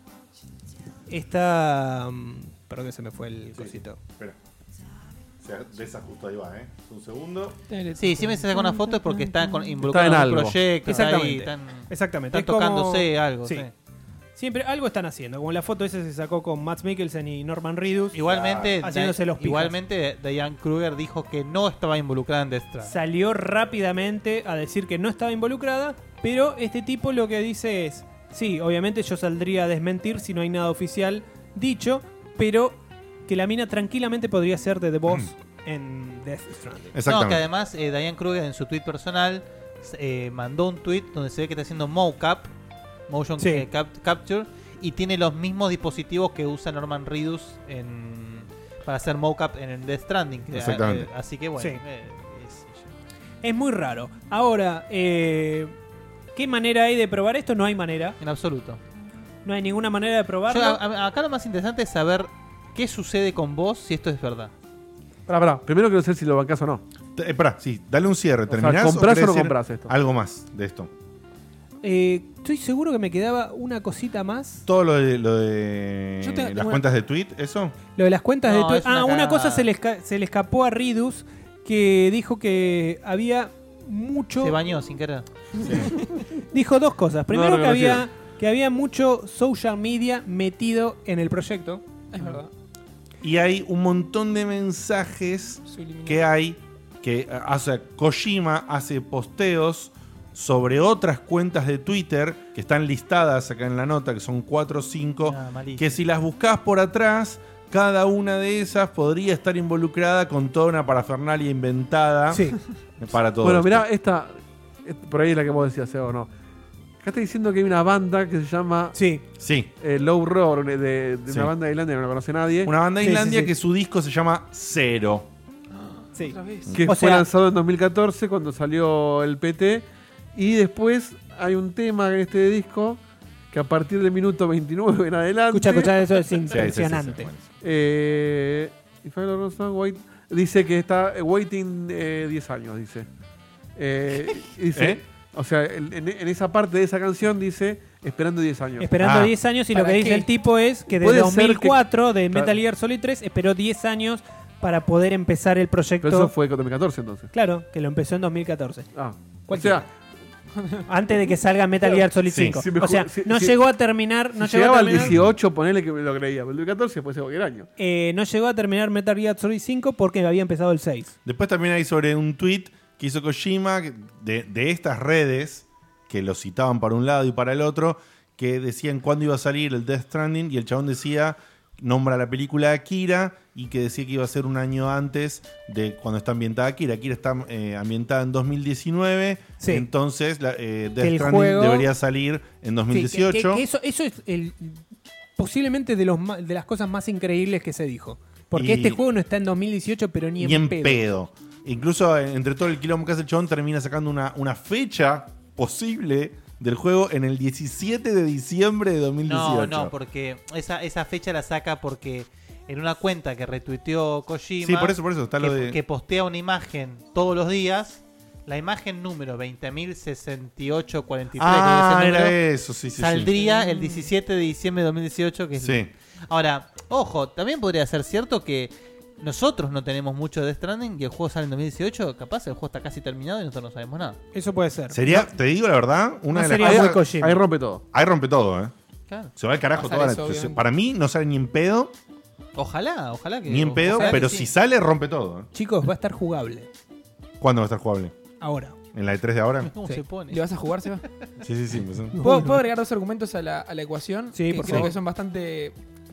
perdón que se me fue el cosito. Espera. Desajustó, ahí va, Un segundo. Sí, siempre se saca una foto es porque está involucrado en un proyecto. Exactamente. Están tocándose algo. Sí. Siempre algo están haciendo. Como la foto esa se sacó con Mads Mikkelsen y Norman Reedus. Igualmente, haciéndose los pijas. Igualmente, Diane Kruger dijo que no estaba involucrada en Death Stranding. Salió rápidamente a decir que no estaba involucrada, pero este tipo lo que dice es: sí, obviamente yo saldría a desmentir si no hay nada oficial dicho, pero que la mina tranquilamente podría ser de The Boss en Death Stranding. No, que además Diane Kruger en su tweet personal mandó un tweet donde se ve que está haciendo motion capture, y tiene los mismos dispositivos que usa Norman Reedus para hacer mocap en Death Stranding. Exactamente. Así que bueno, es muy raro. Ahora, ¿qué manera hay de probar esto? No hay manera. En absoluto. No hay ninguna manera de probarlo. Acá lo más interesante es saber qué sucede con vos si esto es verdad. Pará. Primero quiero saber si lo bancás o no. Sí, dale un cierre. ¿Terminás ¿comprás o no comprás esto? Algo más de esto. Estoy seguro que me quedaba una cosita más. Todo lo de las cuentas de tweet, ¿eso? Lo de las cuentas de tweet. Una cosa se le escapó a Reedus, que dijo que había mucho... Se bañó sin querer. Dijo dos cosas. Primero, que había mucho social media metido en el proyecto. Es verdad. Y hay un montón de mensajes que Kojima hace posteos sobre otras cuentas de Twitter que están listadas acá en la nota, que son 4 o 5, que si las buscás por atrás, cada una de esas podría estar involucrada con toda una parafernalia inventada para todo. Bueno, mirá, esta por ahí es la que vos decías, Seba, ¿o no? Acá está diciendo que hay una banda que se llama Low Roar, de una banda de Islandia que no la conoce nadie. Una banda de Islandia que su disco se llama Zero. Que fue lanzado en 2014 cuando salió el PT. Y después hay un tema en este disco que a partir del minuto 29 en adelante... Escucha, eso es impresionante. Dice que está waiting 10 años, dice. O sea, en esa parte de esa canción dice esperando 10 años. Esperando 10 años, y lo que dice el tipo es que desde 2004, de Metal Gear Solid 3, esperó 10 años para poder empezar el proyecto. Pero eso fue en 2014 entonces. Claro, que lo empezó en 2014. O sea, antes de que salga Metal Gear Solid 5. O sea, no llegó a terminar... llegaba al 18, ponele que me lo creía. El 2014 después de cualquier año. No llegó a terminar Metal Gear Solid 5 porque había empezado el 6. Después también hay sobre un tweet que hizo Kojima de estas redes que lo citaban para un lado y para el otro, que decían cuándo iba a salir el Death Stranding, y el chabón decía, nombra la película Akira, y que decía que iba a ser un año antes de cuando está ambientada Akira. Akira está ambientada en 2019, entonces Death Stranding debería salir en 2018. Que eso es posiblemente de las cosas más increíbles que se dijo. Porque este juego no está en 2018, pero ni en pedo. Incluso entre todo el quilombo que hace el chabón, termina sacando una fecha posible del juego en el 17 de diciembre de 2018. No, porque esa fecha la saca porque en una cuenta que retuiteó Kojima, sí, por eso está que postea una imagen todos los días, la imagen número 20.06843, era eso, saldría el 17 de diciembre de 2018, que es Ahora, ojo, también podría ser cierto que nosotros no tenemos mucho de Death Stranding y el juego sale en 2018, capaz el juego está casi terminado y nosotros no sabemos nada. Eso puede ser. Sería, te digo la verdad, una de las cosas. Ahí rompe todo. Ahí rompe todo, Claro. Se va al carajo toda la... Para mí no sale ni en pedo. Ojalá que... Ni en pedo, pero si sale, rompe todo. Chicos, va a estar jugable. ¿Cuándo va a estar jugable? Ahora. ¿En la E3 de ahora? ¿Cómo se pone? ¿Le vas a jugar, Seba? Sí. ¿Puedo agregar dos argumentos a la ecuación? Sí, que por creo favor. que son bastante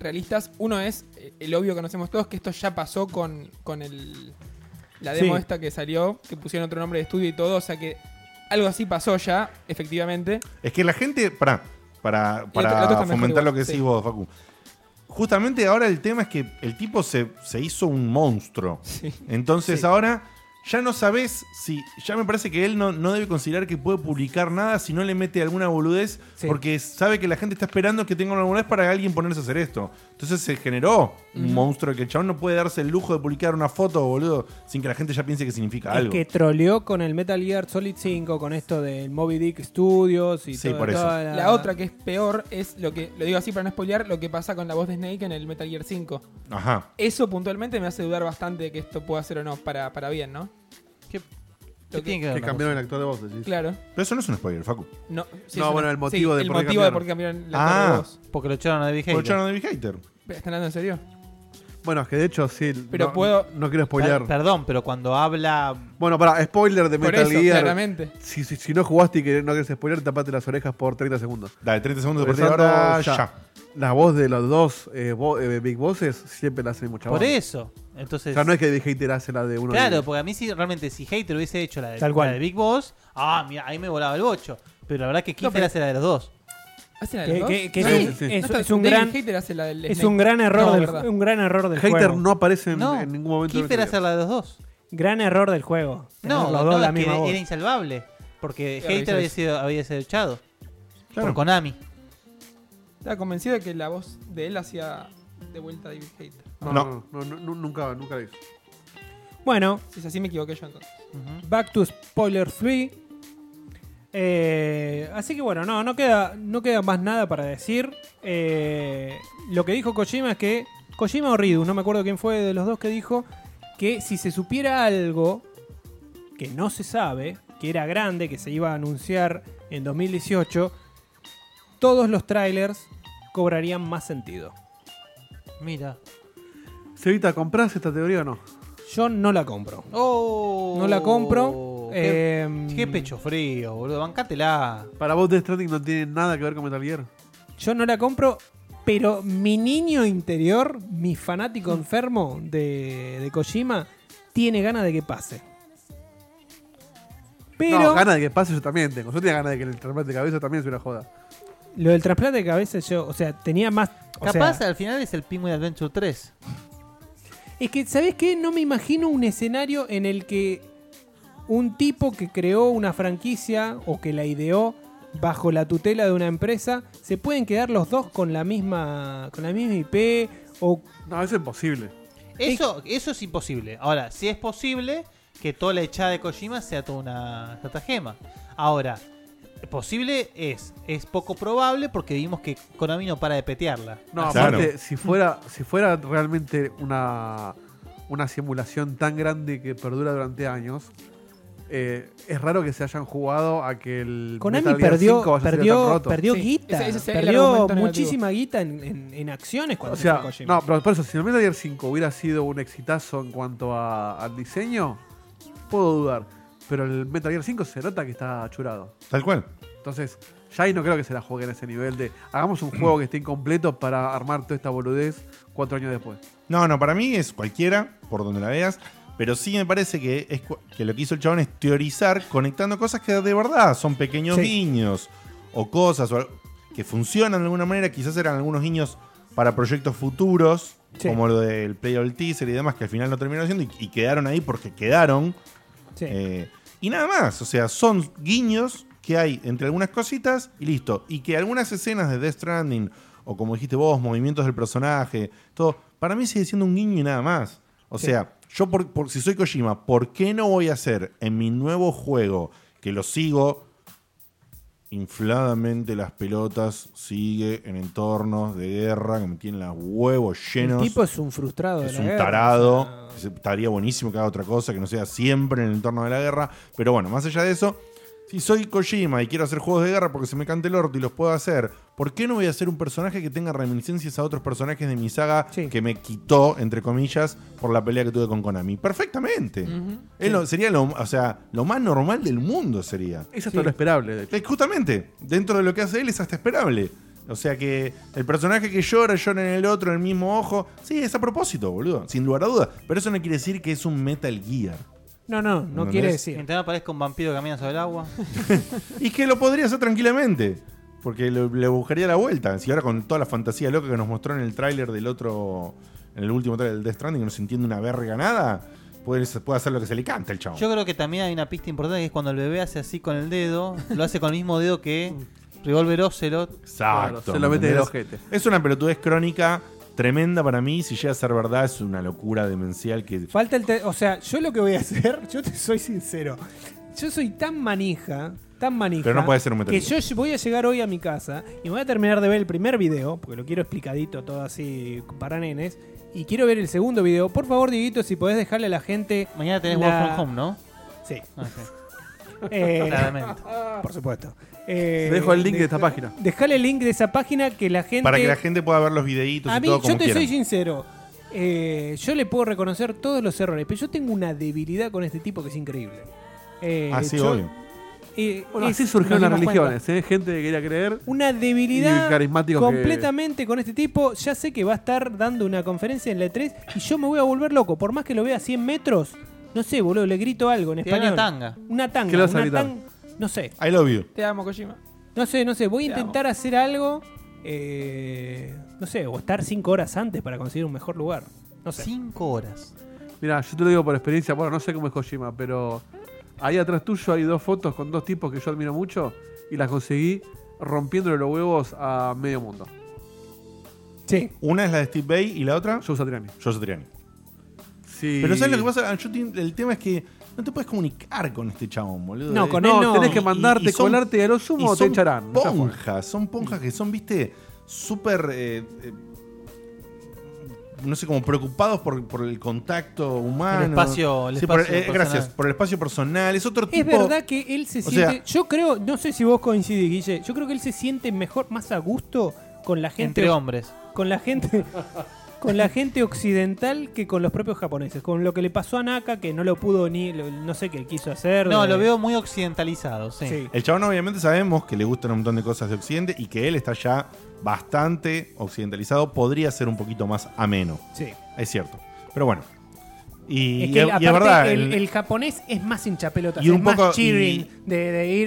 realistas. Uno es el obvio que conocemos todos, que esto ya pasó con la demo esta que salió, que pusieron otro nombre de estudio y todo, o sea que algo así pasó ya, efectivamente. Es que la gente, para fomentar lo que decís vos, Facu, justamente ahora el tema es que el tipo se hizo un monstruo. Sí. Entonces ahora ya no sabés si... Ya me parece que él no debe considerar que puede publicar nada si no le mete alguna boludez, porque sabe que la gente está esperando que tenga una boludez para alguien ponerse a hacer esto. Entonces se generó un monstruo que el chabón no puede darse el lujo de publicar una foto, boludo, sin que la gente ya piense que significa algo. Que troleó con el Metal Gear Solid 5, con esto del Moby Dick Studios y por eso. La otra que es peor es lo digo así para no spoilear, lo que pasa con la voz de Snake en el Metal Gear 5. Ajá. Eso puntualmente me hace dudar bastante de que esto pueda ser o no para bien, ¿no? ¿Qué tiene que ver? Que cambiaron el actor de voz, decís. Claro. Pero eso no es un spoiler, Facu. No, bueno, el motivo de por qué cambiaron el actor de voz. Porque lo echaron a David Hayter. Lo echaron a David Hayter. ¿Están hablando en serio? Bueno, es que de hecho sí. Pero no quiero spoilear. Perdón, pero cuando habla... Bueno, spoiler de Por Metal eso, Gear. claramente. Si no jugaste y que no querés spoiler, tapate las orejas por 30 segundos. Dale, 30 segundos de Empezando partida ahora, ya. La voz de los dos Big Bosses siempre la hacen mucha voz. Por eso. Entonces, O sea, no es que David Hayter hace la de uno. claro, porque a mí realmente si Hayter hubiese hecho la Tal cual. de Big Boss, mira, ahí me volaba el bocho. Pero la verdad que Kiefer hace la de los dos. ¿Hace la de los dos? Que Es un David gran Hayter hace la del es Snake. un gran error No, del verdad. un gran error del Hayter juego. no aparece en No, ningún momento. Kiefer hace la de los dos. Gran error del juego. No, Tener los dos la es que misma voz. era insalvable. Porque Claro, Hayter eso había sido echado. Claro. Por Konami. Estaba convencido de que la voz de él hacía de vuelta a David Hayter. No, nunca la hizo. Bueno, Si es así me equivoqué yo entonces. back to spoiler free. Así que bueno, no queda más nada para decir. Lo que dijo Kojima es que Kojima o Ridu, no me acuerdo quién fue de los dos que dijo que si se supiera algo que no se sabe, que era grande, que se iba a anunciar en 2018, todos los trailers cobrarían más sentido. Mira. Cevita, ¿comprás esta teoría o no? Yo no la compro. Oh, No la compro. Qué pecho frío, boludo. Bancátela. Para vos Death Stranding no tiene nada que ver con Metal Gear. Yo no la compro, pero mi niño interior, mi fanático enfermo de Kojima, tiene ganas de que pase. Pero No, ganas de que pase yo también tengo. Yo tenía ganas de que el trasplante de cabeza también sea una joda. lo del trasplante de cabeza yo, o sea, tenía más... Capaz al final es el Penguin Adventure 3. Es que, ¿sabés qué? No me imagino un escenario en el que un tipo que creó una franquicia o que la ideó bajo la tutela de una empresa, se pueden quedar los dos con la misma IP o... No, eso es imposible. Eso es imposible. Ahora, si es posible que toda la echada de Kojima sea toda una estratagema. Ahora, posible es poco probable porque vimos que Konami no para de petearla. No, Claro. aparte, si fuera realmente una simulación tan grande que perdura durante años, es raro que se hayan jugado a que el Konami Metal Gear 5 vaya a ser tan roto. perdió Sí, guita, ese es el perdió argumento negativo. muchísima guita en acciones cuando O se sea, fue Kojima. no, pero por eso, si el Metal Gear 5 hubiera sido un exitazo en cuanto al diseño, puedo dudar. Pero el Metal Gear 5 se nota que está churado. Tal cual. Entonces, ya ahí no creo que se la jueguen a ese nivel de hagamos un juego que esté incompleto para armar toda esta boludez 4 años después. No, para mí es cualquiera, por donde la veas. Pero sí me parece que que lo que hizo el chabón es teorizar conectando cosas que de verdad son pequeños guiños o cosas que funcionan de alguna manera. Quizás eran algunos guiños para proyectos futuros, como lo del Playable Teaser y demás, que al final no terminaron siendo y quedaron ahí porque quedaron. Sí. Y nada más, o sea, son guiños que hay entre algunas cositas y listo. Y que algunas escenas de Death Stranding, o como dijiste vos, movimientos del personaje, todo, para mí sigue siendo un guiño y nada más. O sea, yo si soy Kojima, ¿por qué no voy a hacer en mi nuevo juego, que lo sigo infladamente las pelotas, sigue en entornos de guerra, que me tienen los huevos llenos? El tipo es un frustrado. Es de la un guerra, tarado. o sea, Estaría buenísimo que haga otra cosa, que no sea siempre en el entorno de la guerra. Pero bueno, más allá de eso, si soy Kojima y quiero hacer juegos de guerra porque se me cante el orto y los puedo hacer, ¿por qué no voy a hacer un personaje que tenga reminiscencias a otros personajes de mi saga que me quitó, entre comillas, por la pelea que tuve con Konami? Perfectamente. Sería lo más normal del mundo sería. Eso es todo lo esperable, de hecho. Justamente, dentro de lo que hace él es hasta esperable. O sea que el personaje que llora en el otro, en el mismo ojo. Sí, es a propósito, boludo. Sin lugar a dudas. Pero eso no quiere decir que es un Metal Gear. No quiere decir. Mientras no aparezca un vampiro que camina sobre el agua. Y que lo podría hacer tranquilamente. Porque le buscaría la vuelta. Si ahora con toda la fantasía loca que nos mostró en el tráiler del otro... En el último tráiler del Death Stranding, que no se entiende una verga nada... Puede hacer lo que se le canta el chabón. Yo creo que también hay una pista importante que es cuando el bebé hace así con el dedo, lo hace con el mismo dedo que Revolver Ocelot. Exacto. Claro, se lo mete en el ojete. Es una pelotudez crónica tremenda para mí. Si llega a ser verdad, es una locura demencial que... Falta o sea, yo lo que voy a hacer, yo te soy sincero. Yo soy tan manija. Pero no puede ser un Metal que Gear. yo voy a llegar hoy a mi casa y me voy a terminar de ver el primer video, porque lo quiero explicadito, todo así para nenes. Y quiero ver el segundo video. Por favor, Dieguito, si podés dejarle a la gente... Mañana tenés Work From Home, ¿no? Sí. Okay. Claramente. Por supuesto. Dejo el link de esta página. Dejale el link de esa página que la gente... Para que la gente pueda ver los videitos a y mí, todo como yo te quieran. soy sincero. Yo le puedo reconocer todos los errores, pero yo tengo una debilidad con este tipo que es increíble. Sí, obvio. Bueno, así surgieron las religiones, gente que quería creer. Una debilidad carismáticos completamente con este tipo. Ya sé que va a estar dando una conferencia en la E3 y yo me voy a volver loco. Por más que lo vea a 100 metros, no sé, boludo, le grito algo en español. Una tanga. Una tanga. ¿Qué le vas a una gritar? no sé. I love you. Te amo, Kojima. No sé. Voy a Te intentar hacer algo. No sé, o estar 5 horas antes para conseguir un mejor lugar. No sé. 5 horas. Mira, yo te lo digo por experiencia. Bueno, no sé cómo es Kojima, pero... Ahí atrás tuyo hay 2 fotos con 2 tipos que yo admiro mucho y las conseguí rompiéndole los huevos a medio mundo. Sí. Una es la de Steve Vai y la otra... Joe Satriani. Joe Satriani. Sí. Pero ¿sabes lo que pasa? El tema es que no te puedes comunicar con este chabón, boludo. No, con él no. Tenés que mandarte, Y son- colarte y a lo sumo te echarán. Son ponjas que son, viste, súper... no sé, como preocupados por el contacto humano. El espacio gracias, personal. por el espacio personal. Es otro tipo... Es verdad que él se O siente... sea- yo creo, no sé si vos coincidís, Guille, yo creo que él se siente mejor, más a gusto con la gente... Entre hombres. Con la gente... con la gente occidental que con los propios japoneses. Con lo que le pasó a Naka, que no lo pudo ni... no sé qué quiso hacer. No, lo veo muy occidentalizado, sí. Sí. El chabón obviamente sabemos que le gustan un montón de cosas de Occidente y que él está ya bastante occidentalizado. Podría ser un poquito más ameno. Sí. Es cierto. Pero bueno. Y, Es que y aparte es verdad. el japonés es más hinchapelotas, y un es más poco- cheering, de ir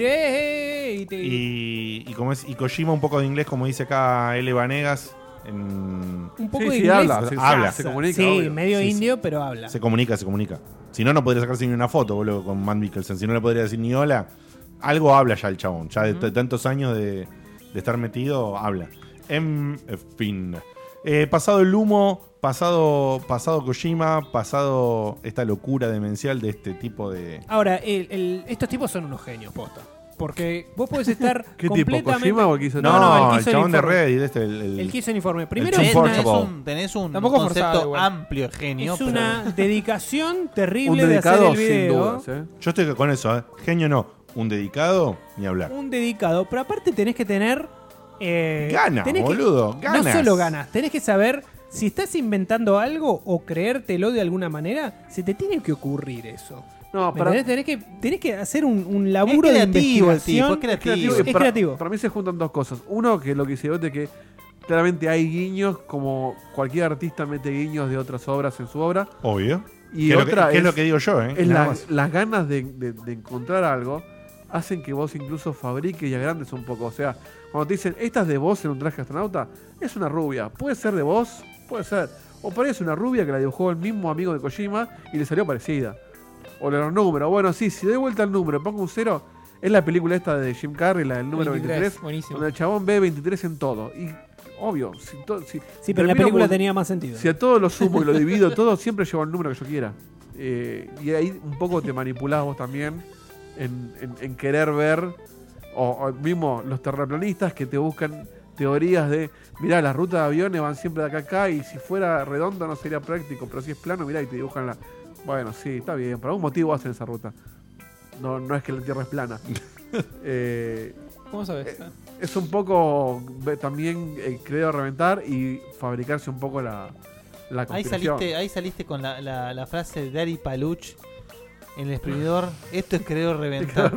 y como es, y Kojima un poco de inglés, como dice acá L. Vanegas. un poco Sí, de sí, inglés. habla. Se comunica, Sí, obvio. medio Sí, indio, pero habla. Se comunica. Si no, no podría sacarse ni una foto, boludo, con Matt Mikkelsen. Si no le podría decir ni hola. Algo habla ya el chabón. Ya de tantos años de estar metido, habla. En fin. Pasado el humo, pasado Kojima, pasado esta locura demencial de este tipo de... Ahora, estos tipos son unos genios, posta. Porque vos podés estar ¿Qué tipo? completamente... ¿Kojima o el que hizo No, que el hizo chabón de informe. Reddit, El que hizo el informe. Primero Tom es Portable. Tenés un Tampoco concepto forzado igual. amplio, genio. es una dedicación Un terrible de hacer dedicado el sin video. dudas, Yo estoy con eso, ¿eh? Genio no. Un dedicado, ni hablar. Un dedicado. Pero aparte tenés que tener... Ganas, tenés que- boludo, ganas. No solo ganas, tenés que saber si estás inventando algo o creértelo de alguna manera, se te tiene que ocurrir eso. No, ¿Me para, entendés? Tenés que hacer un laburo Es de creativo el investigación. tipo, es creativo. Es creativo. Para mí se juntan 2 cosas. Uno, que es lo que dice Bote, que claramente hay guiños, como cualquier artista mete guiños de otras obras en su obra. Obvio. Y ¿Qué es lo otra que es lo que digo yo, ¿eh? es Nada más. las ganas de encontrar algo hacen que vos incluso fabriques y agrandes un poco. O sea, cuando te dicen, esta es de vos en un traje de astronauta, es una rubia. Puede ser de vos, puede ser. O parece una rubia que la dibujó el mismo amigo de Kojima y le salió parecida. O los números. Bueno, sí, si doy vuelta al número, pongo un 0, es la película esta de Jim Carrey, la del número 23, Buenísimo. donde el chabón ve 23 en todo. Y obvio, si Sí, pero en la termino película con- tenía más sentido. si a todo lo sumo y lo divido todo, siempre llevo el número que yo quiera. Y ahí un poco te manipulás vos también en querer ver, o mismo los terraplanistas que te buscan teorías de, mirá, las rutas de aviones van siempre de acá a acá y si fuera redondo no sería práctico, pero si es plano, mirá, y te dibujan la... Bueno, sí, está bien, por algún motivo hacen esa ruta. No es que la Tierra es plana. ¿Cómo sabes? Es un poco también creo reventar y fabricarse un poco la Ahí conspiración. saliste con la frase de Daddy Paluch en el exprimidor. Esto es querer reventar.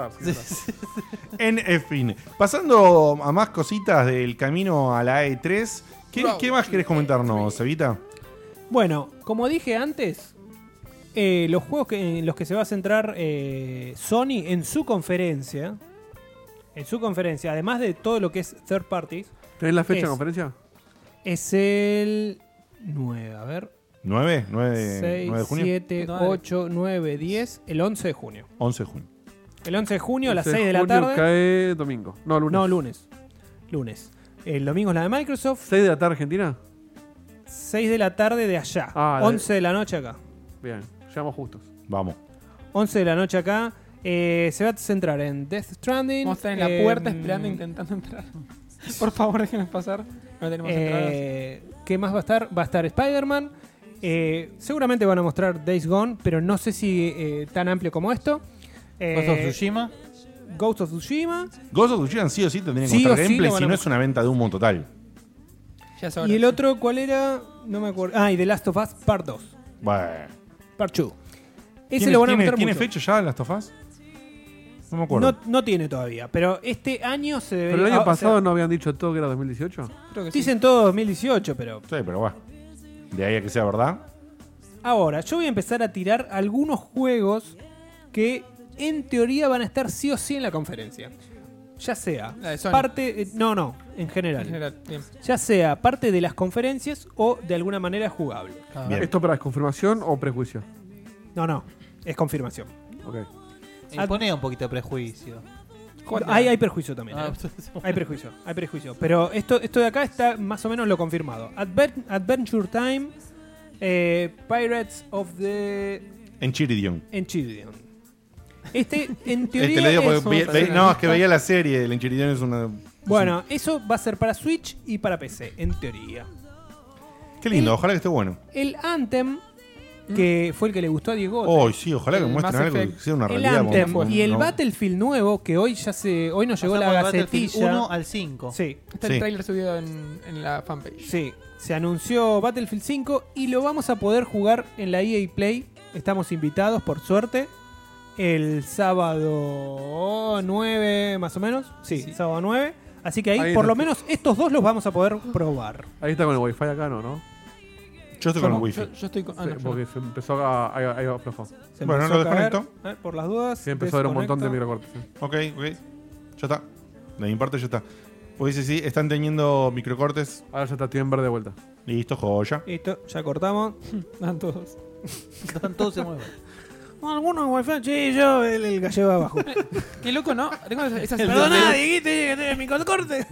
En fin, pasando a más cositas del camino a la E3, ¿qué más querés comentarnos, Evita? Bueno, como dije antes, los juegos en los que se va a centrar Sony en su conferencia, además de todo lo que es third parties. ¿Tenés la fecha de conferencia? Es el 9, a ver. ¿9? 6, 9 de junio. 7, 8, 9, 10, el 11 de junio. 11 de junio. El 11 de junio a las 6 de junio la tarde. Cae domingo. No, lunes. No, lunes. El domingo es la de Microsoft. ¿6 de la tarde Argentina? 6 de la tarde de allá. 11 de la noche acá. Bien, llegamos justos. Vamos. 11 de la noche acá. Se va a centrar en Death Stranding. Vamos a estar en la puerta esperando, intentando entrar. Por favor, déjenos pasar. No tenemos entradas. ¿Qué más va a estar? Va a estar Spider-Man. Seguramente van a mostrar Days Gone, pero no sé si tan amplio como esto. Ghost of Tsushima. Ghost of Tsushima sí o sí tendría que mostrar gameplay, si no es una venta de humo total. Y el otro, ¿cuál era? No me acuerdo. Y The Last of Us Part 2. Bueno. Part 2. Ese lo van a mostrar ¿Tiene mucho. fecha ya Last of Us? No me acuerdo. No tiene todavía, pero este año se debería... ¿Pero el año pasado no habían dicho todo que era 2018? Creo que dicen todo 2018, pero... Sí, pero bueno. De ahí a que sea verdad. Ahora, yo voy a empezar a tirar algunos juegos que en teoría van a estar sí o sí en la conferencia. Ya sea parte... en general. Bien. Ya sea parte de las conferencias o de alguna manera jugable. ¿Esto para confirmación o prejuicio? No, es confirmación. Ok. Pone un poquito de prejuicio. Hay prejuicio también. Hay prejuicio. Pero esto de acá está más o menos lo confirmado. Adventure Time, Pirates of the... Enchiridion. En teoría... Te lo digo porque es que veía la serie. El Enchiridion es una... Bueno, eso va a ser para Switch y para PC, en teoría. Qué lindo, ojalá que esté bueno. El Anthem, que fue el que le gustó a Diego. Oh, sí, ojalá que muestren algo que sea una realidad. El Anthem y el Battlefield nuevo, que hoy nos llegó la gacetilla. 1 al 5. Sí. Está el trailer subido en la fanpage. Sí, se anunció Battlefield 5 y lo vamos a poder jugar en la EA Play. Estamos invitados, por suerte. El sábado 9, más o menos. Sí, sábado 9. Así que ahí por lo menos estos dos los vamos a poder probar. Ahí está con el wifi acá, ¿no? Yo estoy con el wifi. Yo estoy con... porque se empezó a... Ahí aflojó. Bueno, lo desconecto. Por las dudas. Sí, empezó a haber un montón de microcortes. Ok. Ya está. De mi parte ya está. Pues sí, están teniendo microcortes. Ahora ya está, tienen verde de vuelta. Listo, joya. Listo, ya cortamos. Dan todos. Se mueven. Algunos wifi, sí, yo el gallego de abajo. Qué loco, ¿no? Tengo esa Perdona, Dieguito, que mi corte.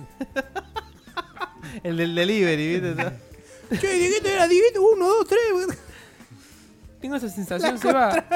El del delivery, ¿viste? Che, Dieguito era Dieguito, 1, 2, 3. Tengo esa sensación, Seba.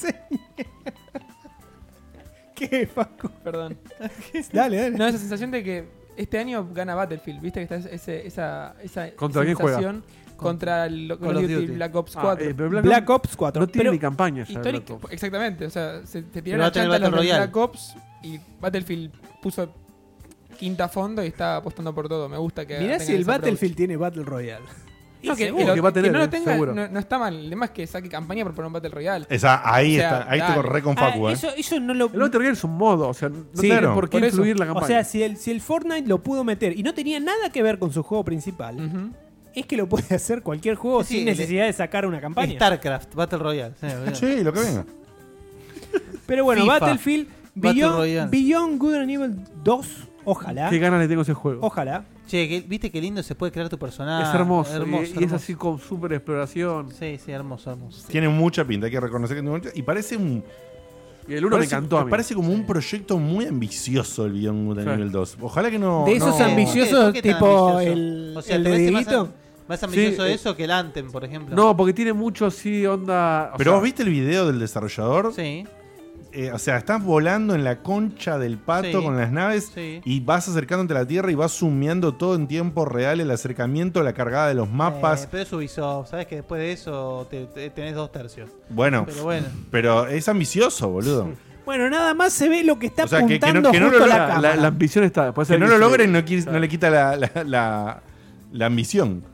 ¿Qué, Paco? Perdón. Dale. No, esa sensación de que este año gana Battlefield, ¿viste? Que está esa ¿Contra quién juega? Contra el Call of Duty Black Ops 4. Black Ops 4. No tiene ni campaña ya. Exactamente, o sea, se tiraron la chanta los Black Ops y Battlefield puso quinta a fondo y está apostando por todo. Me gusta que... Mirá si el Battlefield tiene Battle Royale. No, que va a tener, que no lo tenga no está mal. El tema es que saque campaña por poner un Battle Royale. Ahí estoy re con Facu. Eso no lo... El Battle Royale es un modo, o sea, no tiene por qué influir la campaña. O sea, si el Fortnite lo pudo meter y no tenía nada que ver con su juego principal, es que lo puede hacer cualquier juego sin necesidad de sacar una campaña. StarCraft, Battle Royale. Sí, lo que venga. Pero bueno, FIFA, Battlefield, Beyond Good and Evil 2, ojalá. Qué ganas le tengo a ese juego. Ojalá. Che, viste qué lindo se puede crear tu personaje. Es hermoso. Y es así con super exploración. Sí, hermoso. Tiene mucha pinta, hay que reconocer que tiene mucha. Y parece un... Y el 1 me encantó a mí. Parece como un proyecto muy ambicioso el Beyond Good and Evil 2. Ojalá que no... De esos ambiciosos, tipo el de Dieguito. Más ambicioso eso que el Anthem, por ejemplo. No, porque tiene mucho así onda... Pero vos viste el video del desarrollador. Sí. O sea, estás volando en la concha del pato con las naves y vas acercándote a la Tierra y vas zoomeando todo en tiempo real el acercamiento, la cargada de los mapas. Pero es Ubisoft, sabes que después de eso tenés 2/3. Bueno, pero es ambicioso, boludo. Bueno, nada más se ve lo que está apuntando que no justo la cámara. La ambición está... Que no lo logren no le quita la ambición.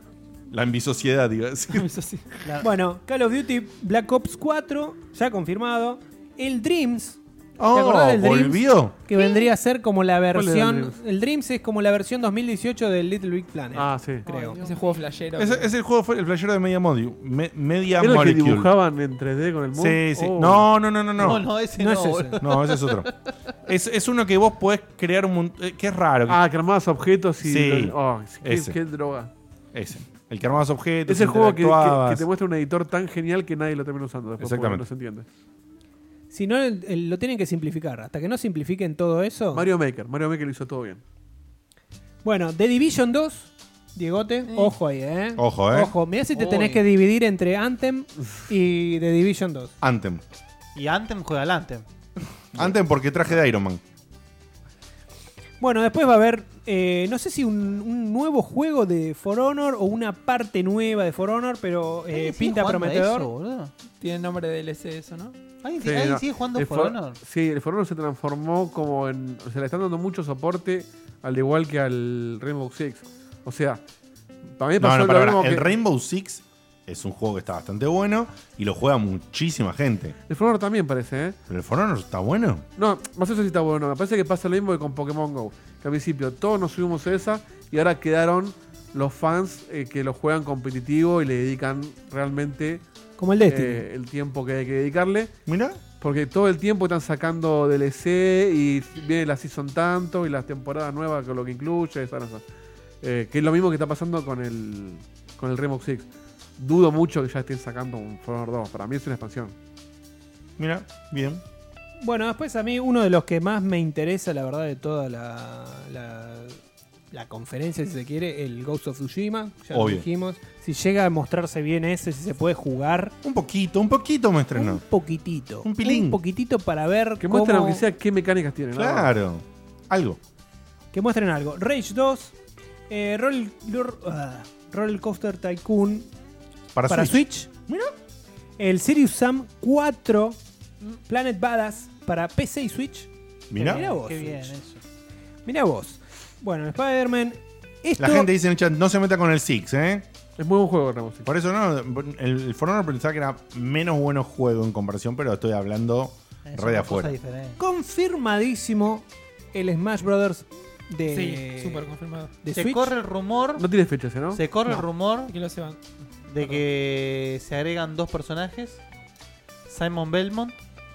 La ambisociedad, digo. Bueno, Call of Duty Black Ops 4, ya confirmado. El Dreams. ¿Te Oh, acordás del Dreams? ¿volvió? Que vendría a ser como la ¿Cuál era el versión. Dreams? El Dreams es como la versión 2018 del Little Big Planet. Ah, sí. Creo. Ese juego flashero. Es el juego, el playero de Media Molecule. Media ¿Era el que Molecule. dibujaban en 3D con el mouse? Sí, sí. Oh. No, ese No no. es ese. No, ese es otro. Es uno que vos podés crear un montón. Que es raro. Ah, que armabas objetos y... Sí. Oh, Ese. qué droga. Ese. El que armabas objetos. Es el juego que interactuabas. te muestra un editor tan genial que nadie lo termina usando después. Exactamente. No se entiende. Si no, lo tienen que simplificar. Hasta que no simplifiquen todo eso. Mario Maker lo hizo todo bien. Bueno, The Division 2, Diegote, ojo ahí, Ojo, Ojo, mirá si te tenés que dividir entre Anthem y The Division 2. Anthem. Y Anthem juega al Anthem. Anthem porque traje de Iron Man. Bueno, después va a haber, no sé si un nuevo juego de For Honor o una parte nueva de For Honor, pero pinta prometedor. Tiene nombre de DLC eso, ¿no? Ahí Sí, sigue jugando el For Honor. Sí, el For Honor se transformó como en... O sea, le están dando mucho soporte al igual que al Rainbow Six. O sea, para mí pasó lo mismo que... El Rainbow Six es un juego que está bastante bueno y lo juega muchísima gente. El For Honor también parece, ¿eh? Pero el For Honor está bueno. No, más eso sí está bueno. Me parece que pasa lo mismo que con Pokémon GO. Que al principio todos nos subimos a esa y ahora quedaron los fans que lo juegan competitivo y le dedican realmente... Como el Destiny. El tiempo que hay que dedicarle. Mira. Porque todo el tiempo están sacando DLC y viene la season tanto y las temporadas nuevas con lo que incluye. Que es lo mismo que está pasando con el Rainbow Six. Dudo mucho que ya estén sacando un For Honor 2. Para mí es una expansión. Mira, bien. Bueno, después a mí uno de los que más me interesa, la verdad, de toda la conferencia, si se quiere, el Ghost of Tsushima. Ya lo dijimos. Si llega a mostrarse bien ese, si se puede jugar. Un poquito muéstrenos. Un poquitito. Un pilín. Un poquitito para ver que muestren aunque sea qué mecánicas tiene. Claro. ¿No? Algo. Que muestren algo. Rage 2. Roller Coaster Tycoon. Para Switch. Mira. El Serious Sam 4. Planet Badass para PC y Switch. Mira vos. Qué bien eso. Mira vos. Bueno, Spider-Man. La gente dice en el chat, no se meta con el Six, ¿eh? Es muy buen juego, Rainbow Six. Por eso no, el For Honor pensaba que era menos bueno juego en comparación, pero estoy hablando re de afuera. Confirmadísimo el Smash Brothers de Sí, súper confirmado. de Se Switch. corre el rumor. No tiene fecha ese, ¿no? Se corre el rumor Que lo se van. de que se agregan dos personajes. Simon Belmont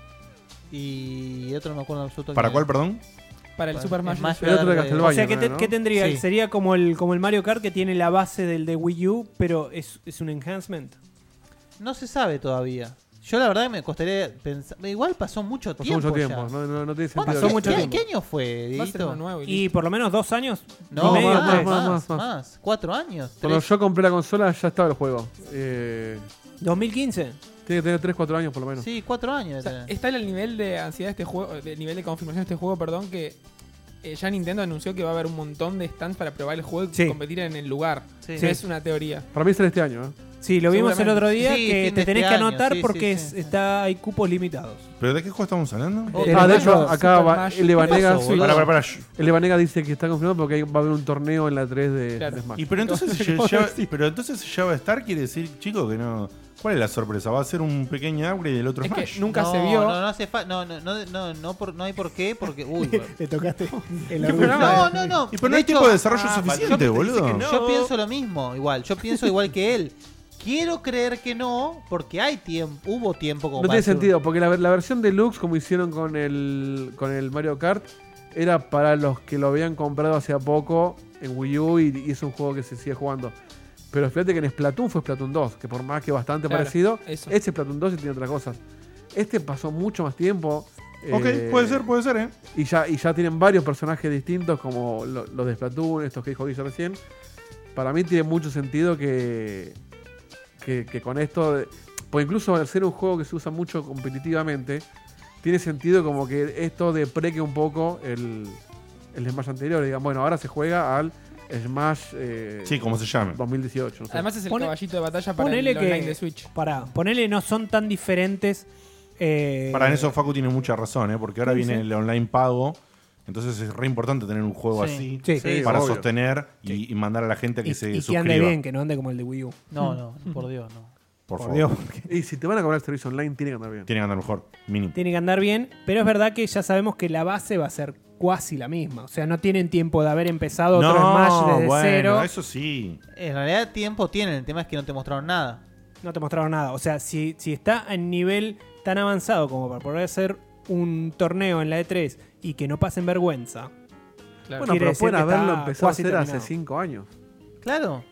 y otro no me acuerdo absolutamente. ¿Para cuál, perdón? Para el Super Smash. El otro de Castlevania. O sea, ¿no? ¿qué tendría? Sí. Sería como el Mario Kart que tiene la base del de Wii U, pero es un enhancement. No se sabe todavía. Yo la verdad me costaría pensar. Igual pasó mucho Pasó tiempo. mucho tiempo. Ya. No tiene ¿Cuánto- sentido. pasó mucho tiempo. ¿Qué año fue, Va a ser Dieguito? uno nuevo. Y por lo menos 2 años. No, y medio, más, tres. más. 4 años. Cuando 3. yo compré la consola ya estaba el juego. 2015. Tiene que tener 3-4 años por lo menos. Sí, 4 años. O sea, está el nivel de ansiedad de este juego, el nivel de confirmación de este juego, perdón, que ya Nintendo anunció que va a haber un montón de stands para probar el juego y Sí. competir en el lugar. Sí. No es una teoría. Para mí sale este año, ¿eh? Sí, lo vimos el otro día, Sí, que fin te de tenés este que año, anotar sí, porque sí, sí. hay cupos limitados. ¿Pero de qué juego estamos hablando? Oh, Del de Smash hecho, Bros. acá Super va, Smash. el Evanega, ¿Qué pasó, Pará. el Evanega dice que está confirmado porque va a haber un torneo en la 3 de Claro. Smash. Y pero entonces, pero entonces ya va a estar, quiere decir, chico, que no. ¿Cuál es la sorpresa? ¿Va a ser un pequeño upgrade del otro Es Smash? que nunca no, se vio. No hace no hay por qué, porque. Uy, bueno. Le tocaste el No. Y pero no De hay hecho, tiempo de desarrollo yo suficiente, boludo. Yo pienso lo mismo, igual. Yo pienso igual que él. Quiero creer que no, porque hay tiempo, hubo tiempo como No para tiene hacer- sentido, porque la versión deluxe, como hicieron con el Mario Kart, era para los que lo habían comprado hace poco en Wii U y es un juego que se sigue jugando. Pero fíjate que en Splatoon fue Splatoon 2, que por más que bastante Claro, parecido, eso. este Splatoon 2 y tiene otras cosas. Este pasó mucho más tiempo. Ok, puede ser, ¿eh? Y ya tienen varios personajes distintos, como los de Splatoon, estos que dijo Guille recién. Para mí tiene mucho sentido que con esto, pues incluso al ser un juego que se usa mucho competitivamente, tiene sentido como que esto depreque un poco el Smash anterior. Digan, bueno, ahora se juega al Smash Sí, como se llame. 2018. No sé. Además es el Pone- caballito de batalla para Ponele el online que. de Switch. Ponele, no son tan diferentes. Para eso Facu tiene mucha razón, ¿eh? Porque ahora Sí, viene sí. el online pago Entonces es re importante tener un juego Sí. así Sí, para obvio. sostener y mandar a la gente a que se Y que suscriba. ande bien, que no ande como el de Wii U. No, por Dios, no. Por favor. Dios. Y si te van a cobrar el servicio online, tiene que andar bien. Tiene que andar mejor, mínimo. Tiene que andar bien, pero es verdad que ya sabemos que la base va a ser casi la misma. O sea, no tienen tiempo de haber empezado otro Smash desde cero. Eso sí. En realidad tiempo tienen, el tema es que no te mostraron nada. No te mostraron nada. O sea, si está en nivel tan avanzado como para poder hacer un torneo en la E3 y que no pasen vergüenza. Bueno, quiere pero decir pueden que haberlo está empezado a casi hacer hace terminado. 5 años. Claro.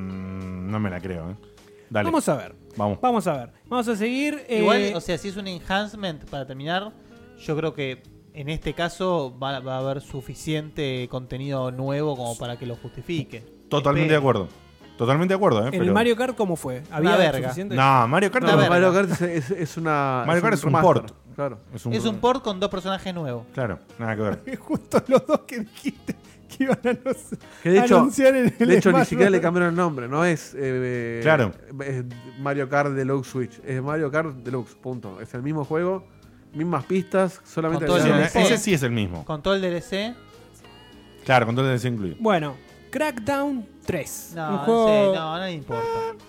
No me la creo, Dale. Vamos a ver. Vamos a ver. Vamos a seguir. Igual, o sea, si es un enhancement para terminar, yo creo que en este caso va a haber suficiente contenido nuevo como para que lo justifique. Totalmente de acuerdo. Totalmente de acuerdo, ¿En el Mario Kart cómo fue? Una verga. suficiente? No, Mario Kart Una verga. Mario Kart es una. Mario Kart es un remaster, port. Claro. Es un port con 2 personajes nuevos. Claro, nada que ver. Justo los dos que dijiste que iban a Que de hecho, anunciar en el de hecho ni Smash siquiera le Bros. cambiaron el nombre. No es. Claro. Es Mario Kart Deluxe Switch. Es Mario Kart Deluxe. Punto. Es el mismo juego. Mismas pistas. Solamente. Con todo le el cambiaron- DLC. Ese sí es el mismo. Con todo el DLC. Claro, con todo el DLC incluido. Bueno, Crackdown 3. No, un juego... no le importa.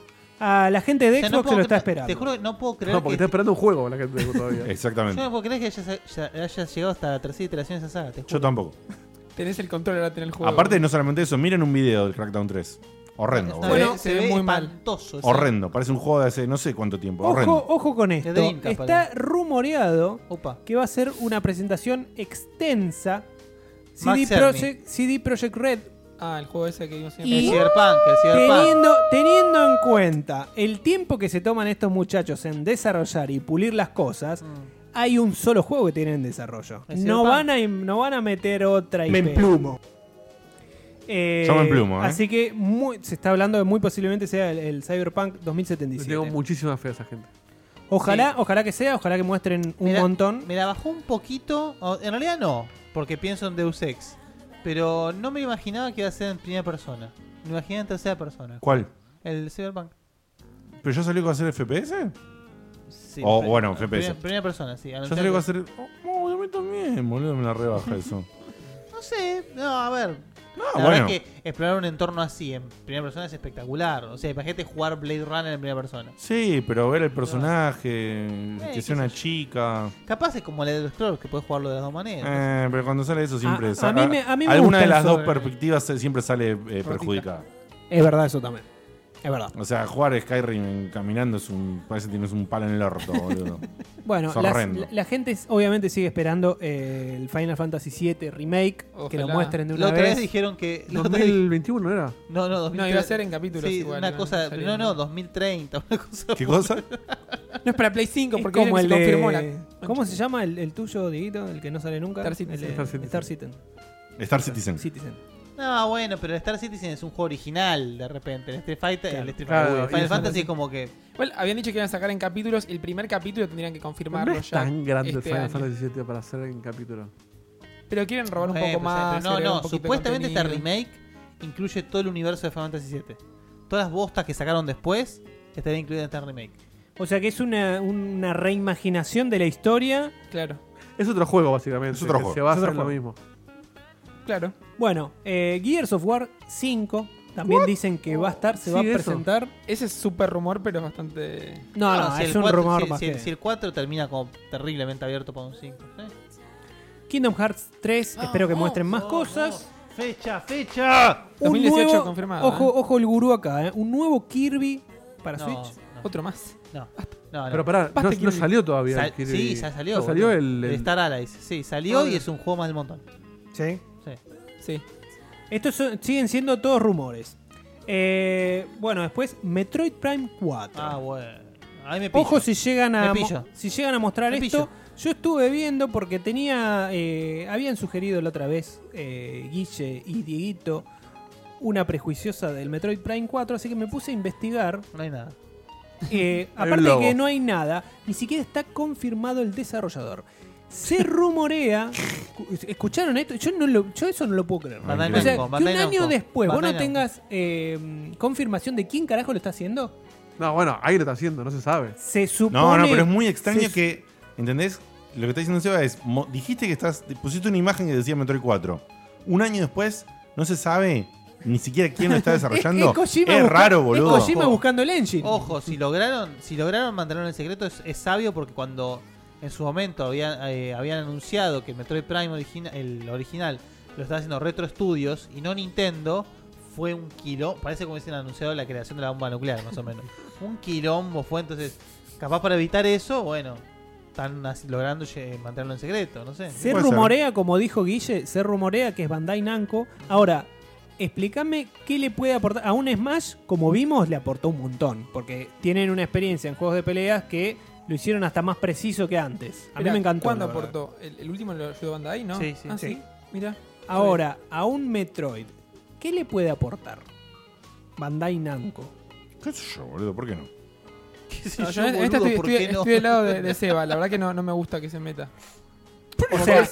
A la gente de O sea, Xbox no se lo puedo está cre- esperando. Te juro que no puedo creer No, porque que está esperando un juego la gente todavía. yo Exactamente. no puedo creer que haya llegado hasta la tercera iteración de esa saga. Te juro. Yo tampoco. Tenés el control, ahora tenés el juego. Aparte, no solamente eso, miren un video del Crackdown 3. Horrendo. Una boludo. vez se ve muy mal. Espantoso, ese. Horrendo. Parece un juego de hace no sé cuánto tiempo. Horrendo. Ojo con esto. Dreamcast, Está parece. rumoreado Opa. que va a ser una presentación extensa. Max CD Projekt Red. Ah, el juego ese que vimos El Y Cyberpunk, el Cyberpunk. teniendo en cuenta el tiempo que se toman estos muchachos en desarrollar y pulir las cosas, hay un solo juego que tienen en desarrollo. ¿El No Cyberpunk? van a meter otra IP. Me emplumo. Yo me emplumo, Así que se está hablando de muy posiblemente sea el Cyberpunk Le 2077. tengo muchísima fe a esa gente. Ojalá que sea, ojalá que muestren un montón. Me la bajó un poquito. En realidad no, porque pienso en Deus Ex. Pero no me imaginaba que iba a ser en primera persona. Me imaginé en tercera persona. ¿Cuál? El Cyberpunk. ¿Pero ya salió con hacer FPS? Sí, O, pre- bueno, FPS. Primera persona, sí. Ya Anunciaron salió con que- hacer. Oh, a mí también, boludo, me la rebaja eso. No sé, no, a ver. No, La bueno. verdad es que explorar un entorno así en primera persona es espectacular. O sea, imagínate jugar Blade Runner en primera persona. Sí, pero ver el personaje, que qué sea sé una yo. chica. Capaz es como el de Scroll, que puedes jugarlo de las dos maneras. Pero cuando sale eso siempre A mí me alguna gusta de las eso dos de- perspectivas siempre sale perjudicada. Es verdad eso también. Es verdad. O sea, jugar Skyrim caminando parece que tienes un palo en el orto, boludo. Bueno, Es horrendo. la gente obviamente sigue esperando el Final Fantasy VII Remake, que lo Ojalá. muestren de La una otra vez vez. dijeron que. la otra vez- 2021 era. No, 2030. No, iba a ser en capítulos Sí, igual, una iban cosa. saliendo. No, 2030. Una cosa. ¿Qué cosa? No es para Play 5, Es porque como el se confirmó de... ¿Cómo se llama el tuyo, Dieguito? El que no sale nunca. Star Citizen. El de- Star Citizen. Star Citizen. Star Citizen. Citizen. No, bueno, pero el Star Citizen es un juego original de repente. El Street Fighter, Claro. el Street Claro, Fighter, y Final eso Fantasy no- es como que. Igual habían dicho que iban a sacar en capítulos. El primer capítulo tendrían que confirmarlo No es ya. tan grande el este Final año. Fantasy VII para hacer en capítulo. Pero quieren robar un Pues, poco más. pero agregar un no, poquito de supuestamente esta contenido. remake incluye todo el universo de Final Fantasy VII. Todas las bostas que sacaron después estarían incluidas en esta remake. O sea que es una reimaginación de la historia. Claro, Es otro juego, básicamente. Es otro que juego. Se va a Es otro hacer lo juego. mismo. claro. Bueno, Gears of War 5 también dicen que va a estar, se va a ¿Sigue eso? presentar. Ese es súper rumor, pero es bastante. No, si es el un 4 rumor si, más si- que- si el 4 termina como terriblemente abierto para un 5. Kingdom Hearts 3, espero que muestren más cosas. ¡Fecha! Un 2018 nuevo, confirmado, ojo el gurú acá, un nuevo Kirby para No, Switch. Otro más. no. Pero pará, Basta, no Kirby. salió todavía. Sal- el Kirby. sí, ya salió. Ya salió boludo. el Star Allies. Sí, salió Ah, y es un juego más del montón. Sí. Sí. Sí. Estos siguen siendo todos rumores. Bueno, después Metroid Prime 4. Ah, bueno. Ahí me pillo. Ojo si llegan a Me pillo. si llegan a mostrar Me esto. pillo. Yo estuve viendo porque habían sugerido la otra vez Guille y Dieguito una prejuiciosa del Metroid Prime 4, así que me puse a investigar. No hay nada. Aparte de logo. que no hay nada, ni siquiera está confirmado el desarrollador. Se rumorea. ¿Escucharon esto? Yo eso no lo puedo creer. Bandai O sea, Namco, que un Bandai año Namco. después vos Bandai no Namco. tengas confirmación de quién carajo lo está haciendo. No, bueno, ahí lo está haciendo, no se sabe. Se supone. No, pero es muy extraño se- que, ¿entendés? lo que está diciendo Seba es, dijiste que pusiste una imagen que decía Metroid 4. Un año después, no se sabe ni siquiera quién lo está desarrollando. Es raro, boludo. Es Kojima buscando el engine. Ojo, si lograron mantenerlo en secreto es sabio, porque cuando en su momento habían anunciado que el Metroid Prime el original lo estaba haciendo Retro Studios y no Nintendo, fue un quilombo. Parece como dicen anunciado la creación de la bomba nuclear, más o menos. Un quilombo fue, entonces, capaz para evitar eso, bueno, están logrando mantenerlo en secreto, no sé. Se rumorea, como dijo Guille, se rumorea que es Bandai Namco. Ahora, explícame qué le puede aportar. A un Smash, como vimos, le aportó un montón, porque tienen una experiencia en juegos de peleas que lo hicieron hasta más preciso que antes. A mí me encantó. ¿Cuándo aportó? ¿El último lo ayudó Bandai, no? Sí. Sí. Mira. Ahora, a un Metroid, ¿qué le puede aportar Bandai Namco? ¿Qué sé yo, boludo? ¿Por qué no? No, yo en esta estoy del lado de Seba. La verdad que no me gusta que se meta. O sea,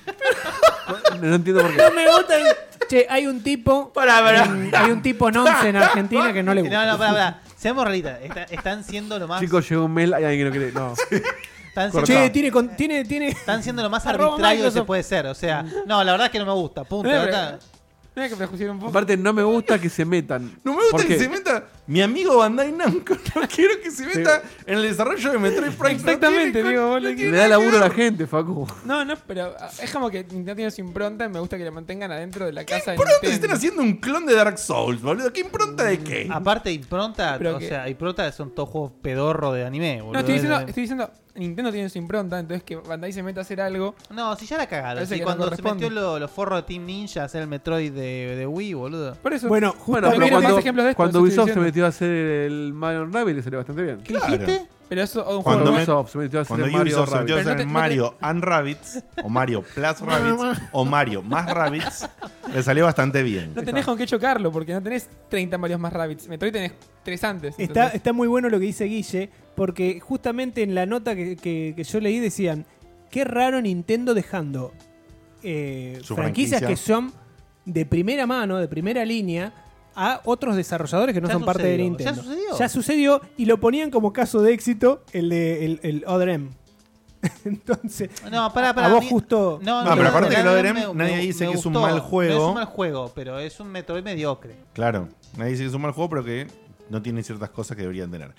no entiendo por qué. no me gusta. Che, hay un tipo. Hay un tipo nonce en Argentina que no le gusta. No, pará. Seamos realistas. Están siendo lo más. Chicos, llegó un mail, hay alguien que no quiere. No. Che, tiene. Están siendo lo más arbitrario que se puede ser. O sea, no, la verdad es que no me gusta. Punto. No hay que prejuiciar un poco. Aparte, no me gusta que se metan. No me gusta que se meta mi amigo Bandai Namco. No quiero que se meta en el desarrollo de Metroid Prime. Exactamente, digo, le da laburo a la gente, Facu. No, pero es como que Nintendo tiene su impronta y me gusta que la mantengan adentro de la casa de ¿Por dónde Nintendo. están haciendo un clon de Dark Souls, boludo? ¿Qué impronta de qué? Aparte, impronta, Pero o sea, impronta son todos juegos pedorro de anime, boludo. No, estoy diciendo, Nintendo tiene su impronta, entonces que Bandai se meta a hacer algo. No, si ya la cagaron. Si que cuando no se metió los forros de Team Ninja a hacer el Metroid de Wii, boludo. Por eso. Bueno, pero cuando cuando Ubisoft se metió a hacer el Mario Rabbids le salió bastante bien. ¿Qué dijiste? Pero eso un Cuando juego Ubisoft se metió a hacer Cuando el Mario Ubisoft se metió a Rabbids. hacer Mario and Rabbids, o Mario plus Rabbids, o Mario más Rabbids, le salió bastante bien. no tenés con qué chocarlo, porque no tenés 30 Marios más Rabbids. Metroid tenés 3 antes. Está muy bueno lo que dice Guille, porque justamente en la nota que yo leí decían, qué raro Nintendo dejando franquicias que son de primera mano, de primera línea, a otros desarrolladores que no son parte de Nintendo. Ya sucedió y lo ponían como caso de éxito el Other M. Entonces, no, pará, a vos justo... No, pero aparte que el Other M, nadie dice que es un mal juego. No es un mal juego, pero es un Metroid mediocre. Claro, nadie dice que es un mal juego, pero que no tiene ciertas cosas que deberían tener.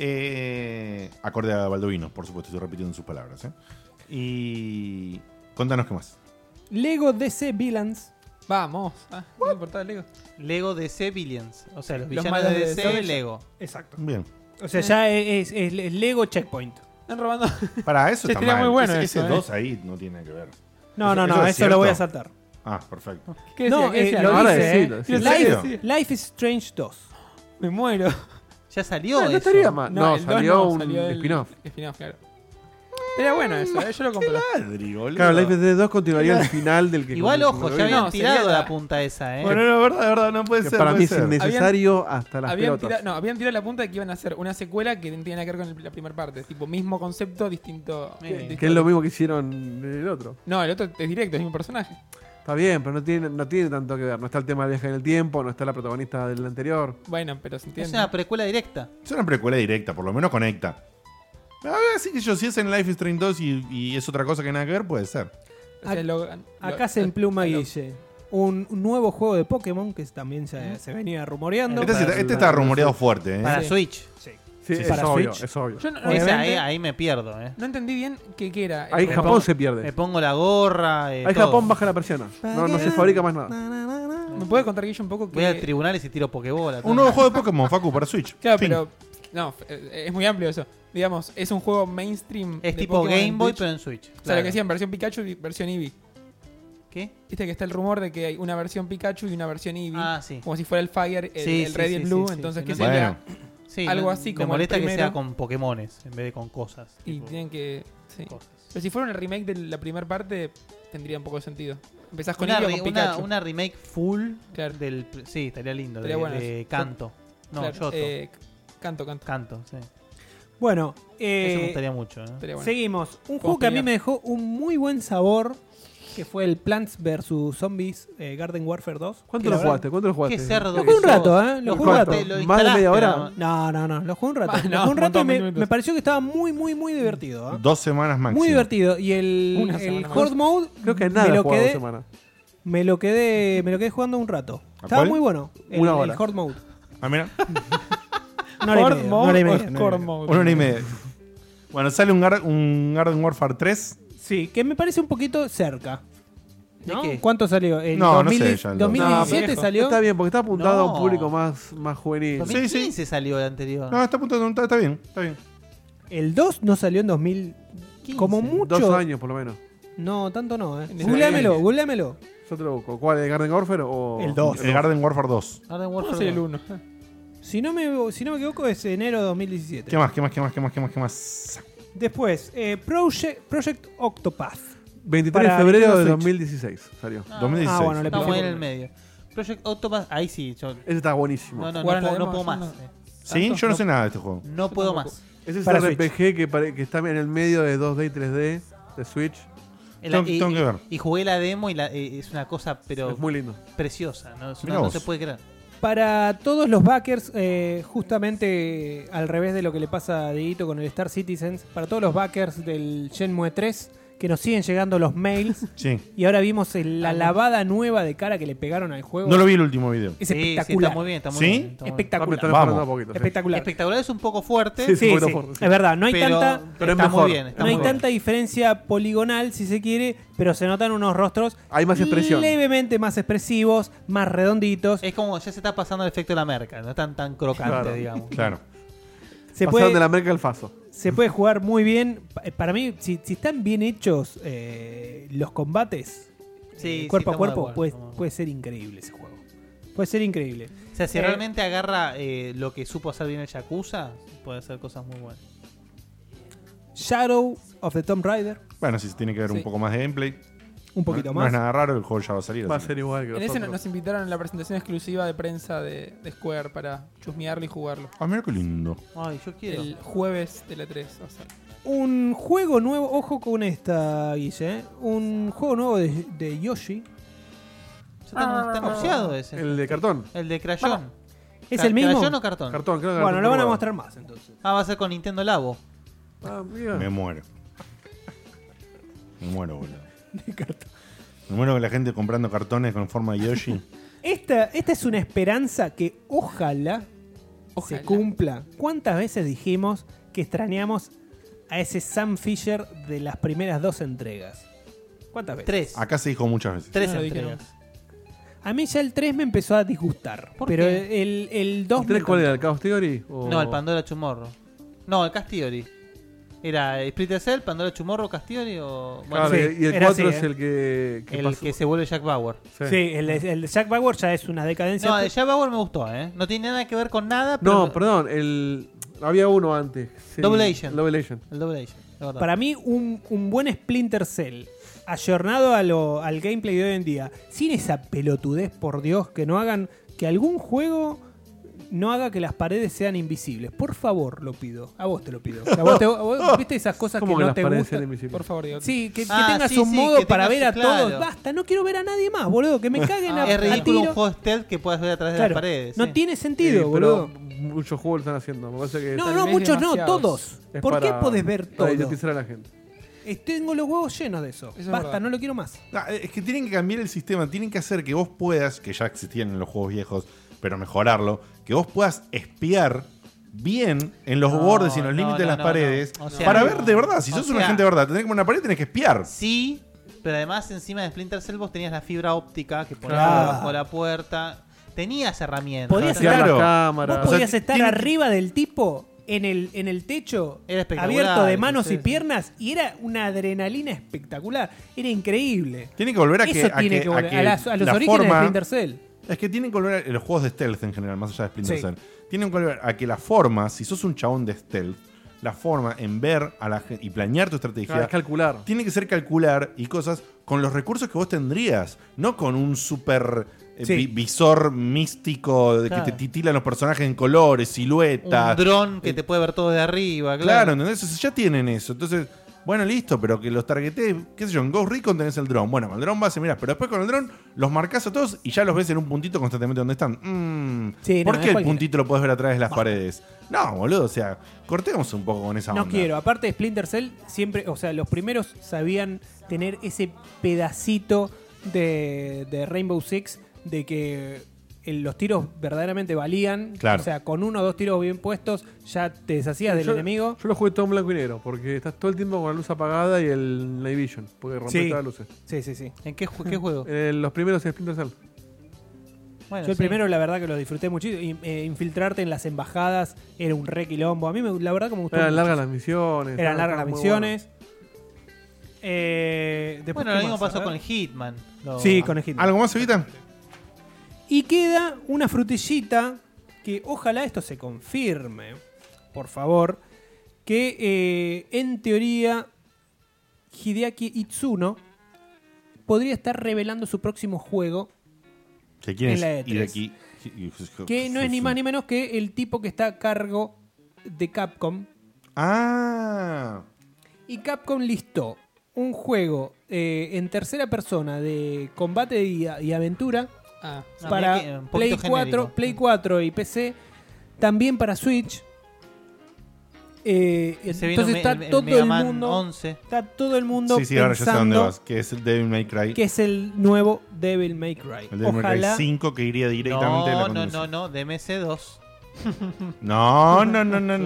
Acorde a Baldovino, por supuesto, estoy repitiendo sus palabras. Y contanos qué más. Lego DC Villains. Vamos. ¿No importa Lego? Lego DC Villains. O sea, los villanos de DC, Lego. Exacto. Bien. O sea, ya es Lego Checkpoint. Están robando. Para eso está mal. Muy bueno ese 2 ahí no tiene que ver. No, eso lo voy a saltar. Ah, perfecto. ¿Qué no, decía? lo Ahora dice, Life is Strange 2. Me muero. Ya salió No eso. estaría mal. No, el salió 2 un salió el spin-off. Spin-off, claro. Sería bueno eso, yo lo compro. Claro, Life is Strange 2 continuaría al final del que... Igual, ojo, ya habían tirado sería la punta esa, Bueno, no, verdad, no puede que ser. para mí es puede ser. innecesario hasta las habían pelotas. tirado la punta de que iban a hacer una secuela que no tiene nada que ver con la primera parte. Tipo, mismo concepto, distinto. Que es lo mismo que hicieron en el otro. No, el otro es directo, es el mismo personaje. Está bien, pero no tiene tanto que ver. No está el tema del viaje en el tiempo, no está la protagonista del anterior. Bueno, pero se entiende. Es una precuela directa. Es una precuela directa, por lo menos conecta. Así que si es en Life is Strange 2 y es otra cosa que nada que ver, puede ser. O sea, Acá se empluma Guille. Un nuevo juego de Pokémon que también se venía rumoreando. Este está rumoreado fuerte. Para Switch. Sí, Sí, es para obvio, Switch. es obvio. Yo no, Ahí me pierdo. no entendí bien qué era. Ahí Japón se pierde. Me pongo la gorra. Ahí todo. Japón baja la persiana. No se fabrica más nada. ¿Me puede contar, Guille, un poco? Voy a tribunales y tiro Pokébola. Un nuevo juego de Pokémon, Facu, para Switch. Claro, Fin. pero. No, es muy amplio eso. Digamos, es un juego mainstream. Es de tipo Pokémon Game Boy, Switch. pero en Switch. O sea, Claro. lo que decían, versión Pikachu y versión Eevee. ¿Qué? Viste que está el rumor de que hay una versión Pikachu y una versión Eevee. Ah, sí. Como si fuera el Fire, el Red y el Blue. Entonces, ¿qué no sería? Sí, algo así me como molesta el que primero. sea con Pokémones en vez de con cosas. Y tipo, tienen que. Sí. cosas. Pero si fuera un remake de la primera parte, tendría un poco de sentido. Empezás con Eevee o con Pikachu. una remake full Claro. del. Sí, estaría lindo. Estaría bueno de eso. Canto. No, Claro, Yoto. Canto. Canto, sí. Bueno, Eso me gustaría mucho. Estaría bueno. seguimos. Un juego que a mí me dejó un muy buen sabor que fue el Plants vs Zombies Garden Warfare 2. ¿Cuánto lo jugaste? Qué cerdo. Lo jugué un rato, ¿eh? Lo jugué un rato. ¿Más de media hora? No. Lo jugué un rato. Lo jugué un rato y me pareció que estaba muy divertido. 2 semanas máximo. Muy divertido. Y el Horde Mode. Creo que nada jugado 2 semanas. Me lo quedé jugando un rato. Estaba muy bueno. El Horde Mode. Ah, mira. Una hora y media. Bueno, sale un Garden Warfare 3. Sí, que me parece un poquito cerca. ¿No? ¿De qué? ¿Cuánto salió? En No sé ya. 2017 salió. Está bien, porque está apuntado a un público más juvenil. 2015 salió el anterior. No, está apuntado, está bien. El 2 no salió en 2015. Como mucho. 2 años por lo menos. No, tanto no. Googleamelo. Yo te lo busco. ¿Cuál? ¿El Garden Warfare o...? El 2. El Garden Warfare 2. Garden Warfare No sé el 1. Si no me equivoco es enero de 2017. ¿Qué más? Después, Project Octopath. 23 de febrero de 2016 salió. 2016. Bueno, le Estamos pegamos. en el medio. Project Octopath, ahí sí. Ese está buenísimo. No ¿Jugaron puedo la más. demo? ¿Sí? Yo no sé nada de este juego. No puedo más. Ese es Para el RPG que está en el medio de 2D y 3D de Switch. Tengo que ver. Y jugué la demo y es una cosa, pero Es muy lindo. preciosa. No Mirá vos. se puede creer. Para todos los backers, justamente al revés de lo que le pasa a Dieguito con el Star Citizens, para todos los backers del Shenmue 3, que nos siguen llegando los mails, Sí. y ahora vimos la lavada nueva de cara que le pegaron al juego. No lo vi el último video. Es Sí, espectacular. está muy bien, está muy ¿Sí? bien. Está muy bien. Espectacular. Están Vamos. mejorando un poquito, sí. Espectacular. Espectacular es un poco fuerte, Sí, Sí, un poquito sí, fuerte, sí. es verdad. No hay pero, tanta, pero es está mejor. muy bien. Está no hay muy bien. tanta diferencia poligonal, si se quiere, pero se notan unos rostros Hay más expresión. levemente más expresivos, más redonditos. Es como ya se está pasando el efecto de la merca, no tan crocante, Claro. digamos. Claro. Se Pasaron puede, de la merca al faso. se puede jugar muy bien. Para mí, si están bien hechos los combates Sí, cuerpo a estamos de cuerpo, acuerdo. puede ser increíble ese juego. Puede ser increíble. O sea, si Eh, realmente agarra lo que supo hacer bien el Yakuza, puede hacer cosas muy buenas. Shadow of the Tomb Raider, Bueno, si se tiene que ver un Sí. poco más de gameplay. un poquito No más. es nada raro, el juego ya va a salir. Va a así ser igual que En ese nosotros. nos invitaron a la presentación exclusiva de prensa de Square para chusmearlo y jugarlo. Ah, mira qué lindo. Ay, yo quiero. El jueves de la 3. O sea, Un juego nuevo, ojo con esta, Guille. Un juego nuevo de Yoshi. Está anunciado ese. El de cartón. El de Crayon. ¿Es el mismo? ¿Crayon o cartón? Cartón, creo que Bueno, cartón lo van a jugado. mostrar más entonces. Ah, va a ser con Nintendo Labo. Ah, mira. Me muero. Me muero, boludo. Me muero con la gente comprando cartones con forma de Yoshi. Esta es una esperanza que ojalá se cumpla. ¿Cuántas veces dijimos que extrañamos a ese Sam Fisher de las primeras 2 entregas? ¿Cuántas veces? 3. Acá se dijo muchas veces. 3 no lo entregas. dijeron. A mí ya el 3 me empezó a disgustar. ¿Por pero qué? el 2 ¿El 3 cuál era? ¿El Chaos Theory? O... No, el Pandora Tomorrow. No, el Castiori. ¿Era Splinter Cell, Pandora Tomorrow, Castiori o...? Bueno, Claro, sí, y el era 4 así, es el que el pasó. que se vuelve Jack Bauer. Sí, el de Jack Bauer ya es una decadencia. No, el de Jack Bauer me gustó, ¿eh? No tiene nada que ver con nada, pero... No, perdón, había uno antes. Sí, Double Agent. Double Agent. El Double Agent, la verdad. Para mí, un buen Splinter Cell, ayornado al gameplay de hoy en día, sin esa pelotudez, por Dios, que no hagan que algún juego no haga que las paredes sean invisibles. Por favor, lo pido. A vos te lo pido. A vos, ¿viste esas cosas que ¿Cómo que no las te paredes sean gustan? invisibles? Por favor, Diego. Sí, que Ah, tengas sí, un sí, modo que para tengas- ver a todos. claro. Basta, no quiero ver a nadie más, boludo. Que me caguen a Es ridículo tiro. un juego stealth que puedas ver a través de Claro, las paredes. no sí. tiene sentido, pero boludo. muchos juegos lo están haciendo. Me parece que No, tal no, vez muchos no, demasiados. todos. es ¿Por qué para- podés ver Para todo? idiotizar a la gente. Tengo los huevos llenos de eso. es Basta, verdad. no lo quiero más. No, es que tienen que cambiar el sistema. Tienen que hacer que vos puedas, que ya existían en los juegos viejos, pero mejorarlo, que vos puedas espiar bien en los No, bordes y en los no, límites de no, las no, paredes no. O sea, para ver de verdad. Si o sos un sea- agente de verdad, tenés que poner una pared, tenés que espiar. Sí, pero además encima de Splinter Cell vos tenías la fibra óptica que ponías Claro. bajo la puerta. Tenías herramientas. Podías Claro. estar, Las cámaras. vos podías O sea, estar tiene- arriba del tipo en el techo Era espectacular, abierto de manos sí, y sí. piernas y era una adrenalina espectacular. Era increíble. Tiene que volver a que, Eso tiene que volver. A los la orígenes de forma- Splinter Cell. Es que tienen que volver a los juegos de stealth en general, más allá de Splinter Sí. Cell. Tienen que volver a que la forma, si sos un chabón de stealth, la forma en ver a la gente y planear tu estrategia, Claro, es calcular. tiene que ser calcular y cosas con los recursos que vos tendrías, no con un super Sí. visor místico de Claro. que te titilan los personajes en colores, Un siluetas. dron que te puede ver todo de arriba. Claro, ¿entendés? Entonces ya tienen eso. Entonces, Bueno, listo, pero que los targetees, qué sé yo, en Ghost Recon tenés el dron. Bueno, con el dron vas y mirás, pero después con el dron los marcás a todos y ya los ves en un puntito constantemente donde están. Sí, ¿Por no, qué el cualquiera. puntito lo podés ver a través de las paredes? No, boludo, o sea, cortemos un poco con esa onda. No quiero. Aparte de Splinter Cell, siempre, o sea, los primeros sabían tener ese pedacito de Rainbow Six de que los tiros verdaderamente valían. Claro. O sea, con 1 o 2 tiros bien puestos ya te deshacías del enemigo. Yo lo jugué todo en blanco y negro, porque estás todo el tiempo con la luz apagada y el Night Vision, porque rompes todas las luces. Sí. ¿En qué juego? Los primeros de Splinter Cell. Bueno, Yo el primero, la verdad que lo disfruté muchísimo. Infiltrarte en las embajadas era un re quilombo. A mí, la verdad que me gustó. Eran mucho. largas las misiones. Eran largas las muy misiones. Bueno, Después, ¿qué lo mismo más? pasó A ver. con el Hitman. Sí, con el Hitman. ¿Algo más, Evita? Y queda una frutillita que ojalá esto se confirme, por favor, que en teoría Hideaki Itsuno podría estar revelando su próximo juego ¿Que quién en es la E3. Hideki? Que no es ni más ni menos que el tipo que está a cargo de Capcom. Ah. Y Capcom listó un juego en tercera persona de combate y aventura para mira que un poquito genérico. Play 4 y PC, también para Switch. Entonces está todo Mega el Man mundo 11. está todo el mundo Sí, ahora ya sé dónde pensando vas, que es el Devil May Cry. que es el nuevo Devil May Cry. El Devil May Cry Ojalá 5 que iría directamente a la No, continuación. no, DMC2. No. No.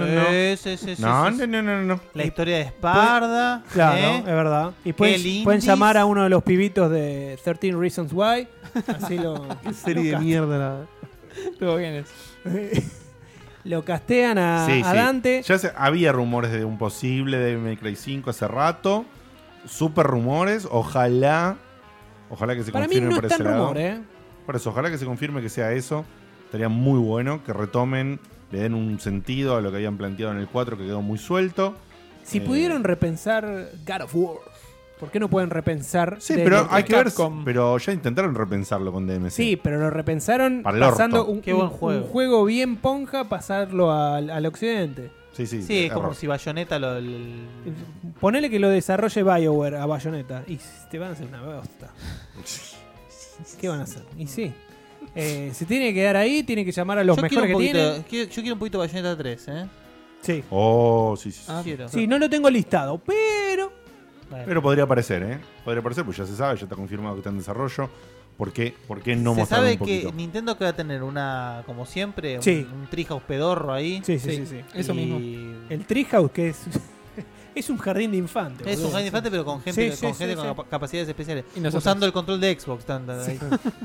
No. La historia de Esparda. Claro, ¿eh? es verdad. Y Qué pueden lindis. llamar a uno de los pibitos de 13 Reasons Why. Así lo. Qué serie de lo mierda. Todo bien eso. Lo castean a Dante. Ya había rumores de un posible Devil May Cry 5 hace rato. Super rumores. Ojalá que se Para mí confirme no por está ese en lado. rumor, Por eso, ojalá que se confirme que sea eso. Estaría muy bueno que retomen, le den un sentido a lo que habían planteado en el 4, que quedó muy suelto. Si pudieron repensar God of War, ¿por qué no pueden repensar? Sí, de pero lo que hay que ver. Capcom? Pero ya intentaron repensarlo con DMC. Sí, pero lo repensaron Para el pasando orto. Qué buen juego. un juego bien ponja, pasarlo al occidente. Sí, Sí, es como si Bayonetta Ponele que lo desarrolle BioWare a Bayonetta y te van a hacer una bosta. ¿Qué van a hacer? Y sí. Se tiene que quedar ahí, tiene que llamar a los mejores que tienen. Yo quiero un poquito Bayonetta 3, ¿eh? Sí. Oh, sí. Quiero. Sí, no lo tengo listado, pero... Bueno. Pero podría aparecer, ¿eh? Podría aparecer, pues ya se sabe, ya está confirmado que está en desarrollo. ¿Por qué no Se mostrarlo sabe un poquito? que Nintendo que va a tener una, como siempre, Sí. un Treehouse pedorro ahí. Sí. Eso mismo. El Treehouse, que es... es un jardín de infantes. Es un jardín de infantes, pero con gente, Sí, con, sí, gente sí, con capacidades especiales. Y nosotros. Usando el control de Xbox. Ahí.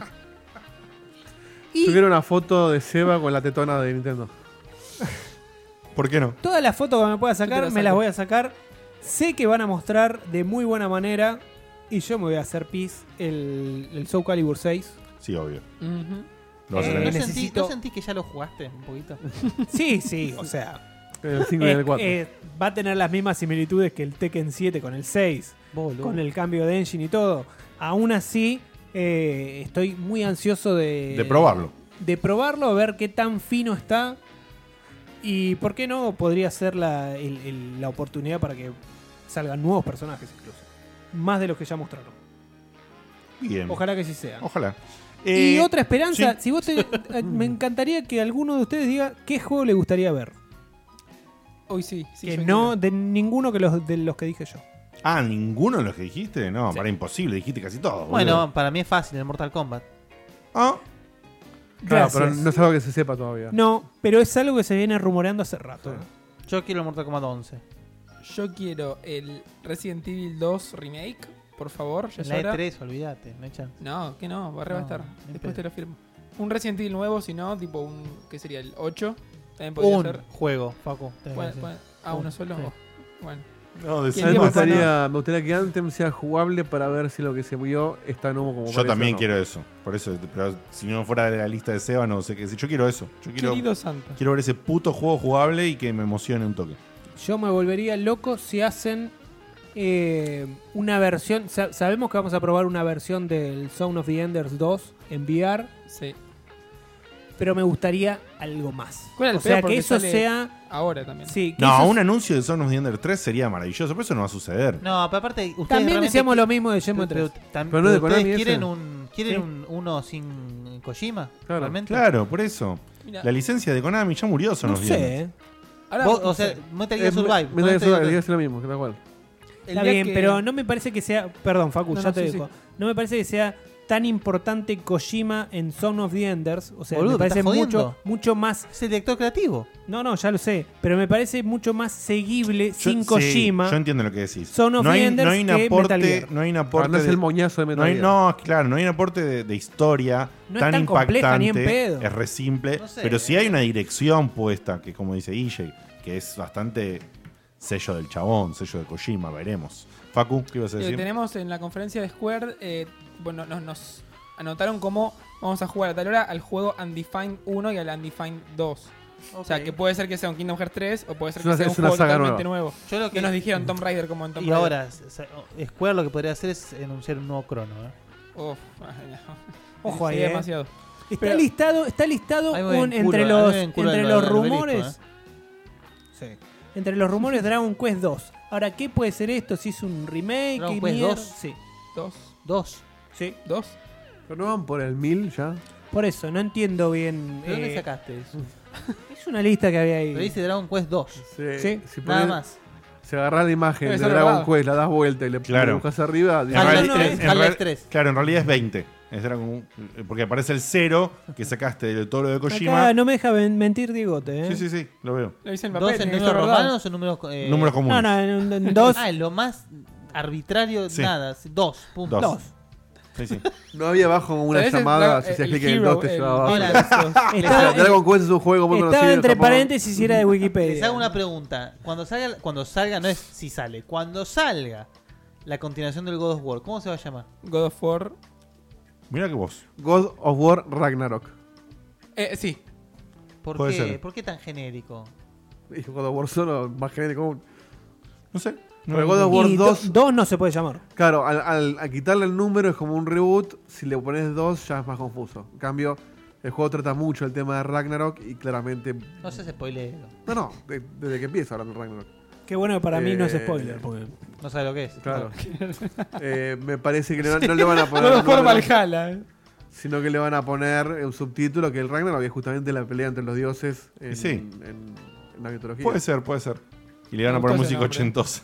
Yo quiero una foto de Seba con la tetona de Nintendo. ¿Por qué no? Todas las fotos que me pueda Yo te sacar, las me las saco. voy a sacar. Sé que van a mostrar de muy buena manera. Y yo me voy a hacer pis el Soul Calibur 6. Sí, obvio. Ujú. Lo vas a tener. necesito- ¿No sentís que ya lo jugaste un poquito? Sí, o sea. El 5 y el 4. Va a tener las mismas similitudes que el Tekken 7 con el 6. Con el cambio de engine y todo. Aún así, estoy muy ansioso De probarlo. De probarlo, a ver qué tan fino está. Y por qué no podría ser la oportunidad para que salgan nuevos personajes incluso. Más de los que ya mostraron. Bien. Ojalá que sí sea. Ojalá. Y otra esperanza, sí. si vos me encantaría que alguno de ustedes diga qué juego le gustaría ver. Hoy sí. Que yo no quiero. de ninguno de los que dije yo. Ah, ¿ninguno de los que dijiste? No, Sí. para imposible, dijiste casi todo. Bueno, para mí es fácil el Mortal Kombat. Ah, Claro, Gracias. pero no es algo que se sepa todavía. No, pero es algo que se viene rumoreando hace rato. Yo quiero el Mortal Kombat 11. Yo quiero el Resident Evil 2 Remake, por favor. Ya es La hora. E3, olvídate, no hay chance. No, que no, va a No, estar. ni Después pedo. te lo firmo. Un Resident Evil nuevo, si no, tipo un. ¿Qué sería? El 8. También podría Un ser. juego, Facu. tenés que Bueno, decir. bueno, uno solo. Sí. Bueno. no, de ¿Quién A mí iba me a pasar? gustaría que Anthem sea jugable para ver si lo que se vio está en humo como Yo parece también o no. quiero eso. Por eso, pero si no fuera de la lista de Seba, no sé qué decir. Yo quiero eso. Yo Querido quiero Santa. ver ese puto juego jugable y que me emocione un toque. Yo me volvería loco si hacen una versión. Sabemos que vamos a probar una versión del Zone of the Enders 2 en VR. Sí. pero me gustaría algo más. ¿Cuál es el O sea, peor? que Porque eso sale sea... ahora también. Sí, que No, eso un anuncio de Son of the Ender 3 sería maravilloso, pero eso no va a suceder. No, pero aparte, ustedes También realmente decíamos lo mismo de Shenmue 3. Pero no de ¿ustedes Konami quieren ese. uno sin Kojima? Claro. ¿Realmente? Claro, por eso. Mira. La licencia de Konami ya murió, Son No of the Ender. sé, ¿eh? Ahora, Vos, o sea, Metal Gear Survive. Metal Gear ¿no? Survive, digas lo mismo, que tal cual. Está bien, pero no me parece que sea... Perdón, Facu, No, ya no, te sí, dejo. sí. No me parece que sea tan importante Kojima en Son of the Enders. O sea, Boludo, me parece ¿me estás jodiendo? mucho más... Es el director creativo. No, ya lo sé. Pero me parece mucho más seguible sin Sí, Kojima. yo entiendo lo que decís. Son of no the hay, Enders no hay un que Metal aporte, Gear. no hay un Ah, aporte no es de- el moñazo de no Metal hay, Gear. no, claro, no hay un aporte de historia No es tan tan compleja, ni en impactante. pedo. Es re simple. No sé. Pero sí hay una dirección puesta, que como dice EJ, que es bastante sello del chabón, sello de Kojima, veremos. Facu, ¿qué ibas a decir? tenemos en la conferencia de Square, bueno, nos anotaron cómo vamos a jugar a tal hora al juego Undefined 1 y al Undefined 2. O sea, que puede ser que sea un Kingdom Hearts 3 o puede ser que Es sea un una juego saga totalmente nuevo. Yo lo Que nos dijeron Tomb Raider como en Tomb Y Raider. ahora, Square lo que podría hacer es anunciar un nuevo Chrono. Uf, Ojo ahí, sí, ¿eh? demasiado. Está Pero- listado Ahí me ven entre culo, los, ahí me ven culo entre del los obelisco, rumores. Sí. Entre los rumores Dragon Quest 2. Ahora, ¿qué puede ser esto? Si es un remake, Dragon ¿qué Quest mierda? 2. Sí. Dos. Sí. ¿Dos? Pero no van por el 1000 ya. Por eso, no entiendo bien. ¿De dónde sacaste eso? Es una lista que había ahí. Pero dice Dragon Quest 2. Sí, Si Nada pones- más. Si agarrás la imagen Debe de ser Dragon verdad. Quest, la das vuelta y le Claro. buscas arriba. En Half-Life reali- 3, en Half-Life real- 3. Claro, en realidad es 20. Porque aparece el 0 que sacaste de todo lo de Kojima. Acá no me deja mentir Diegote, ¿eh? Sí, lo veo. Lo hice en ¿Dos papel, en tiene que números ser verdad. romanos o números Números comunes. No, en dos. Ah, en lo más arbitrario, Sí. nada. Dos. Punto. Dos. Sí. No había abajo una Pero ese es llamada, Dra- si se el clic en el Hero, 2 te el- llevaba abajo. Ahora, Estaba, Dragon Quest es un juego muy conocido. estaba entre en Japón. paréntesis y era de les Wikipedia. hago una pregunta. Cuando salga, no es si sale. Cuando salga la continuación del God of War, ¿cómo se va a llamar? God of War. Mira que vos. God of War Ragnarok. Sí. Puede ser. ¿Por qué tan genérico? Y God of War solo, más genérico aún. No sé. Pero God of War Y 2, dos no se puede llamar. claro, al quitarle el número es como un reboot. Si le pones 2 ya es más confuso. En cambio, el juego trata mucho el tema de Ragnarok y claramente... No seas spoiler. No, desde que empieza hablando de Ragnarok. Qué bueno que para mí no es Eh, spoiler. Porque... No sabe lo que es. Claro. Me parece que no le van a poner... God of War número, Valhalla. sino que le van a poner un subtítulo que el Ragnarok es justamente la pelea entre los dioses en, Sí. en la mitología. Puede ser. Y le van a Me poner gustó ese música nombre. ochentosa.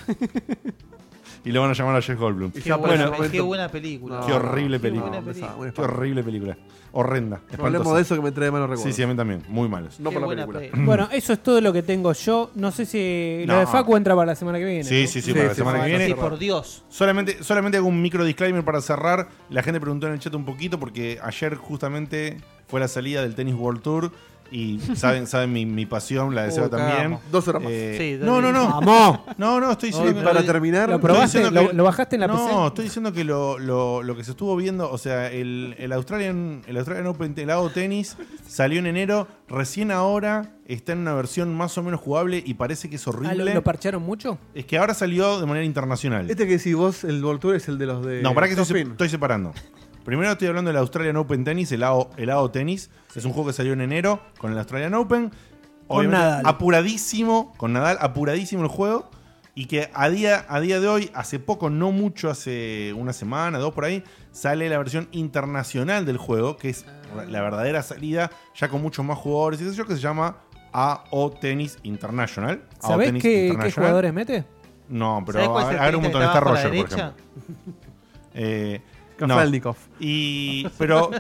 Y le van a llamar a Jeff Goldblum. Y Qué ya buena, por ese momento- qué buena película. Qué horrible Qué película. buena película. muy Qué horrible película. Horrenda. No hablemos espantosa. de eso que me trae malos recuerdos. Sí, a mí también. Muy malos. No Qué por la buena película. película. Bueno, eso es todo lo que tengo yo. No sé si No. lo de Facu entra para la semana que viene. Sí, ¿no? sí, para la semana que viene. Sí, por Dios. Solamente hago un micro disclaimer para cerrar. La gente preguntó en el chat un poquito porque ayer justamente fue la salida del Tennis World Tour y saben mi pasión, la deseo también. cagamos. 2 horas más. Sí, No, ¡Vamos! No, estoy diciendo que Para terminar, ¿Lo estoy probaste? diciendo que- ¿Lo bajaste en la PC? No, estoy diciendo que lo que se estuvo viendo, o sea, el Australian Open, el AO Tennis salió en enero, recién ahora está en una versión más o menos jugable y parece que es Ah, horrible. ¿Lo parcharon mucho? Es que ahora salió de manera internacional. este que si vos, el World Tour es el de los de... No, para que Topin. estoy separando. Primero estoy hablando del Australian Open Tennis, el AO Tennis. Es un juego que salió en enero con el Australian Open. Obviamente, Nadal. apuradísimo, con Nadal, apuradísimo el juego. Y que a día de hoy, hace poco, no mucho, hace una semana, 2 por ahí, sale la versión internacional del juego, que es la verdadera salida, ya con muchos más jugadores y qué sé yo, que se llama AO Tennis International. AO ¿Sabés Tennis qué International. jugadores mete? No, pero ¿Sabés cuál es el agarra un tenista montón. que Está está abajo a la Roger, por derecha? ejemplo. No. Kafelnikov. Pero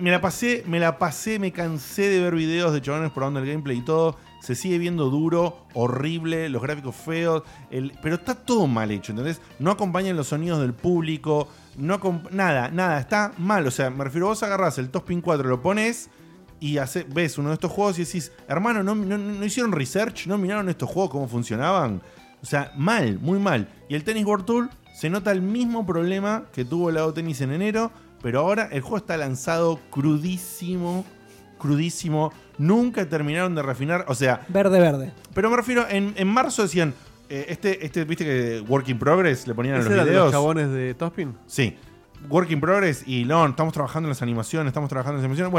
me cansé de ver videos de chabones probando el gameplay y todo. Se sigue viendo duro, horrible, los gráficos feos, pero está todo mal hecho, ¿entendés? No acompañan los sonidos del público, nada, está mal. O sea, me refiero, vos agarrás el Top Spin 4, lo pones y ves uno de estos juegos y decís, hermano, ¿no hicieron research? ¿No miraron estos juegos cómo funcionaban? O sea, mal, muy mal. Y el Tennis World Tour se nota el mismo problema que tuvo el AO Tennis en enero, pero ahora el juego está lanzado crudísimo. Nunca terminaron de refinar, o sea... Verde. Pero me refiero, en marzo decían, viste que Work in Progress le ponían en ¿Ese los era de videos. los chabones de Tospin? Sí. Work in Progress y no, estamos trabajando en las animaciones, Bueno,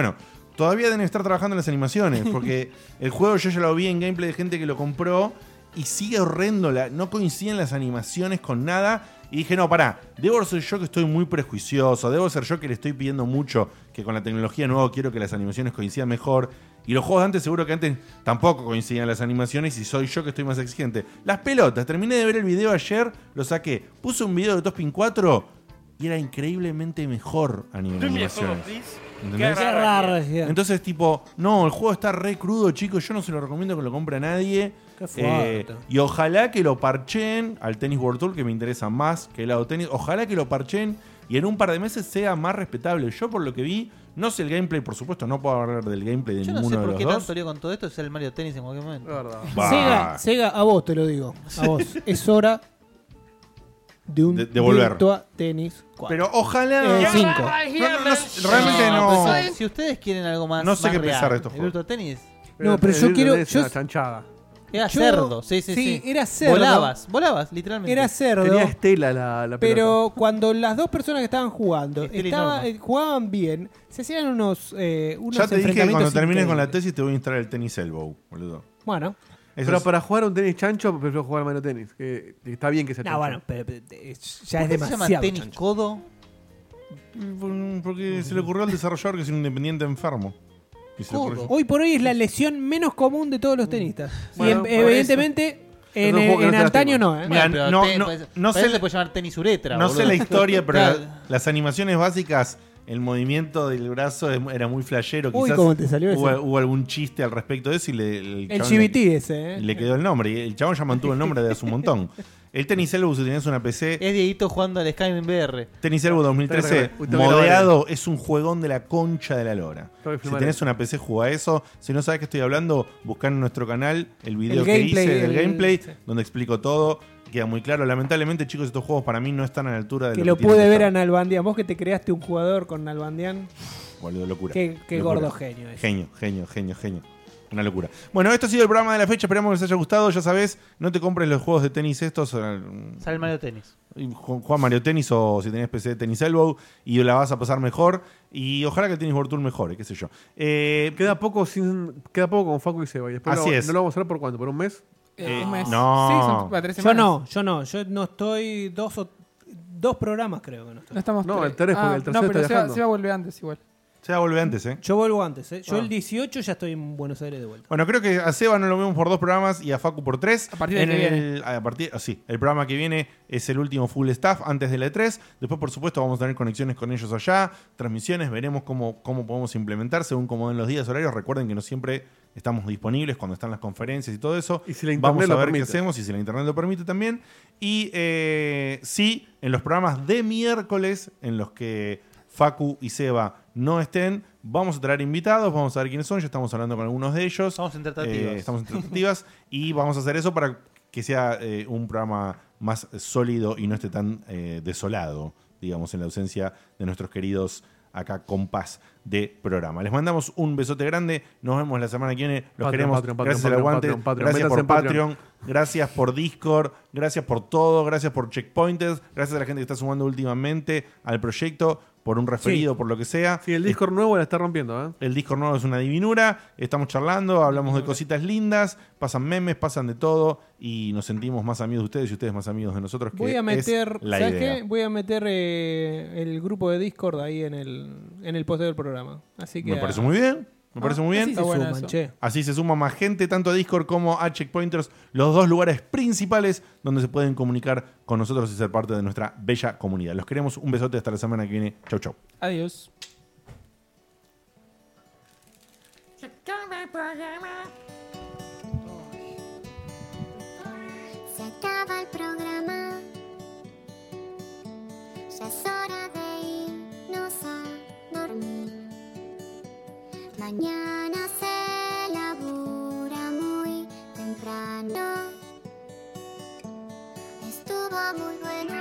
todavía deben estar trabajando en las animaciones, porque el juego yo ya lo vi en gameplay de gente que lo compró y sigue horrendo, no coinciden las animaciones con nada. Y dije, no, pará, debo ser yo que estoy muy prejuicioso, debo ser yo que le estoy pidiendo mucho, que con la tecnología nueva quiero que las animaciones coincidan mejor. Y los juegos de antes seguro que antes tampoco coincidían las animaciones y soy yo que estoy más exigente. Las pelotas, terminé de ver el video ayer, lo saqué, puse un video de Top Spin 4 y era increíblemente mejor a nivel de animaciones. ¿Entendés? Qué raro. Entonces, tipo, no, el juego está re crudo, chicos. Yo no se lo recomiendo que lo compre a nadie. Qué fuerte. Y ojalá que lo parchen al Tennis World Tour, que me interesa más que el lado tenis. Ojalá que lo parchen y en un par de meses sea más respetable. Yo, por lo que vi, no sé el gameplay, por supuesto, no puedo hablar del gameplay de ninguno de los dos. Yo no sé por qué tanto lío con todo esto, es el Mario Tennis en cualquier momento. Sega, a vos te lo digo. A vos. Es hora de un de volver. Virtua Tennis 4. Pero ojalá. 5. Realmente no. Pues, si ustedes quieren algo más. No sé más qué real, pensar de estos el Virtua Tennis. No, pero yo quiero. Una chanchada. Era cerdo, sí. Era cerdo. Volabas, literalmente. Era cerdo. Tenía estela la pelota. Pero cuando las dos personas que estaban jugando Estela jugaban bien, se hacían unos Ya te dije que enfrentamientos cuando termines con la increíbles. tesis te voy a instalar el Tennis Elbow, boludo. Bueno. Pero para jugar un tenis chancho, prefiero jugar Mario Tennis. Que está bien que sea chancho. No, bueno, pero ya ¿Por es qué se llama demasiado. tenis chancho. codo? Porque se le ocurrió al desarrollador que es un independiente enfermo. Y se le ocurrió- Hoy por hoy es la lesión menos común de todos los tenistas. Bueno, y evidentemente Es un juego que en no se antaño lastima. no, ¿eh? Mira, Pero no sé- se puede llamar tenis uretra. No sé boludo. la historia, pero Claro. las animaciones básicas, el movimiento del brazo era muy flashero. Uy, Quizás ¿cómo te salió hubo, ese? hubo algún chiste al respecto de eso y El chabón GBT ese, ¿eh? le quedó el nombre. Y el chabón ya mantuvo el nombre de hace un montón. El Tennis Elbow, si tenés una PC, Es Dieguito jugando al Skyrim VR. Tennis Elbow 2013, Uy, tengo que modeado, es un juegón de la concha de la lora. Tengo que Si filmar tenés eso. una PC, jugá eso. Si no sabes qué estoy hablando, buscá en nuestro canal el video El que gameplay, hice del el- gameplay, sí. donde explico todo. Queda muy claro. Lamentablemente, chicos, estos juegos para mí no están a la altura de Que lo lo que tienen pude que ver a estar. Nalbandian. Vos que te creaste un jugador con Nalbandian. Boludo, locura. Qué Locura. gordo genio ese. Genio. Una locura. Bueno, esto ha sido el programa de la fecha. Esperamos que les haya gustado. Ya sabés, no te compres los juegos de tenis estos. Sale el Mario Tennis. Juega Mario Tennis o si tenés PC de Tennis Elbow y la vas a pasar mejor. Y ojalá que el Tennis World Tour mejore, qué sé yo. Queda poco con Facu y Seba. Y después Así es. no lo vamos a hacer por cuánto, por un mes. Un mes. no. Sí, son para 3 Yo semanas. no. Yo no estoy dos programas creo que no estoy. No estamos No, tres. el 3 porque el tercero No, pero está viajando. se va a volver antes igual. Se va a volver antes, ¿eh? Yo vuelvo antes, ¿eh? Yo Ah. el 18 ya estoy en Buenos Aires de vuelta. Bueno, creo que a Seba no lo vemos por 2 programas y a Facu por 3. A partir del que viene. Sí, el programa que viene es el último full staff antes de la E3. Después, por supuesto, vamos a tener conexiones con ellos allá, transmisiones, veremos cómo podemos implementar según cómo den los días horarios. Recuerden que no siempre estamos disponibles cuando están las conferencias y todo eso. Y si la internet vamos a lo ver permite. qué hacemos y si la internet lo permite también. Y sí, en los programas de miércoles en los que Facu y Seba no estén, vamos a traer invitados, vamos a ver quiénes son, ya estamos hablando con algunos de ellos. Estamos en tratativas. Estamos en tratativas y vamos a hacer eso para que sea un programa más sólido y no esté tan desolado, digamos, en la ausencia de nuestros queridos acá compás de programa. Les mandamos un besote grande, nos vemos la semana que viene, los Patreon, queremos, Patreon, gracias Patreon, al aguante, Patreon, gracias por métanse en Patreon, gracias por Discord, gracias por todo, gracias por Checkpointers, gracias a la gente que está sumando últimamente al proyecto, por un referido, por lo que sea. Sí, el Discord nuevo la está rompiendo, ¿eh? El Discord nuevo es una divinura, estamos charlando, hablamos de cositas lindas, pasan memes, pasan de todo y nos sentimos más amigos de ustedes y ustedes más amigos de nosotros. Voy que a meter, es la ¿sabes idea. qué? Voy a meter el grupo de Discord ahí en el post del programa. Así que Me parece muy bien. Me parece muy bien. Así se Está bueno suman, eso. che. Así se suma más gente, tanto a Discord como a Checkpointers, los dos lugares principales donde se pueden comunicar con nosotros y ser parte de nuestra bella comunidad. Los queremos, un besote, hasta la semana que viene. Chau, chau. Adiós. Se acaba el programa. Se acaba el programa. Ya es hora de irnos a dormir. Mañana se labura muy temprano. Estuvo muy bueno.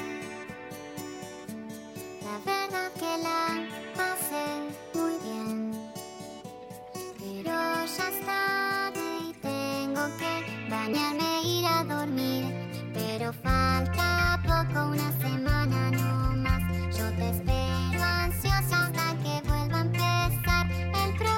La verdad que la pasé muy bien. Pero ya es tarde y tengo que bañarme e ir a dormir. Pero falta poco, una semana no más. Yo te espero ansiosa hasta que vuelva a empezar el programa.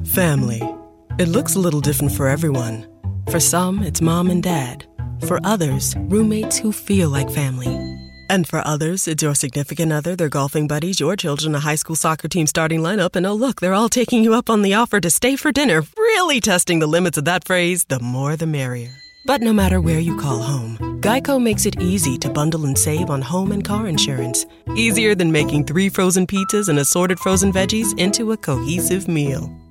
Family. It looks a little different for everyone. For some, it's mom and dad. For others, roommates who feel like family. And for others, it's your significant other, their golfing buddies, your children, a high school soccer team starting lineup, and oh look, they're all taking you up on the offer to stay for dinner, really testing the limits of that phrase, the more the merrier. But no matter where you call home, Geico makes it easy to bundle and save on home and car insurance. Easier than making 3 frozen pizzas and assorted frozen veggies into a cohesive meal.